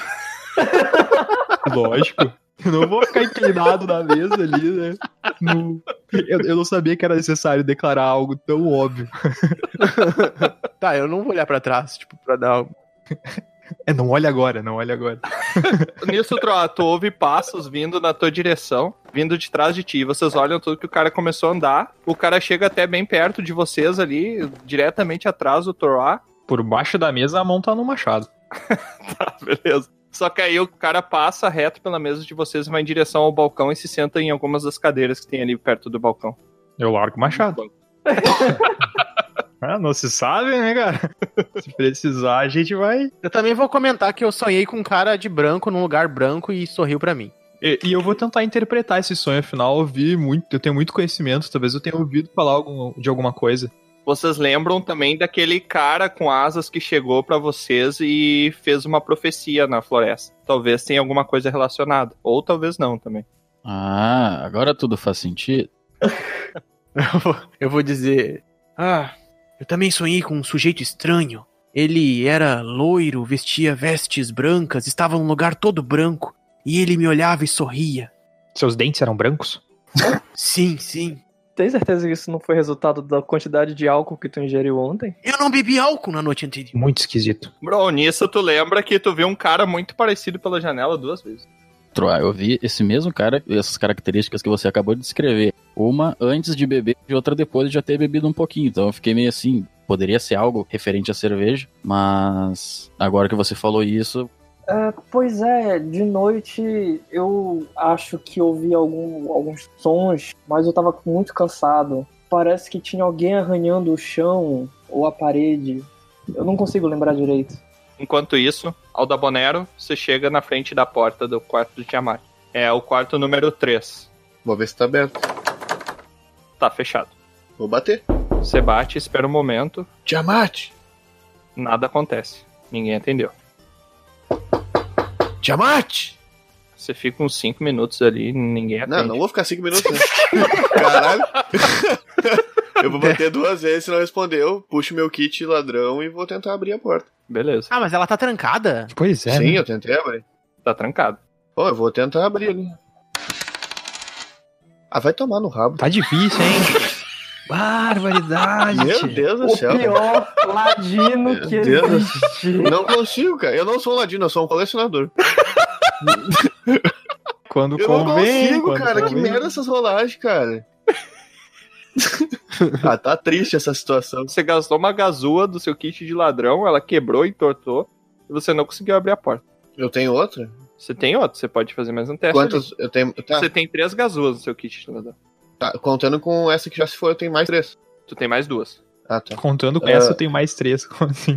Lógico. Eu não vou ficar inclinado na mesa ali, né? Eu não sabia que era necessário declarar algo tão óbvio. Tá, eu não vou olhar pra trás, tipo, pra dar... Não olha agora. Nisso, Troá, tu ouve passos vindo na tua direção, vindo de trás de ti. Vocês olham tudo que o cara começou a andar. O cara chega até bem perto de vocês ali, diretamente atrás do Troá. Por baixo da mesa, a mão tá no machado. Tá, beleza. Só que aí o cara passa reto pela mesa de vocês, vai em direção ao balcão e se senta em algumas das cadeiras que tem ali perto do balcão. Eu largo o machado. Não se sabe, né, cara? Se precisar, a gente vai... Eu também vou comentar que eu sonhei com um cara de branco num lugar branco e sorriu pra mim. E eu vou tentar interpretar esse sonho, afinal, eu tenho muito conhecimento, talvez eu tenha ouvido falar de alguma coisa. Vocês lembram também daquele cara com asas que chegou pra vocês e fez uma profecia na floresta. Talvez tenha alguma coisa relacionada, ou talvez não também. Ah, agora tudo faz sentido. Eu vou dizer... eu também sonhei com um sujeito estranho. Ele era loiro, vestia vestes brancas, estava num lugar todo branco. E ele me olhava e sorria. Seus dentes eram brancos? Sim, sim. Tem certeza que isso não foi resultado da quantidade de álcool que tu ingeriu ontem? Eu não bebi álcool na noite anterior. Muito esquisito. Bro, nisso tu lembra que tu viu um cara muito parecido pela janela 2 vezes. Troá, eu vi esse mesmo cara, essas características que você acabou de descrever. Uma antes de beber e outra depois de já ter bebido um pouquinho. Então eu fiquei meio assim, poderia ser algo referente à cerveja, mas agora que você falou isso... Pois é, de noite eu acho que ouvi alguns sons, mas eu tava muito cansado. Parece que tinha alguém arranhando o chão ou a parede. Eu não consigo lembrar direito. Enquanto isso, Aldabonero, você chega na frente da porta do quarto do Tiamat. É o quarto número 3. Vou ver se tá aberto. Tá fechado. Vou bater. Você bate, espera um momento, Tiamat! nada acontece. Ninguém atendeu. Tiamat! Você fica uns 5 minutos ali, ninguém atende. Não vou ficar 5 minutos, né? Caralho. Eu vou bater 2 vezes, se não respondeu, puxo meu kit ladrão e vou tentar abrir a porta. Beleza. Ah, mas ela tá trancada? Pois é. Sim, né? eu tentei abrir. Tá trancado. Pô, eu vou tentar abrir ali. Ah, vai tomar no rabo. Tá difícil, hein? Barbaridade. Meu Deus do O céu. pior ladino Meu que Deus. existe. Não consigo, cara. Eu não sou um ladino, eu sou um colecionador. Quando Eu não convém. consigo, quando cara. Que convém. merda essas rolagens, cara. Ah, tá triste essa situação. Você gastou uma gazua do seu kit de ladrão, ela quebrou, entortou, e você não conseguiu abrir a porta. Eu tenho outra? Você tem outro, você pode fazer mais um teste. Quantos eu tenho? Ali. Tá, Você tem 3 gazuas no seu kit de ladrão. tá, contando com essa que já se foi, eu tenho mais 3. Tu tem mais 2. Ah, tá. Contando com essa, eu tenho mais 3. Como assim?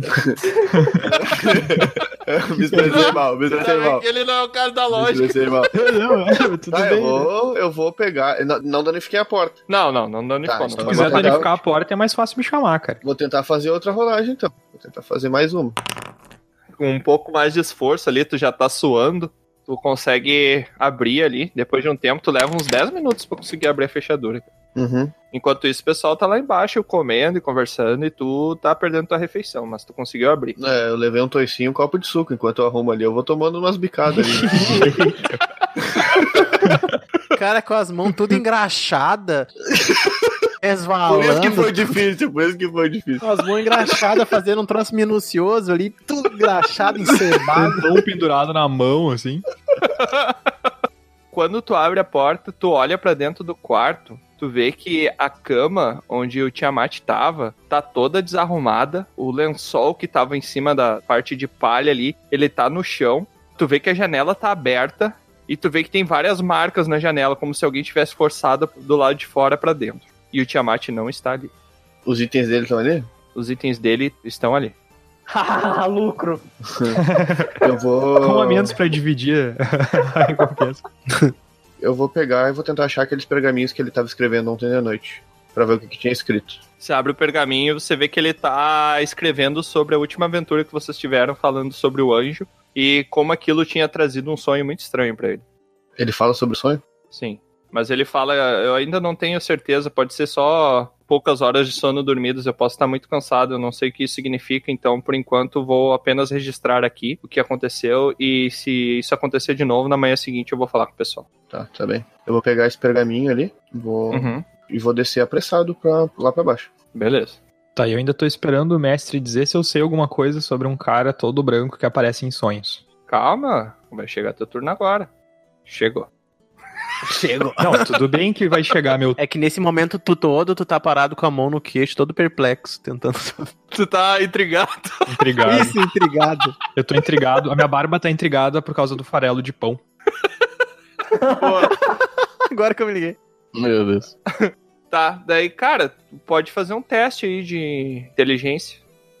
Me expressei mal, me expressei mal. Ele não é o cara da Me lógica. expressei mal. Não, tudo Tá, bem. eu vou pegar. Não danifiquei a porta. Não danificou. Tá, não. Se então quiser eu vou danificar a porta, é mais fácil me chamar, cara. Vou tentar fazer outra rolagem, então. Vou tentar fazer mais uma. Com um pouco mais de esforço ali, tu já tá suando. Tu consegue abrir ali. Depois de um tempo, tu leva uns 10 minutos pra conseguir abrir a fechadura. Uhum. Enquanto isso, o pessoal tá lá embaixo comendo e conversando e tu tá perdendo tua refeição, mas tu conseguiu abrir. É, eu levei um toicinho e um copo de suco. Enquanto eu arrumo ali, eu vou tomando umas bicadas ali. Cara, com as mãos tudo engraxadas. Por isso que Resvalando. foi difícil, por isso que foi difícil. Com as mãos engraxadas, fazendo um troço minucioso ali, tudo engraxado, encebado. Pão pendurado na mão, assim. Quando tu abre a porta, tu olha pra dentro do quarto, tu vê que a cama onde o Tiamat tava, tá toda desarrumada, o lençol que tava em cima da parte de palha ali, ele tá no chão, tu vê que a janela tá aberta, e tu vê que tem várias marcas na janela, como se alguém tivesse forçado do lado de fora pra dentro. E o Tiamat não está ali. Os itens dele estão ali? Os itens dele estão ali. Haha, lucro. Eu vou. Um a menos pra dividir a recompensa. Eu vou pegar e vou tentar achar aqueles pergaminhos que ele tava escrevendo ontem à noite. Pra ver o que tinha escrito. Você abre o pergaminho, você vê que ele tá escrevendo sobre a última aventura que vocês tiveram, falando sobre o anjo, e como aquilo tinha trazido um sonho muito estranho pra ele. Ele fala sobre o sonho? Sim. Mas ele fala, eu ainda não tenho certeza, pode ser só poucas horas de sono dormidas, eu posso estar muito cansado, eu não sei o que isso significa, então por enquanto vou apenas registrar aqui o que aconteceu, e se isso acontecer de novo, na manhã seguinte eu vou falar com o pessoal. Tá bem. Eu vou pegar esse pergaminho ali e vou descer apressado lá pra baixo. Beleza. Tá, eu ainda tô esperando o mestre dizer se eu sei alguma coisa sobre um cara todo branco que aparece em sonhos. Calma, vai chegar teu turno agora. Chegou. Não, tudo bem que vai chegar meu... É que nesse momento tu tá parado com a mão no queixo, todo perplexo, tentando... Tu tá intrigado. Intrigado. Isso, intrigado. Eu tô intrigado. A minha barba tá intrigada por causa do farelo de pão. Agora que eu me liguei. Meu Deus. Tá, daí, cara, tu pode fazer um teste aí de inteligência.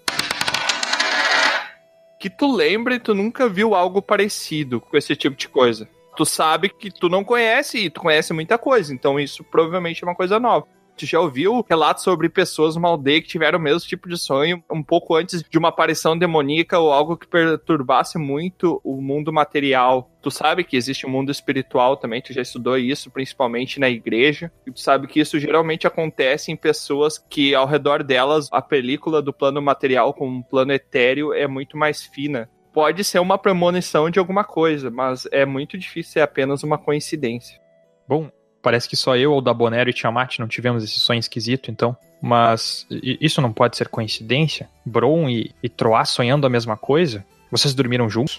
Que tu lembre, tu nunca viu algo parecido com esse tipo de coisa. Tu sabe que tu não conhece e tu conhece muita coisa, então isso provavelmente é uma coisa nova. Tu já ouviu relatos sobre pessoas numa aldeia que tiveram o mesmo tipo de sonho um pouco antes de uma aparição demoníaca ou algo que perturbasse muito o mundo material. Tu sabe que existe um mundo espiritual também, tu já estudou isso, principalmente na igreja. E tu sabe que isso geralmente acontece em pessoas que ao redor delas a película do plano material com um plano etéreo é muito mais fina. Pode ser uma premonição de alguma coisa, mas é muito difícil ser apenas uma coincidência. Bom, parece que só eu, Aldabonero e Tiamat não tivemos esse sonho esquisito, então. Mas isso não pode ser coincidência? Bron e Troá sonhando a mesma coisa? Vocês dormiram juntos?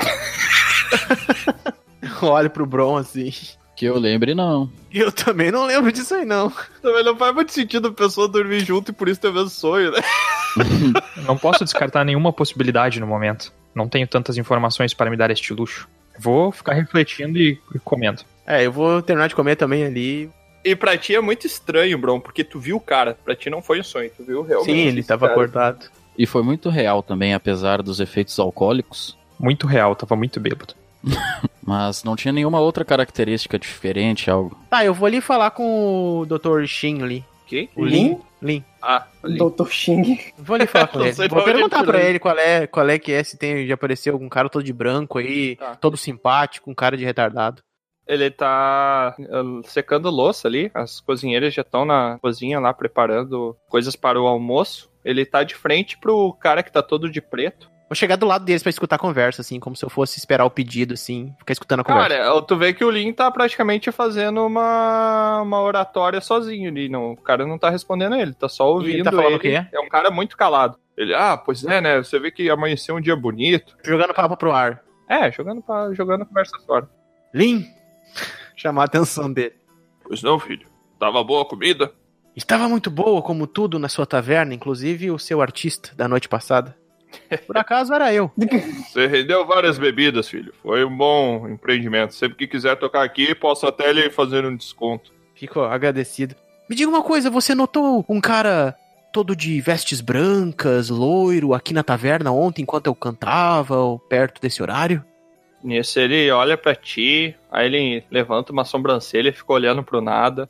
Olho pro Bron assim. Que eu lembre, não. Eu também não lembro disso aí, não. Também não faz muito sentido a pessoa dormir junto e por isso ter o mesmo sonho, né? Não posso descartar nenhuma possibilidade no momento. Não tenho tantas informações para me dar este luxo. Vou ficar refletindo e comendo. Eu vou terminar de comer também ali. E pra ti é muito estranho, Bron, porque tu viu o cara. Pra ti não foi um sonho, tu viu realmente. Sim, ele tava cara. acordado. E foi muito real também, apesar dos efeitos alcoólicos. Muito real, tava muito bêbado. Mas não tinha nenhuma outra característica diferente, algo. Tá, eu vou ali falar com o Dr. Shin ali. Que? O Lin? Lin. Ah, ali. Dr. Xing. Vou ali falar com Não ele. sei Vou pra onde perguntar ele pra foi. ele qual é que é, se tem, já apareceu algum cara todo de branco aí, Tá. todo simpático, um cara de retardado. Ele tá secando louça ali. As cozinheiras já estão na cozinha lá preparando coisas para o almoço. Ele tá de frente pro cara que tá todo de preto. Vou chegar do lado deles pra escutar a conversa, assim, como se eu fosse esperar o pedido, assim, ficar escutando a conversa. Cara, tu vê que o Lin tá praticamente fazendo uma oratória sozinho ali. Não, o cara não tá respondendo ele, tá só ouvindo ele tá falando o quê? É um cara muito calado. Ele, pois é, né? Você vê que amanheceu um dia bonito. Jogando papo pro ar. É, jogando a conversa fora. Lin! Chamar a atenção dele. Pois não, filho. Tava boa a comida? Estava muito boa, como tudo, na sua taverna, inclusive o seu artista da noite passada. Por acaso era eu. Você rendeu várias bebidas, filho. Foi um bom empreendimento. Sempre que quiser tocar aqui, posso até lhe fazer um desconto. Fico agradecido. Me diga uma coisa, você notou um cara todo de vestes brancas, loiro, aqui na taverna ontem, enquanto eu cantava, ou perto desse horário? Nisso ele olha pra ti, aí ele levanta uma sobrancelha e fica olhando pro nada.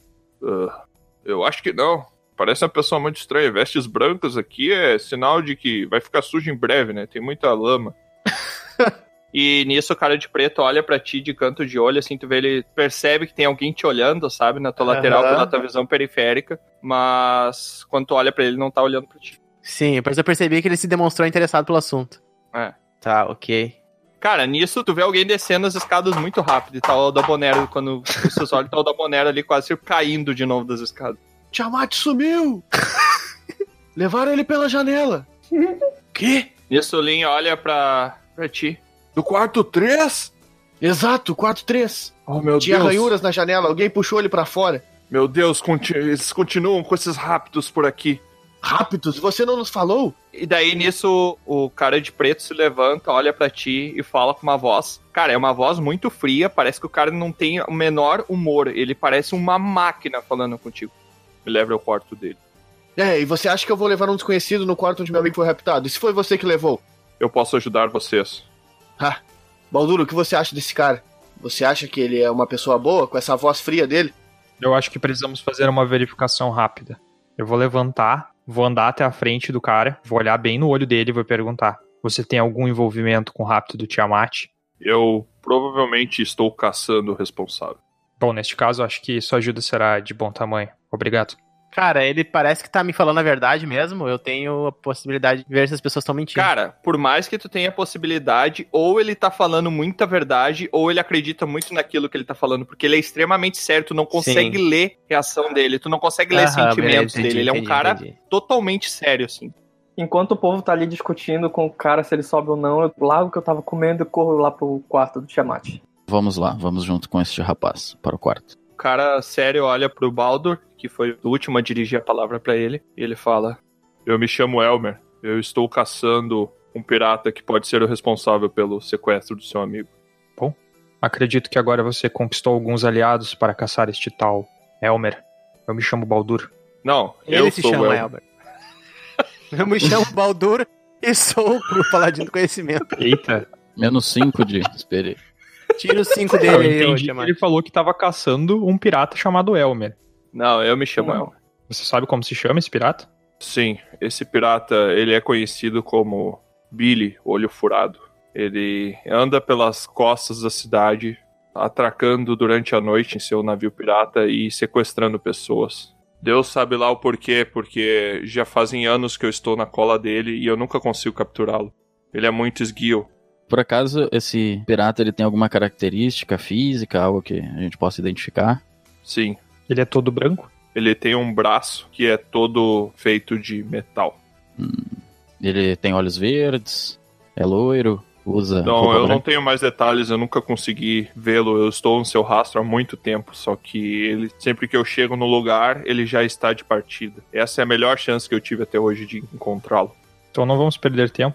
Eu acho que não. Parece uma pessoa muito estranha. Vestes brancas aqui é sinal de que vai ficar sujo em breve, né? Tem muita lama. E nisso o cara de preto olha pra ti de canto de olho, assim, tu vê, ele percebe que tem alguém te olhando, sabe? Na tua lateral, pela tua visão periférica. Mas quando tu olha pra ele, não tá olhando pra ti. Sim, depois eu percebi que ele se demonstrou interessado pelo assunto. É. Tá, ok. Cara, nisso tu vê alguém descendo as escadas muito rápido. E tá o Dabonero, quando os seus olhos tá o Dabonero ali quase caindo de novo das escadas. Tiamat sumiu! Levaram ele pela janela. Quê? Nisso o Lin olha pra ti. Do quarto 3? Exato, quarto 3. Oh, meu Tinha Deus. ranhuras na janela, alguém puxou ele pra fora. Meu Deus, eles continuam com esses rápidos por aqui. Rápidos, você não nos falou? E daí nisso o cara de preto se levanta, olha pra ti e fala com uma voz. Cara, é uma voz muito fria, parece que o cara não tem o menor humor. Ele parece uma máquina falando contigo. Me leva ao quarto dele. E você acha que eu vou levar um desconhecido no quarto onde meu amigo foi raptado? E se foi você que levou? Eu posso ajudar vocês. Baldur, o que você acha desse cara? Você acha que ele é uma pessoa boa, com essa voz fria dele? Eu acho que precisamos fazer uma verificação rápida. Eu vou levantar, vou andar até a frente do cara, vou olhar bem no olho dele e vou perguntar: você tem algum envolvimento com o rapto do Tiamat? Eu provavelmente estou caçando o responsável. Bom, neste caso, acho que sua ajuda será de bom tamanho. Obrigado. Cara, ele parece que tá me falando a verdade mesmo. Eu tenho a possibilidade de ver se as pessoas estão mentindo. Cara, por mais que tu tenha a possibilidade, ou ele tá falando muita verdade, ou ele acredita muito naquilo que ele tá falando, porque ele é extremamente sério, tu não consegue ler a reação dele, tu não consegue ler sentimentos dele. Ele é um cara totalmente sério, assim. Enquanto o povo tá ali discutindo com o cara se ele sobe ou não, eu largo o que eu tava comendo e corro lá pro quarto do Tiamat. Vamos lá, vamos junto com este rapaz para o quarto. O cara sério olha pro Baldur, que foi o último a dirigir a palavra pra ele, e ele fala: Eu me chamo Elmer. Eu estou caçando um pirata que pode ser o responsável pelo sequestro do seu amigo. Bom, acredito que agora você conquistou alguns aliados para caçar este tal Elmer. Eu me chamo Baldur. Não, Ele eu se sou chama o Elmer. Elber. Eu me chamo Baldur e sou o paladino do conhecimento. Eita. Menos 5 de esperei. Tira os 5 Eu dele aí, ô entendi que Tiamat. ele falou que tava caçando um pirata chamado Elmer. Não, eu me chamo Elmer. Você sabe como se chama esse pirata? Sim, esse pirata, ele é conhecido como Billy, Olho Furado. Ele anda pelas costas da cidade, atracando durante a noite em seu navio pirata e sequestrando pessoas. Deus sabe lá o porquê, porque já fazem anos que eu estou na cola dele e eu nunca consigo capturá-lo. Ele é muito esguio. Por acaso, esse pirata ele tem alguma característica física, algo que a gente possa identificar? Sim, Ele é todo branco? ele tem um braço que é todo feito de metal. Ele tem olhos verdes, é loiro, usa Não, roupa eu não branca. tenho mais detalhes, eu nunca consegui vê-lo. Eu estou no seu rastro há muito tempo, só que ele, sempre que eu chego no lugar, ele já está de partida. Essa é a melhor chance que eu tive até hoje de encontrá-lo. Então não vamos perder tempo.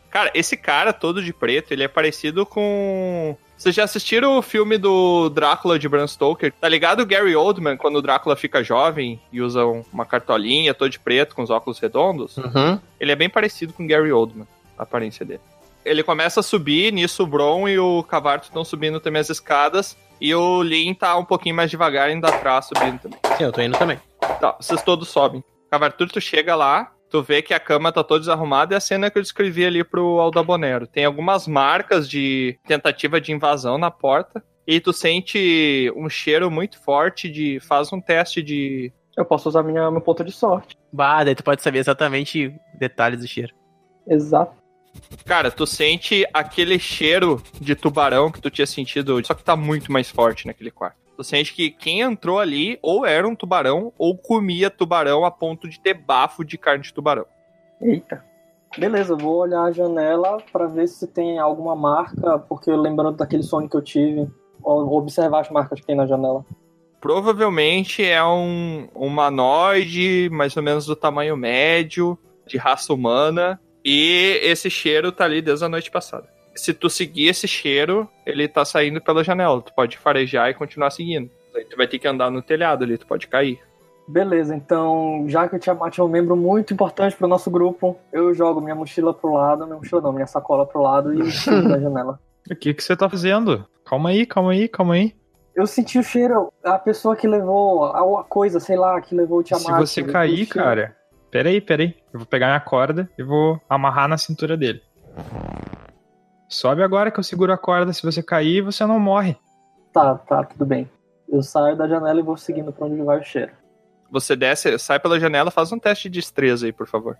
Cara, esse cara todo de preto, ele é parecido com... Vocês já assistiram o filme do Drácula de Bram Stoker? Tá ligado o Gary Oldman, quando o Drácula fica jovem e usa uma cartolinha todo de preto com os óculos redondos? Uhum. Ele é bem parecido com o Gary Oldman, a aparência dele. Ele começa a subir, nisso o Bron e o Cavarto estão subindo também as escadas, e o Lin tá um pouquinho mais devagar indo atrás, subindo também. Sim, eu tô indo também. Tá, vocês todos sobem. Cavarto, tu chega lá, tu vê que a cama tá toda desarrumada, e a cena que eu descrevi ali pro Aldabonero. Tem algumas marcas de tentativa de invasão na porta, e tu sente um cheiro muito forte de... Faz um teste de... Eu posso usar meu ponto de sorte. Bah, daí tu pode saber exatamente detalhes do cheiro. Exato. Cara, tu sente aquele cheiro de tubarão que tu tinha sentido, só que tá muito mais forte naquele quarto. Tu sente que quem entrou ali ou era um tubarão ou comia tubarão a ponto de ter bafo de carne de tubarão. Eita. Beleza, eu vou olhar a janela pra ver se tem alguma marca, porque lembrando daquele sonho que eu tive, observar as marcas que tem na janela. Provavelmente é um humanoide, mais ou menos do tamanho médio, de raça humana, e esse cheiro tá ali desde a noite passada. Se tu seguir esse cheiro, ele tá saindo pela janela. Tu pode farejar e continuar seguindo. Aí tu vai ter que andar no telhado ali, tu pode cair. Beleza, então, já que o Tiamat é um membro muito importante pro nosso grupo, eu jogo minha mochila pro lado, minha sacola pro lado e subo da janela. O que você tá fazendo? Calma aí. Eu senti o cheiro, a pessoa que levou a coisa, sei lá, que levou o Tiamat. Se você cair, cara... Peraí. Eu vou pegar minha corda e vou amarrar na cintura dele. Sobe agora que eu seguro a corda. Se você cair, você não morre. Tá, tudo bem. Eu saio da janela e vou seguindo pra onde vai o cheiro. Você desce, sai pela janela, faz um teste de destreza aí, por favor.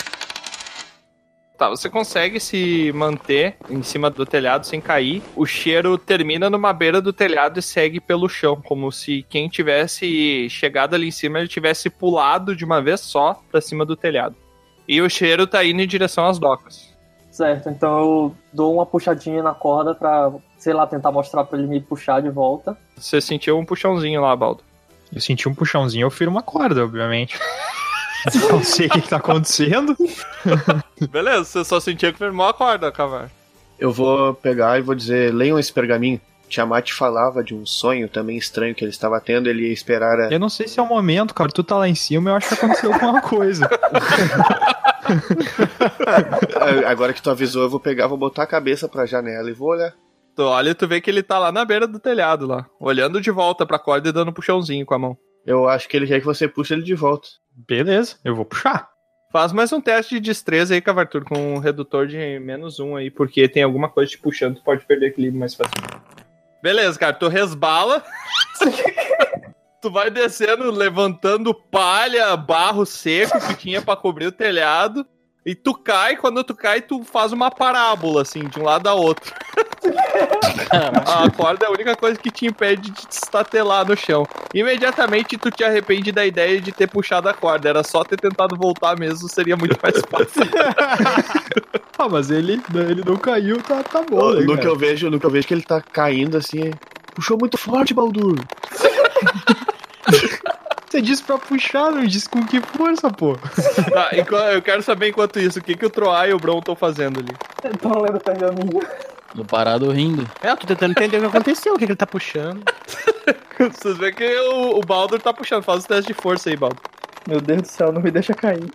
Tá, você consegue se manter em cima do telhado sem cair. O cheiro termina numa beira do telhado e segue pelo chão, como se quem tivesse chegado ali em cima, ele tivesse pulado de uma vez só pra cima do telhado. E o cheiro tá indo em direção às docas. Certo, então eu dou uma puxadinha na corda pra, sei lá, tentar mostrar pra ele me puxar de volta. Você sentiu um puxãozinho lá, Baldo? Eu senti um puxãozinho, eu firo uma corda, obviamente. Não sei o que tá acontecendo. Beleza, você só sentia que firmou a corda, Cavar. Eu vou pegar e vou dizer, leiam esse pergaminho. Tiamat falava de um sonho também estranho que ele estava tendo, ele ia esperar Eu não sei se é o momento, cara, tu tá lá em cima, eu acho que aconteceu alguma coisa. Agora que tu avisou, eu vou pegar, vou botar a cabeça pra janela e vou olhar. Tu olha e tu vê que ele tá lá na beira do telhado, lá, olhando de volta pra corda e dando um puxãozinho com a mão. Eu acho que ele quer que você puxe ele de volta. Beleza, eu vou puxar. Faz mais um teste de destreza aí, Cavartur, com um redutor de -1 aí, porque tem alguma coisa te puxando, tu pode perder equilíbrio mais fácil. Beleza, cara, tu resbala, tu vai descendo, levantando palha, barro seco que tinha pra cobrir o telhado, e tu cai, quando tu cai, tu faz uma parábola, assim, de um lado a outro. A corda é a única coisa que te impede de te estatelar no chão. Imediatamente tu te arrepende da ideia de ter puxado a corda. Era só ter tentado voltar mesmo, seria muito mais fácil. Mas ele não caiu, tá bom. Né, no que eu vejo que ele tá caindo assim, puxou muito forte, Baldur. Você disse pra puxar, não disse com que força, pô. Tá, eu quero saber enquanto isso, o que o Troá e o Bron estão fazendo ali? Eu tô lendo o pergaminho. Do parado rindo. Eu tô tentando entender o que aconteceu, o que ele tá puxando. Vocês veem que o Baldur tá puxando, faz o teste de força aí, Baldur. Meu Deus do céu, não me deixa cair.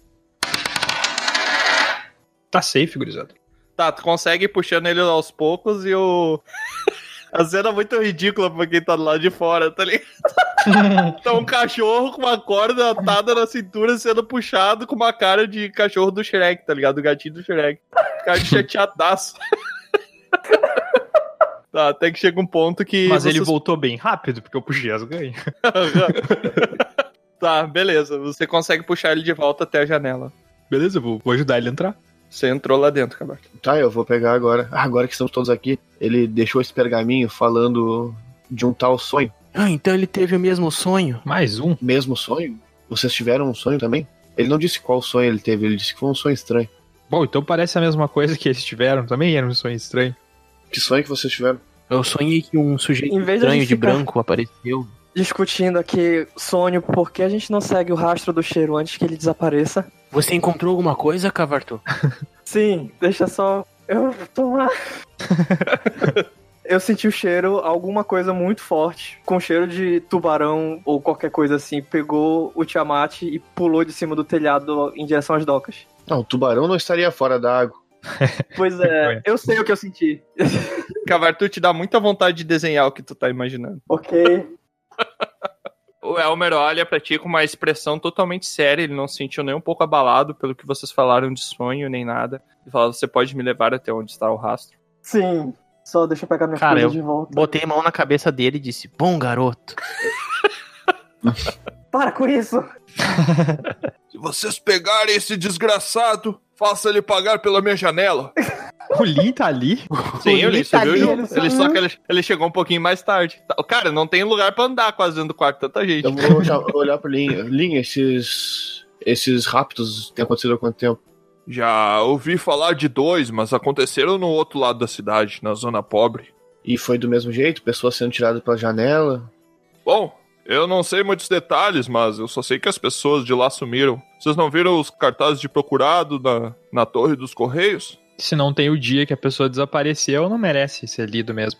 Tá safe, gurizada. Tá, tu consegue ir puxando ele aos poucos e o... A cena é muito ridícula pra quem tá do lado de fora, tá ligado? Tá um cachorro com uma corda atada na cintura sendo puxado com uma cara de cachorro do Shrek, tá ligado? Do gatinho do Shrek. Cara de chateadaço. Tá, até que chega um ponto que... Mas ele voltou bem rápido, porque eu puxei as ganhas. Tá, beleza. Você consegue puxar ele de volta até a janela. Beleza, eu vou ajudar ele a entrar. Você entrou lá dentro, Cabarto. Tá, eu vou pegar agora. Agora que estamos todos aqui, ele deixou esse pergaminho falando de um tal sonho. Ah, então ele teve o mesmo sonho? Mais um? Mesmo sonho? Vocês tiveram um sonho também? Ele não disse qual sonho ele teve, ele disse que foi um sonho estranho. Bom, então parece a mesma coisa que eles tiveram, também era um sonho estranho. Que sonho que vocês tiveram? Eu sonhei que um sujeito Em vez estranho de de ficar branco apareceu. discutindo aqui sonho, por que a gente não segue o rastro do cheiro antes que ele desapareça? Você encontrou alguma coisa, Cavarto? Sim, deixa só eu tomar. Eu senti o cheiro, alguma coisa muito forte, com cheiro de tubarão ou qualquer coisa assim, pegou o Tiamat e pulou de cima do telhado em direção às docas. Não, o tubarão não estaria fora da água. Pois é, eu sei o que eu senti. Cavartu, te dá muita vontade de desenhar o que tu tá imaginando. Ok. O Elmer olha pra ti com uma expressão totalmente séria, ele não se sentiu nem um pouco abalado pelo que vocês falaram de sonho, nem nada. Ele fala, você pode me levar até onde está o rastro? Sim, só deixa eu pegar minha Cara, coisa eu de volta. botei a mão na cabeça dele e disse, bom garoto. Para com isso! Se vocês pegarem esse desgraçado, faça ele pagar pela minha janela. O Lin tá ali? Sim, eu li, você viu? ele Só que ele chegou um pouquinho mais tarde. Cara, não tem lugar pra andar quase dentro do quarto, tanta gente. Eu vou olhar pro Lin. Lin, esses raptos têm acontecido há quanto tempo? Já ouvi falar de 2, mas aconteceram no outro lado da cidade, na zona pobre. E foi do mesmo jeito? Pessoas sendo tiradas pela janela? Bom, eu não sei muitos detalhes, mas eu só sei que as pessoas de lá sumiram. Vocês não viram os cartazes de procurado na torre dos Correios? Se não tem o dia que a pessoa desapareceu, não merece ser lido mesmo.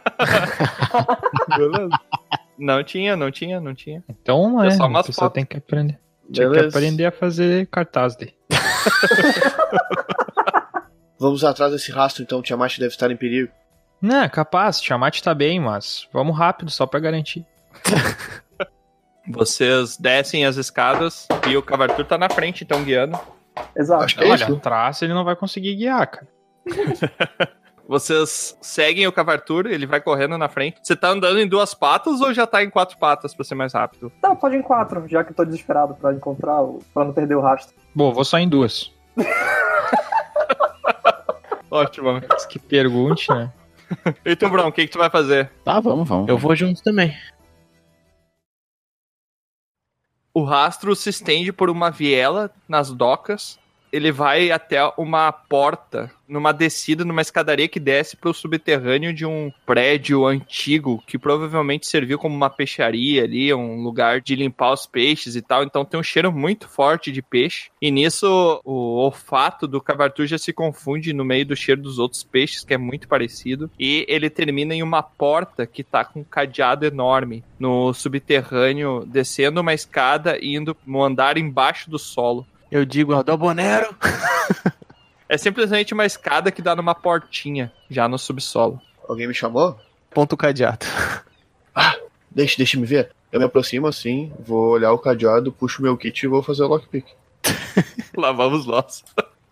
Não tinha. Então, É só a umas pessoa fotos. tem que aprender. Tinha que Beleza. aprender a fazer cartaz daí. Vamos atrás desse rastro, então. O Tiamat deve estar em perigo. Não, capaz, Tiamat tá bem, mas vamos rápido, só pra garantir. Vocês descem as escadas e o Cavartur tá na frente, então guiando. Exato. Acho que é Olha, isso. atrás ele não vai conseguir guiar, cara. Vocês seguem o Cavartur, ele vai correndo na frente. Você tá andando em 2 patas ou já tá em 4 patas pra ser mais rápido? Tá, pode ir em 4, já que eu tô desesperado pra encontrar, pra não perder o rastro. Bom, vou só em 2. Ótimo. Que pergunte, né? E tu, Bruno, o que tu vai fazer? Tá, vamos. Eu vou junto também. O rastro se estende por uma viela nas docas. Ele vai até uma porta, numa descida, numa escadaria que desce para o subterrâneo de um prédio antigo, que provavelmente serviu como uma peixaria ali, um lugar de limpar os peixes e tal. Então tem um cheiro muito forte de peixe. E nisso, o olfato do Cavartur já se confunde no meio do cheiro dos outros peixes, que é muito parecido. E ele termina em uma porta que tá com um cadeado enorme no subterrâneo, descendo uma escada e indo no andar embaixo do solo. Eu digo, Aldobonero. É simplesmente uma escada que dá numa portinha, já no subsolo. Alguém me chamou? Ponto o cadeado. Deixa me ver. Eu me aproximo assim, vou olhar o cadeado, puxo meu kit e vou fazer o lockpick. Lá vamos nós.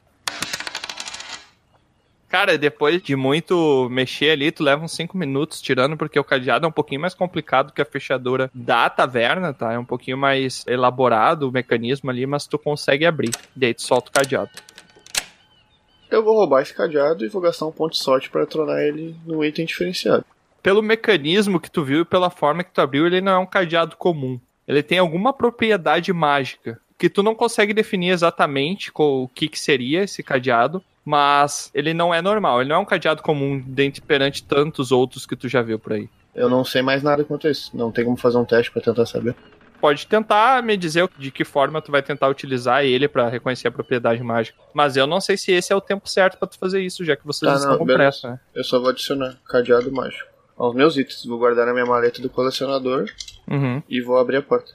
Cara, depois de muito mexer ali, tu leva uns 5 minutos tirando, porque o cadeado é um pouquinho mais complicado que a fechadura da taverna, tá? É um pouquinho mais elaborado o mecanismo ali, mas tu consegue abrir. Daí tu solta o cadeado. Eu vou roubar esse cadeado e vou gastar um ponto de sorte para tornar ele num item diferenciado. Pelo mecanismo que tu viu e pela forma que tu abriu, ele não é um cadeado comum. Ele tem alguma propriedade mágica, que tu não consegue definir exatamente o que seria esse cadeado, mas ele não é normal, ele não é um cadeado comum perante tantos outros que tu já viu por aí. Eu não sei mais nada quanto a isso. Não tem como fazer um teste pra tentar saber. Pode tentar me dizer de que forma tu vai tentar utilizar ele pra reconhecer a propriedade mágica. Mas eu não sei se esse é o tempo certo pra tu fazer isso, já que vocês estão com pressa, né? Eu só vou adicionar cadeado mágico aos meus itens. Vou guardar na minha maleta do colecionador e vou abrir a porta.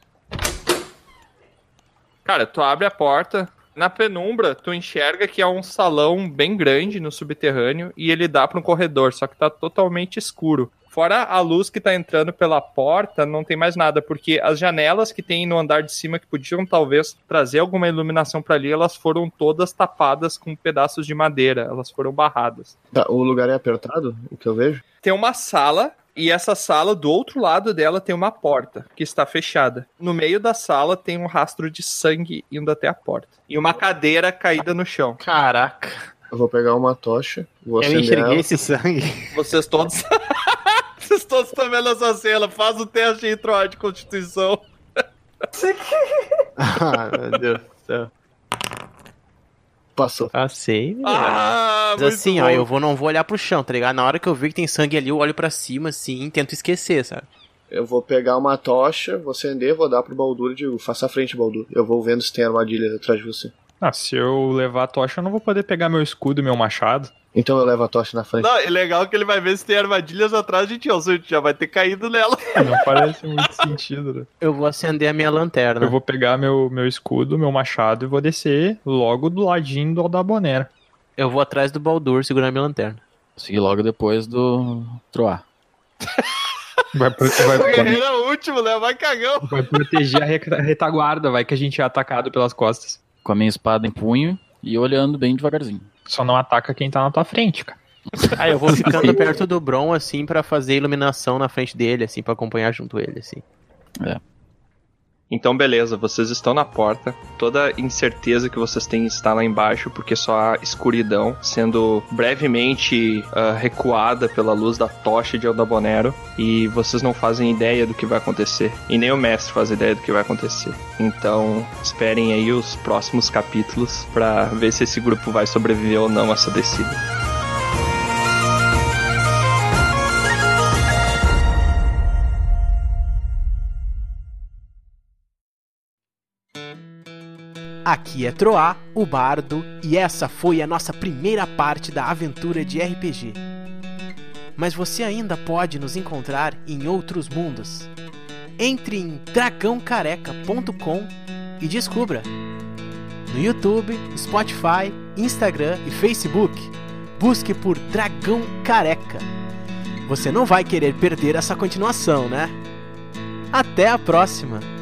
Cara, tu abre a porta. Na penumbra, tu enxerga que é um salão bem grande no subterrâneo e ele dá para um corredor, só que tá totalmente escuro. Fora a luz que tá entrando pela porta, não tem mais nada, porque as janelas que tem no andar de cima que podiam talvez trazer alguma iluminação para ali, elas foram todas tapadas com pedaços de madeira, elas foram barradas. Tá, o lugar é apertado, o que eu vejo? Tem uma sala, e essa sala, do outro lado dela, tem uma porta, que está fechada. No meio da sala tem um rastro de sangue indo até a porta. E uma cadeira caída no chão. Caraca. Eu vou pegar uma tocha, vou Eu acender enxerguei ela. esse sangue. Vocês todos... Vocês todos estão vendo essa cena. Faz o teste de troar de constituição. Meu Deus do céu. Passou. Passei, velho. Mas Mas assim, ó, não vou olhar pro chão, tá ligado? Na hora que eu ver que tem sangue ali, eu olho pra cima, assim, e tento esquecer, sabe? Eu vou pegar uma tocha, vou acender, vou dar pro Baldur e digo, faça a frente, Baldur. Eu vou vendo se tem armadilhas atrás de você. Ah, se eu levar a tocha, eu não vou poder pegar meu escudo e meu machado. Então eu levo a tocha na frente. Não, é legal que ele vai ver se tem armadilhas atrás de ti, ou seja, já vai ter caído nela. Não parece muito sentido, né? Eu vou acender a minha lanterna. Eu vou pegar meu escudo, meu machado e vou descer logo do ladinho do Aldabonera. Eu vou atrás do Baldur segurar minha lanterna. Segui logo depois do Troar. O guerreiro é o último, né? Vai cagão. Vai proteger a retaguarda, vai que a gente é atacado pelas costas. Com a minha espada em punho e olhando bem devagarzinho. Só não ataca quem tá na tua frente, cara. Aí eu vou ficando perto do Bron, assim, pra fazer iluminação na frente dele, assim, pra acompanhar junto ele, assim. Então, beleza, vocês estão na porta. Toda a incerteza que vocês têm está lá embaixo, porque só há escuridão, sendo brevemente recuada pela luz da tocha de Aldabonero. E vocês não fazem ideia do que vai acontecer. E nem o mestre faz ideia do que vai acontecer. Então, esperem aí os próximos capítulos pra ver se esse grupo vai sobreviver ou não a essa descida. Aqui é Troá, o Bardo, e essa foi a nossa primeira parte da aventura de RPG. Mas você ainda pode nos encontrar em outros mundos. Entre em dragãocareca.com e descubra. No YouTube, Spotify, Instagram e Facebook, busque por Dragão Careca. Você não vai querer perder essa continuação, né? Até a próxima!